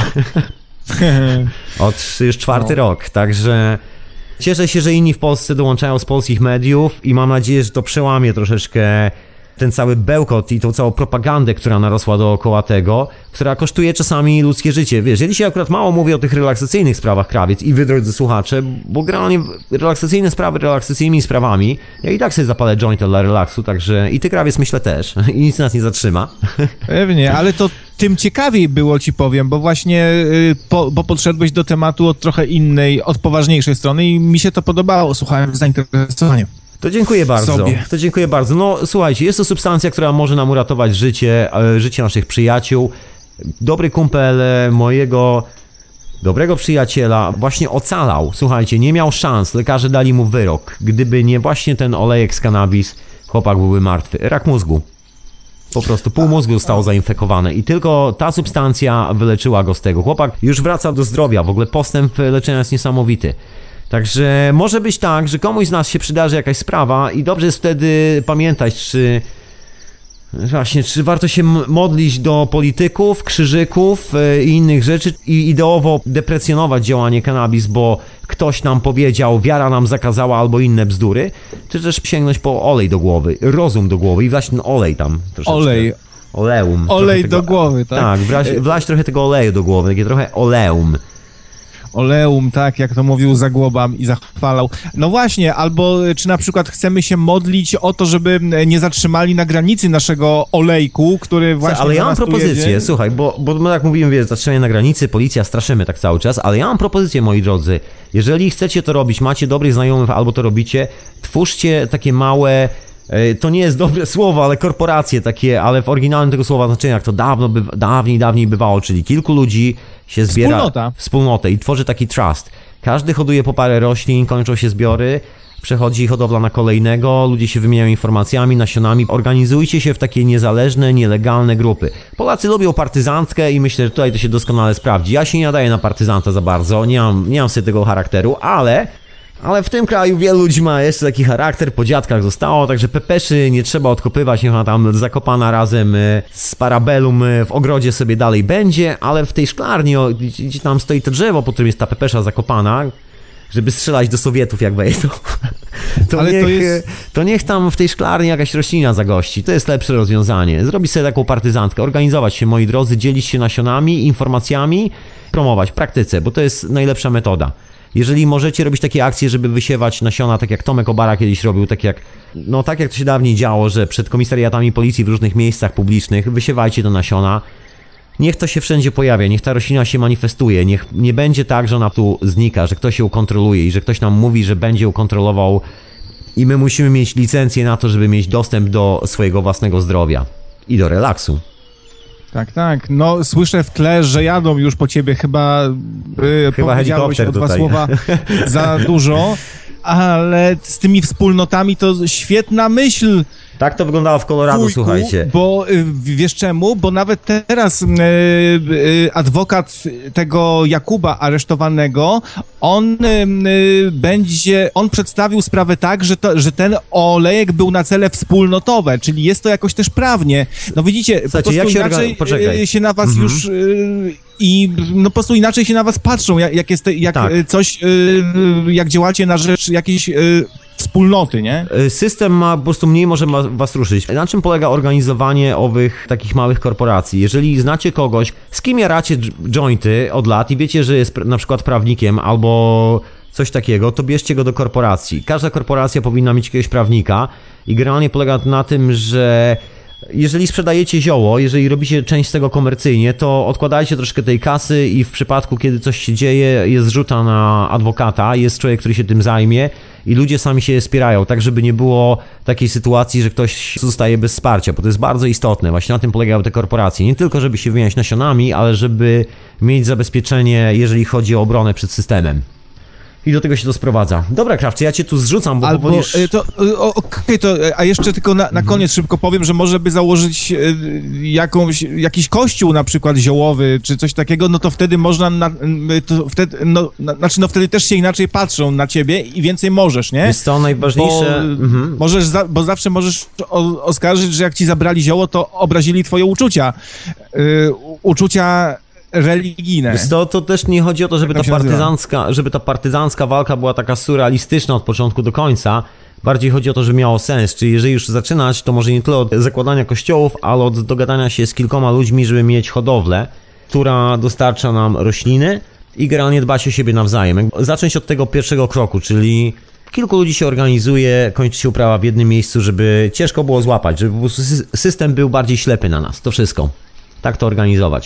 Od już czwarty No. rok, także cieszę się, że inni w Polsce dołączają z polskich mediów i mam nadzieję, że to przełamie troszeczkę ten cały bełkot i tą całą propagandę, która narosła dookoła tego, która kosztuje czasami ludzkie życie. Wiesz, ja dzisiaj akurat mało mówię o tych relaksacyjnych sprawach, Krawiec, i wy, drodzy słuchacze, bo generalnie relaksacyjne sprawy relaksacyjnymi sprawami, ja i tak sobie zapalę jointa dla relaksu, także i ty, Krawiec, myślę też i nic nas nie zatrzyma. Pewnie, ale to tym ciekawiej było, ci powiem, bo właśnie y, po, bo podszedłeś do tematu od trochę innej, od poważniejszej strony i mi się to podobało, słuchałem z zainteresowaniem. To dziękuję bardzo. Sobie. To dziękuję bardzo. No słuchajcie, jest to substancja, która może nam uratować życie, e, życie naszych przyjaciół. Dobry kumpel e, mojego dobrego przyjaciela właśnie ocalał. Słuchajcie, nie miał szans. Lekarze dali mu wyrok. Gdyby nie właśnie ten olejek z kanabis, chłopak byłby martwy. Rak mózgu. Po prostu pół mózgu zostało zainfekowane i tylko ta substancja wyleczyła go z tego. Chłopak już wraca do zdrowia, w ogóle postęp leczenia jest niesamowity. Także może być tak, że komuś z nas się przydarzy jakaś sprawa i dobrze jest wtedy pamiętać, czy właśnie, czy warto się modlić do polityków, krzyżyków i innych rzeczy i ideowo deprecjonować działanie kanabis, bo ktoś nam powiedział, wiara nam zakazała albo inne bzdury, czy też sięgnąć po olej do głowy, rozum do głowy i wlać ten olej tam troszeczkę. Olej. Oleum. Olej tego, do głowy, tak? Tak, wlać, wlać trochę tego oleju do głowy, takie trochę oleum. Oleum, tak, jak to mówił Zagłoba i zachwalał. No właśnie, albo czy na przykład chcemy się modlić o to, żeby nie zatrzymali na granicy naszego olejku, który właśnie... Ale ja mam propozycję, jedzie. słuchaj, bo, bo my jak mówimy, wiesz, zatrzymanie na granicy, policja, straszymy tak cały czas, ale ja mam propozycję, moi drodzy, jeżeli chcecie to robić, macie dobrych znajomych albo to robicie, twórzcie takie małe... To nie jest dobre słowo, ale korporacje takie, ale w oryginalnym tego słowa znaczeniu, jak to dawno, bywa, dawniej, dawniej bywało, czyli kilku ludzi się zbiera... Wspólnota. Wspólnotę i tworzy taki trust. Każdy hoduje po parę roślin, kończą się zbiory, przechodzi hodowla na kolejnego, ludzie się wymieniają informacjami, nasionami. Organizujcie się w takie niezależne, nielegalne grupy. Polacy lubią partyzantkę i myślę, że tutaj to się doskonale sprawdzi. Ja się nie nadaję na partyzanta za bardzo, nie mam, nie mam sobie tego charakteru, ale... Ale w tym kraju wielu ludzi ma jeszcze taki charakter, po dziadkach zostało, także pepeszy nie trzeba odkopywać, niech ona tam zakopana razem z parabellum w ogrodzie sobie dalej będzie, ale w tej szklarni, gdzie tam stoi to drzewo, po którym jest ta pepesza zakopana, żeby strzelać do Sowietów jak wejdą, to, ale niech, to, jest... to niech tam w tej szklarni jakaś roślina zagości, to jest lepsze rozwiązanie. Zrobić sobie taką partyzantkę, organizować się, moi drodzy, dzielić się nasionami, informacjami, promować w praktyce, bo to jest najlepsza metoda. Jeżeli możecie robić takie akcje, żeby wysiewać nasiona, tak jak Tomek Obara kiedyś robił, tak jak, no tak jak to się dawniej działo, że przed komisariatami policji w różnych miejscach publicznych wysiewajcie te nasiona. Niech to się wszędzie pojawia, niech ta roślina się manifestuje, niech nie będzie tak, że ona tu znika, że ktoś ją kontroluje i że ktoś nam mówi, że będzie ją kontrolował i my musimy mieć licencję na to, żeby mieć dostęp do swojego własnego zdrowia i do relaksu. Tak, tak. No, słyszę w tle, że jadą już po ciebie. Chyba, yy, Chyba helikopter o dwa tutaj. słowa za dużo, ale z tymi wspólnotami to świetna myśl. Tak to wyglądało w Colorado, Wujku, słuchajcie. Bo y, wiesz czemu? Bo nawet teraz y, y, adwokat tego Jakuba aresztowanego, on y, y, będzie, on przedstawił sprawę tak, że, to, że ten olejek był na cele wspólnotowe, czyli jest to jakoś też prawnie. No widzicie, Słuchajcie, po prostu jak się inaczej orga... y, się na was mhm. już... Y, I no po prostu inaczej się na was patrzą, jak, jak jest, jak Tak. coś, y, jak działacie na rzecz jakiejś y, wspólnoty, nie? System ma po prostu mniej może ma was ruszyć. Na czym polega organizowanie owych takich małych korporacji? Jeżeli znacie kogoś, z kim jaracie jointy od lat i wiecie, że jest na przykład prawnikiem albo coś takiego, to bierzcie go do korporacji. Każda korporacja powinna mieć jakiegoś prawnika i generalnie polega to na tym, że jeżeli sprzedajecie zioło, jeżeli robicie część z tego komercyjnie, to odkładajcie troszkę tej kasy i w przypadku, kiedy coś się dzieje, jest zrzuta na adwokata, jest człowiek, który się tym zajmie i ludzie sami się wspierają, tak żeby nie było takiej sytuacji, że ktoś zostaje bez wsparcia, bo to jest bardzo istotne. Właśnie na tym polegają te korporacje. Nie tylko, żeby się wymieniać nasionami, ale żeby mieć zabezpieczenie, jeżeli chodzi o obronę przed systemem. I do tego się to sprowadza. Dobra, Krawcze, ja cię tu zrzucam, bo Albo, powolisz... y, to, y, Okej, okay, to, a jeszcze tylko na, na Mhm. koniec szybko powiem, że może by założyć y, jakąś, jakiś kościół na przykład ziołowy, czy coś takiego, no to wtedy można, na, y, to wtedy, no, na, znaczy no wtedy też się inaczej patrzą na ciebie i więcej możesz, nie? Jest to najważniejsze... Bo, mhm. możesz za, bo zawsze możesz o, oskarżyć, że jak ci zabrali zioło, to obrazili twoje uczucia. Y, uczucia religijne. Wiesz co, to też nie chodzi o to, żeby Jak ta to się partyzancka, żeby ta partyzancka walka była taka surrealistyczna od początku do końca. Bardziej chodzi o to, żeby miało sens. Czyli jeżeli już zaczynać, to może nie tyle od zakładania kościołów, ale od dogadania się z kilkoma ludźmi, żeby mieć hodowlę, która dostarcza nam rośliny i generalnie dbać o siebie nawzajem. Zacząć od tego pierwszego kroku, czyli kilku ludzi się organizuje, kończy się uprawa w jednym miejscu, żeby ciężko było złapać, żeby po prostu system był bardziej ślepy na nas. To wszystko. Tak to organizować.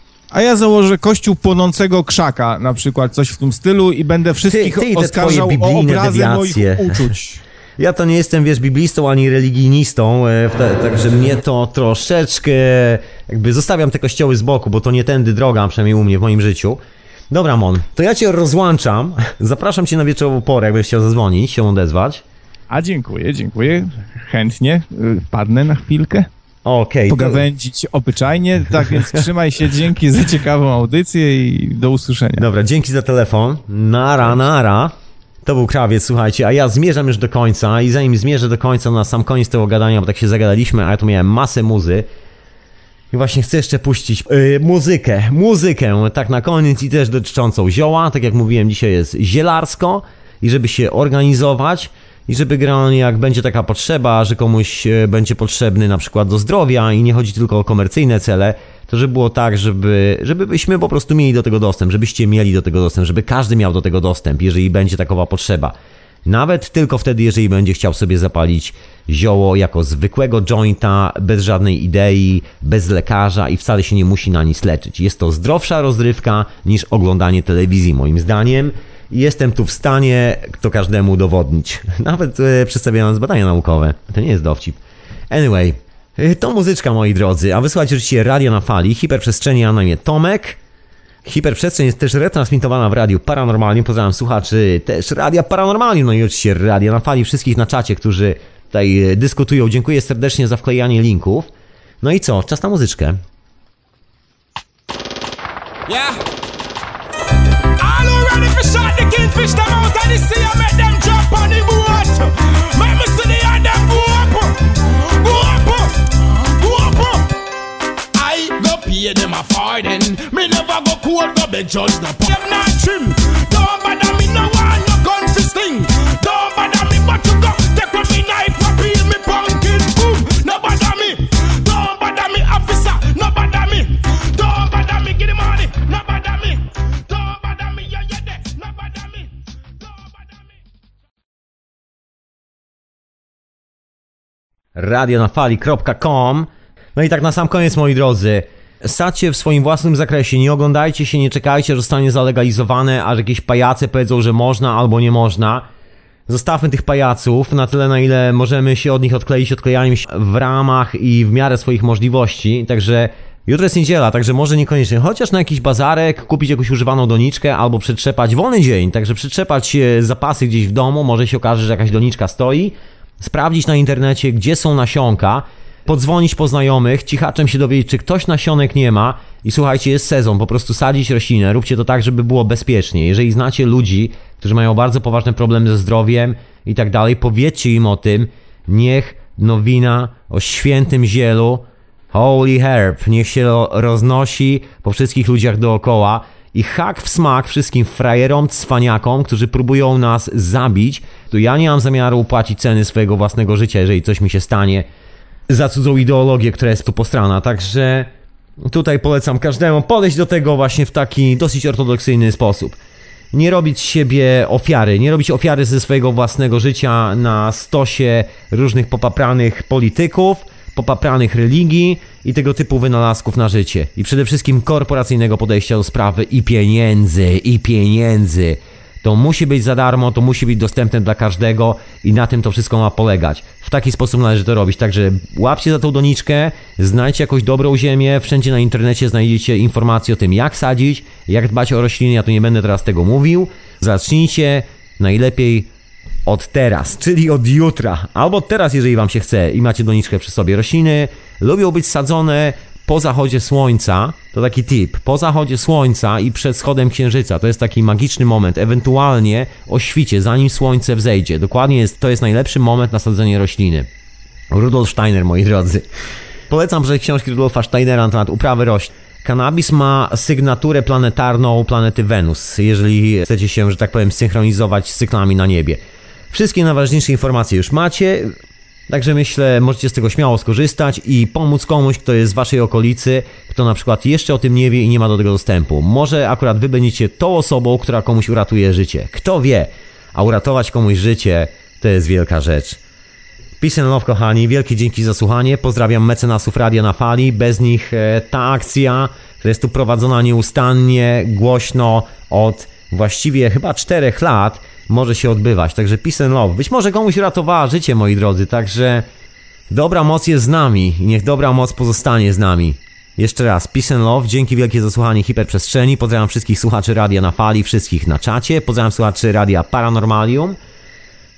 A ja założę kościół płonącego krzaka, na przykład, coś w tym stylu i będę wszystkich Ty- ty i te oskarżał twoje o biblijne obrazy moich dewiacje. uczuć. Ja to nie jestem, wiesz, biblistą ani religijnistą, e, ta- także mnie to troszeczkę, jakby zostawiam te kościoły z boku, bo to nie tędy droga, przynajmniej u mnie w moim życiu. Dobra, Mon, to ja cię rozłączam, zapraszam cię na wieczorową porę, jakbyś chciał zadzwonić, się odezwać. A dziękuję, dziękuję. Chętnie y, wpadnę na chwilkę. Okej. pogawędzić obyczajnie. Tak więc trzymaj się, dzięki za ciekawą audycję i do usłyszenia. Dobra, dzięki za telefon. Nara, nara. To był Krawiec, słuchajcie, a ja zmierzam już do końca i zanim zmierzę do końca, na sam koniec tego gadania, bo tak się zagadaliśmy, a ja tu miałem masę muzy. I właśnie chcę jeszcze puścić yy, muzykę, muzykę tak na koniec i też dotyczącą zioła. Tak jak mówiłem, dzisiaj jest zielarsko i żeby się organizować i żeby generalnie jak będzie taka potrzeba, że komuś będzie potrzebny na przykład do zdrowia i nie chodzi tylko o komercyjne cele, to żeby było tak, żeby, żebyśmy po prostu mieli do tego dostęp, żebyście mieli do tego dostęp, żeby każdy miał do tego dostęp, jeżeli będzie takowa potrzeba. Nawet tylko wtedy, jeżeli będzie chciał sobie zapalić zioło jako zwykłego jointa, bez żadnej idei, bez lekarza i wcale się nie musi na nic leczyć. Jest to zdrowsza rozrywka niż oglądanie telewizji, moim zdaniem. I jestem tu w stanie to każdemu udowodnić. Nawet e, przedstawiając badania naukowe. To nie jest dowcip. Anyway, e, to muzyczka, moi drodzy. A wysłuchajcie oczywiście Radia na Fali, Hiperprzestrzeni, a na imię Tomek. Hiperprzestrzeń jest też retransmitowana w Radiu Paranormalium. Pozdrawiam słuchaczy też Radia Paranormalium. No i oczywiście Radia na Fali. Wszystkich na czacie, którzy tutaj dyskutują. Dziękuję serdecznie za wklejanie linków. No i co? Czas na muzyczkę. Yeah. All ready for shot the kingfish them out of the sea and make them drop on the boat. Make me see the and them go up, go up, go up. I go pay them a farthing. Me never go cold, go beg judge no pop. Them not trim. Don't bother me, no one no gun to sting. Don't bother me, but you go take with me knife, peel me pumpkin, boom. No bother me, don't bother me, officer. No bother me, don't bother me, get the money. No bother me, don't bother me, yeah yeah there. No bother me, don't bother me. radionafali kropka com. No i tak na sam koniec, moi drodzy, sadźcie w swoim własnym zakresie, nie oglądajcie się, nie czekajcie, że zostanie zalegalizowane, aż jakieś pajace powiedzą, że można albo nie można. Zostawmy tych pajaców na tyle, na ile możemy się od nich odkleić, odklejaniem się w ramach i w miarę swoich możliwości. Także jutro jest niedziela, także może niekoniecznie, chociaż na jakiś bazarek, kupić jakąś używaną doniczkę albo przetrzepać wolny dzień, także przetrzepać zapasy gdzieś w domu, może się okaże, że jakaś doniczka stoi, sprawdzić na internecie, gdzie są nasionka, podzwonić po znajomych, cichaczem się dowiedzieć, czy ktoś nasionek nie ma i słuchajcie, jest sezon, po prostu sadzić roślinę, róbcie to tak, żeby było bezpiecznie. Jeżeli znacie ludzi, którzy mają bardzo poważne problemy ze zdrowiem i tak dalej, powiedzcie im o tym, niech nowina o świętym zielu, holy herb, niech się roznosi po wszystkich ludziach dookoła i hak w smak wszystkim frajerom, cwaniakom, którzy próbują nas zabić, to ja nie mam zamiaru płacić ceny swojego własnego życia, jeżeli coś mi się stanie za cudzą ideologię, która jest tu postrana, także tutaj polecam każdemu podejść do tego właśnie w taki dosyć ortodoksyjny sposób. Nie robić z siebie ofiary, nie robić ofiary ze swojego własnego życia na stosie różnych popapranych polityków, popapranych religii i tego typu wynalazków na życie. I przede wszystkim korporacyjnego podejścia do sprawy i pieniędzy, i pieniędzy. To musi być za darmo, to musi być dostępne dla każdego i na tym to wszystko ma polegać. W taki sposób należy to robić, także łapcie za tą doniczkę, znajdźcie jakąś dobrą ziemię, wszędzie na internecie znajdziecie informacje o tym, jak sadzić, jak dbać o rośliny, ja tu nie będę teraz tego mówił. Zacznijcie najlepiej od teraz, czyli od jutra, albo od teraz, jeżeli wam się chce i macie doniczkę przy sobie. Rośliny lubią być sadzone po zachodzie słońca, to taki tip, po zachodzie słońca i przed wschodem księżyca, to jest taki magiczny moment, ewentualnie o świcie, zanim słońce wzejdzie, dokładnie jest, to jest najlepszy moment na sadzenie rośliny. Rudolf Steiner, moi drodzy. Polecam, że książki Rudolfa Steinera na temat uprawy roślin. Kanabis ma sygnaturę planetarną planety Wenus, jeżeli chcecie się, że tak powiem, synchronizować z cyklami na niebie. Wszystkie najważniejsze informacje już macie, także myślę, możecie z tego śmiało skorzystać i pomóc komuś, kto jest z waszej okolicy, kto na przykład jeszcze o tym nie wie i nie ma do tego dostępu. Może akurat wy będziecie tą osobą, która komuś uratuje życie. Kto wie, a uratować komuś życie to jest wielka rzecz. Peace and love, kochani, wielkie dzięki za słuchanie, pozdrawiam mecenasów Radia na Fali, bez nich e, ta akcja, która jest tu prowadzona nieustannie, głośno od właściwie chyba czterech lat, może się odbywać, także peace and love. Być może komuś uratowała życie, moi drodzy, także dobra moc jest z nami i niech dobra moc pozostanie z nami. Jeszcze raz, peace and love, dzięki wielkie za słuchanie Hiperprzestrzeni, pozdrawiam wszystkich słuchaczy Radia na Fali, wszystkich na czacie, pozdrawiam słuchaczy Radia Paranormalium.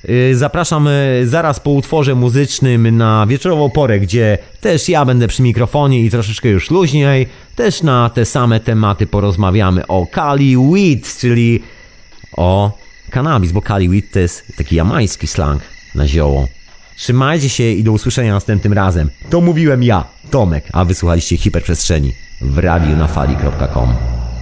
Yy, Zapraszam yy, zaraz po utworze muzycznym na wieczorową porę, gdzie też ja będę przy mikrofonie i troszeczkę już luźniej. Też na te same tematy porozmawiamy o Cali Weed, czyli o cannabis, bo Cali Weed to jest taki jamański slang na zioło. Trzymajcie się i do usłyszenia następnym razem. To mówiłem ja, Tomek, a wysłuchaliście Hiperprzestrzeni w radiu na fali kropka com.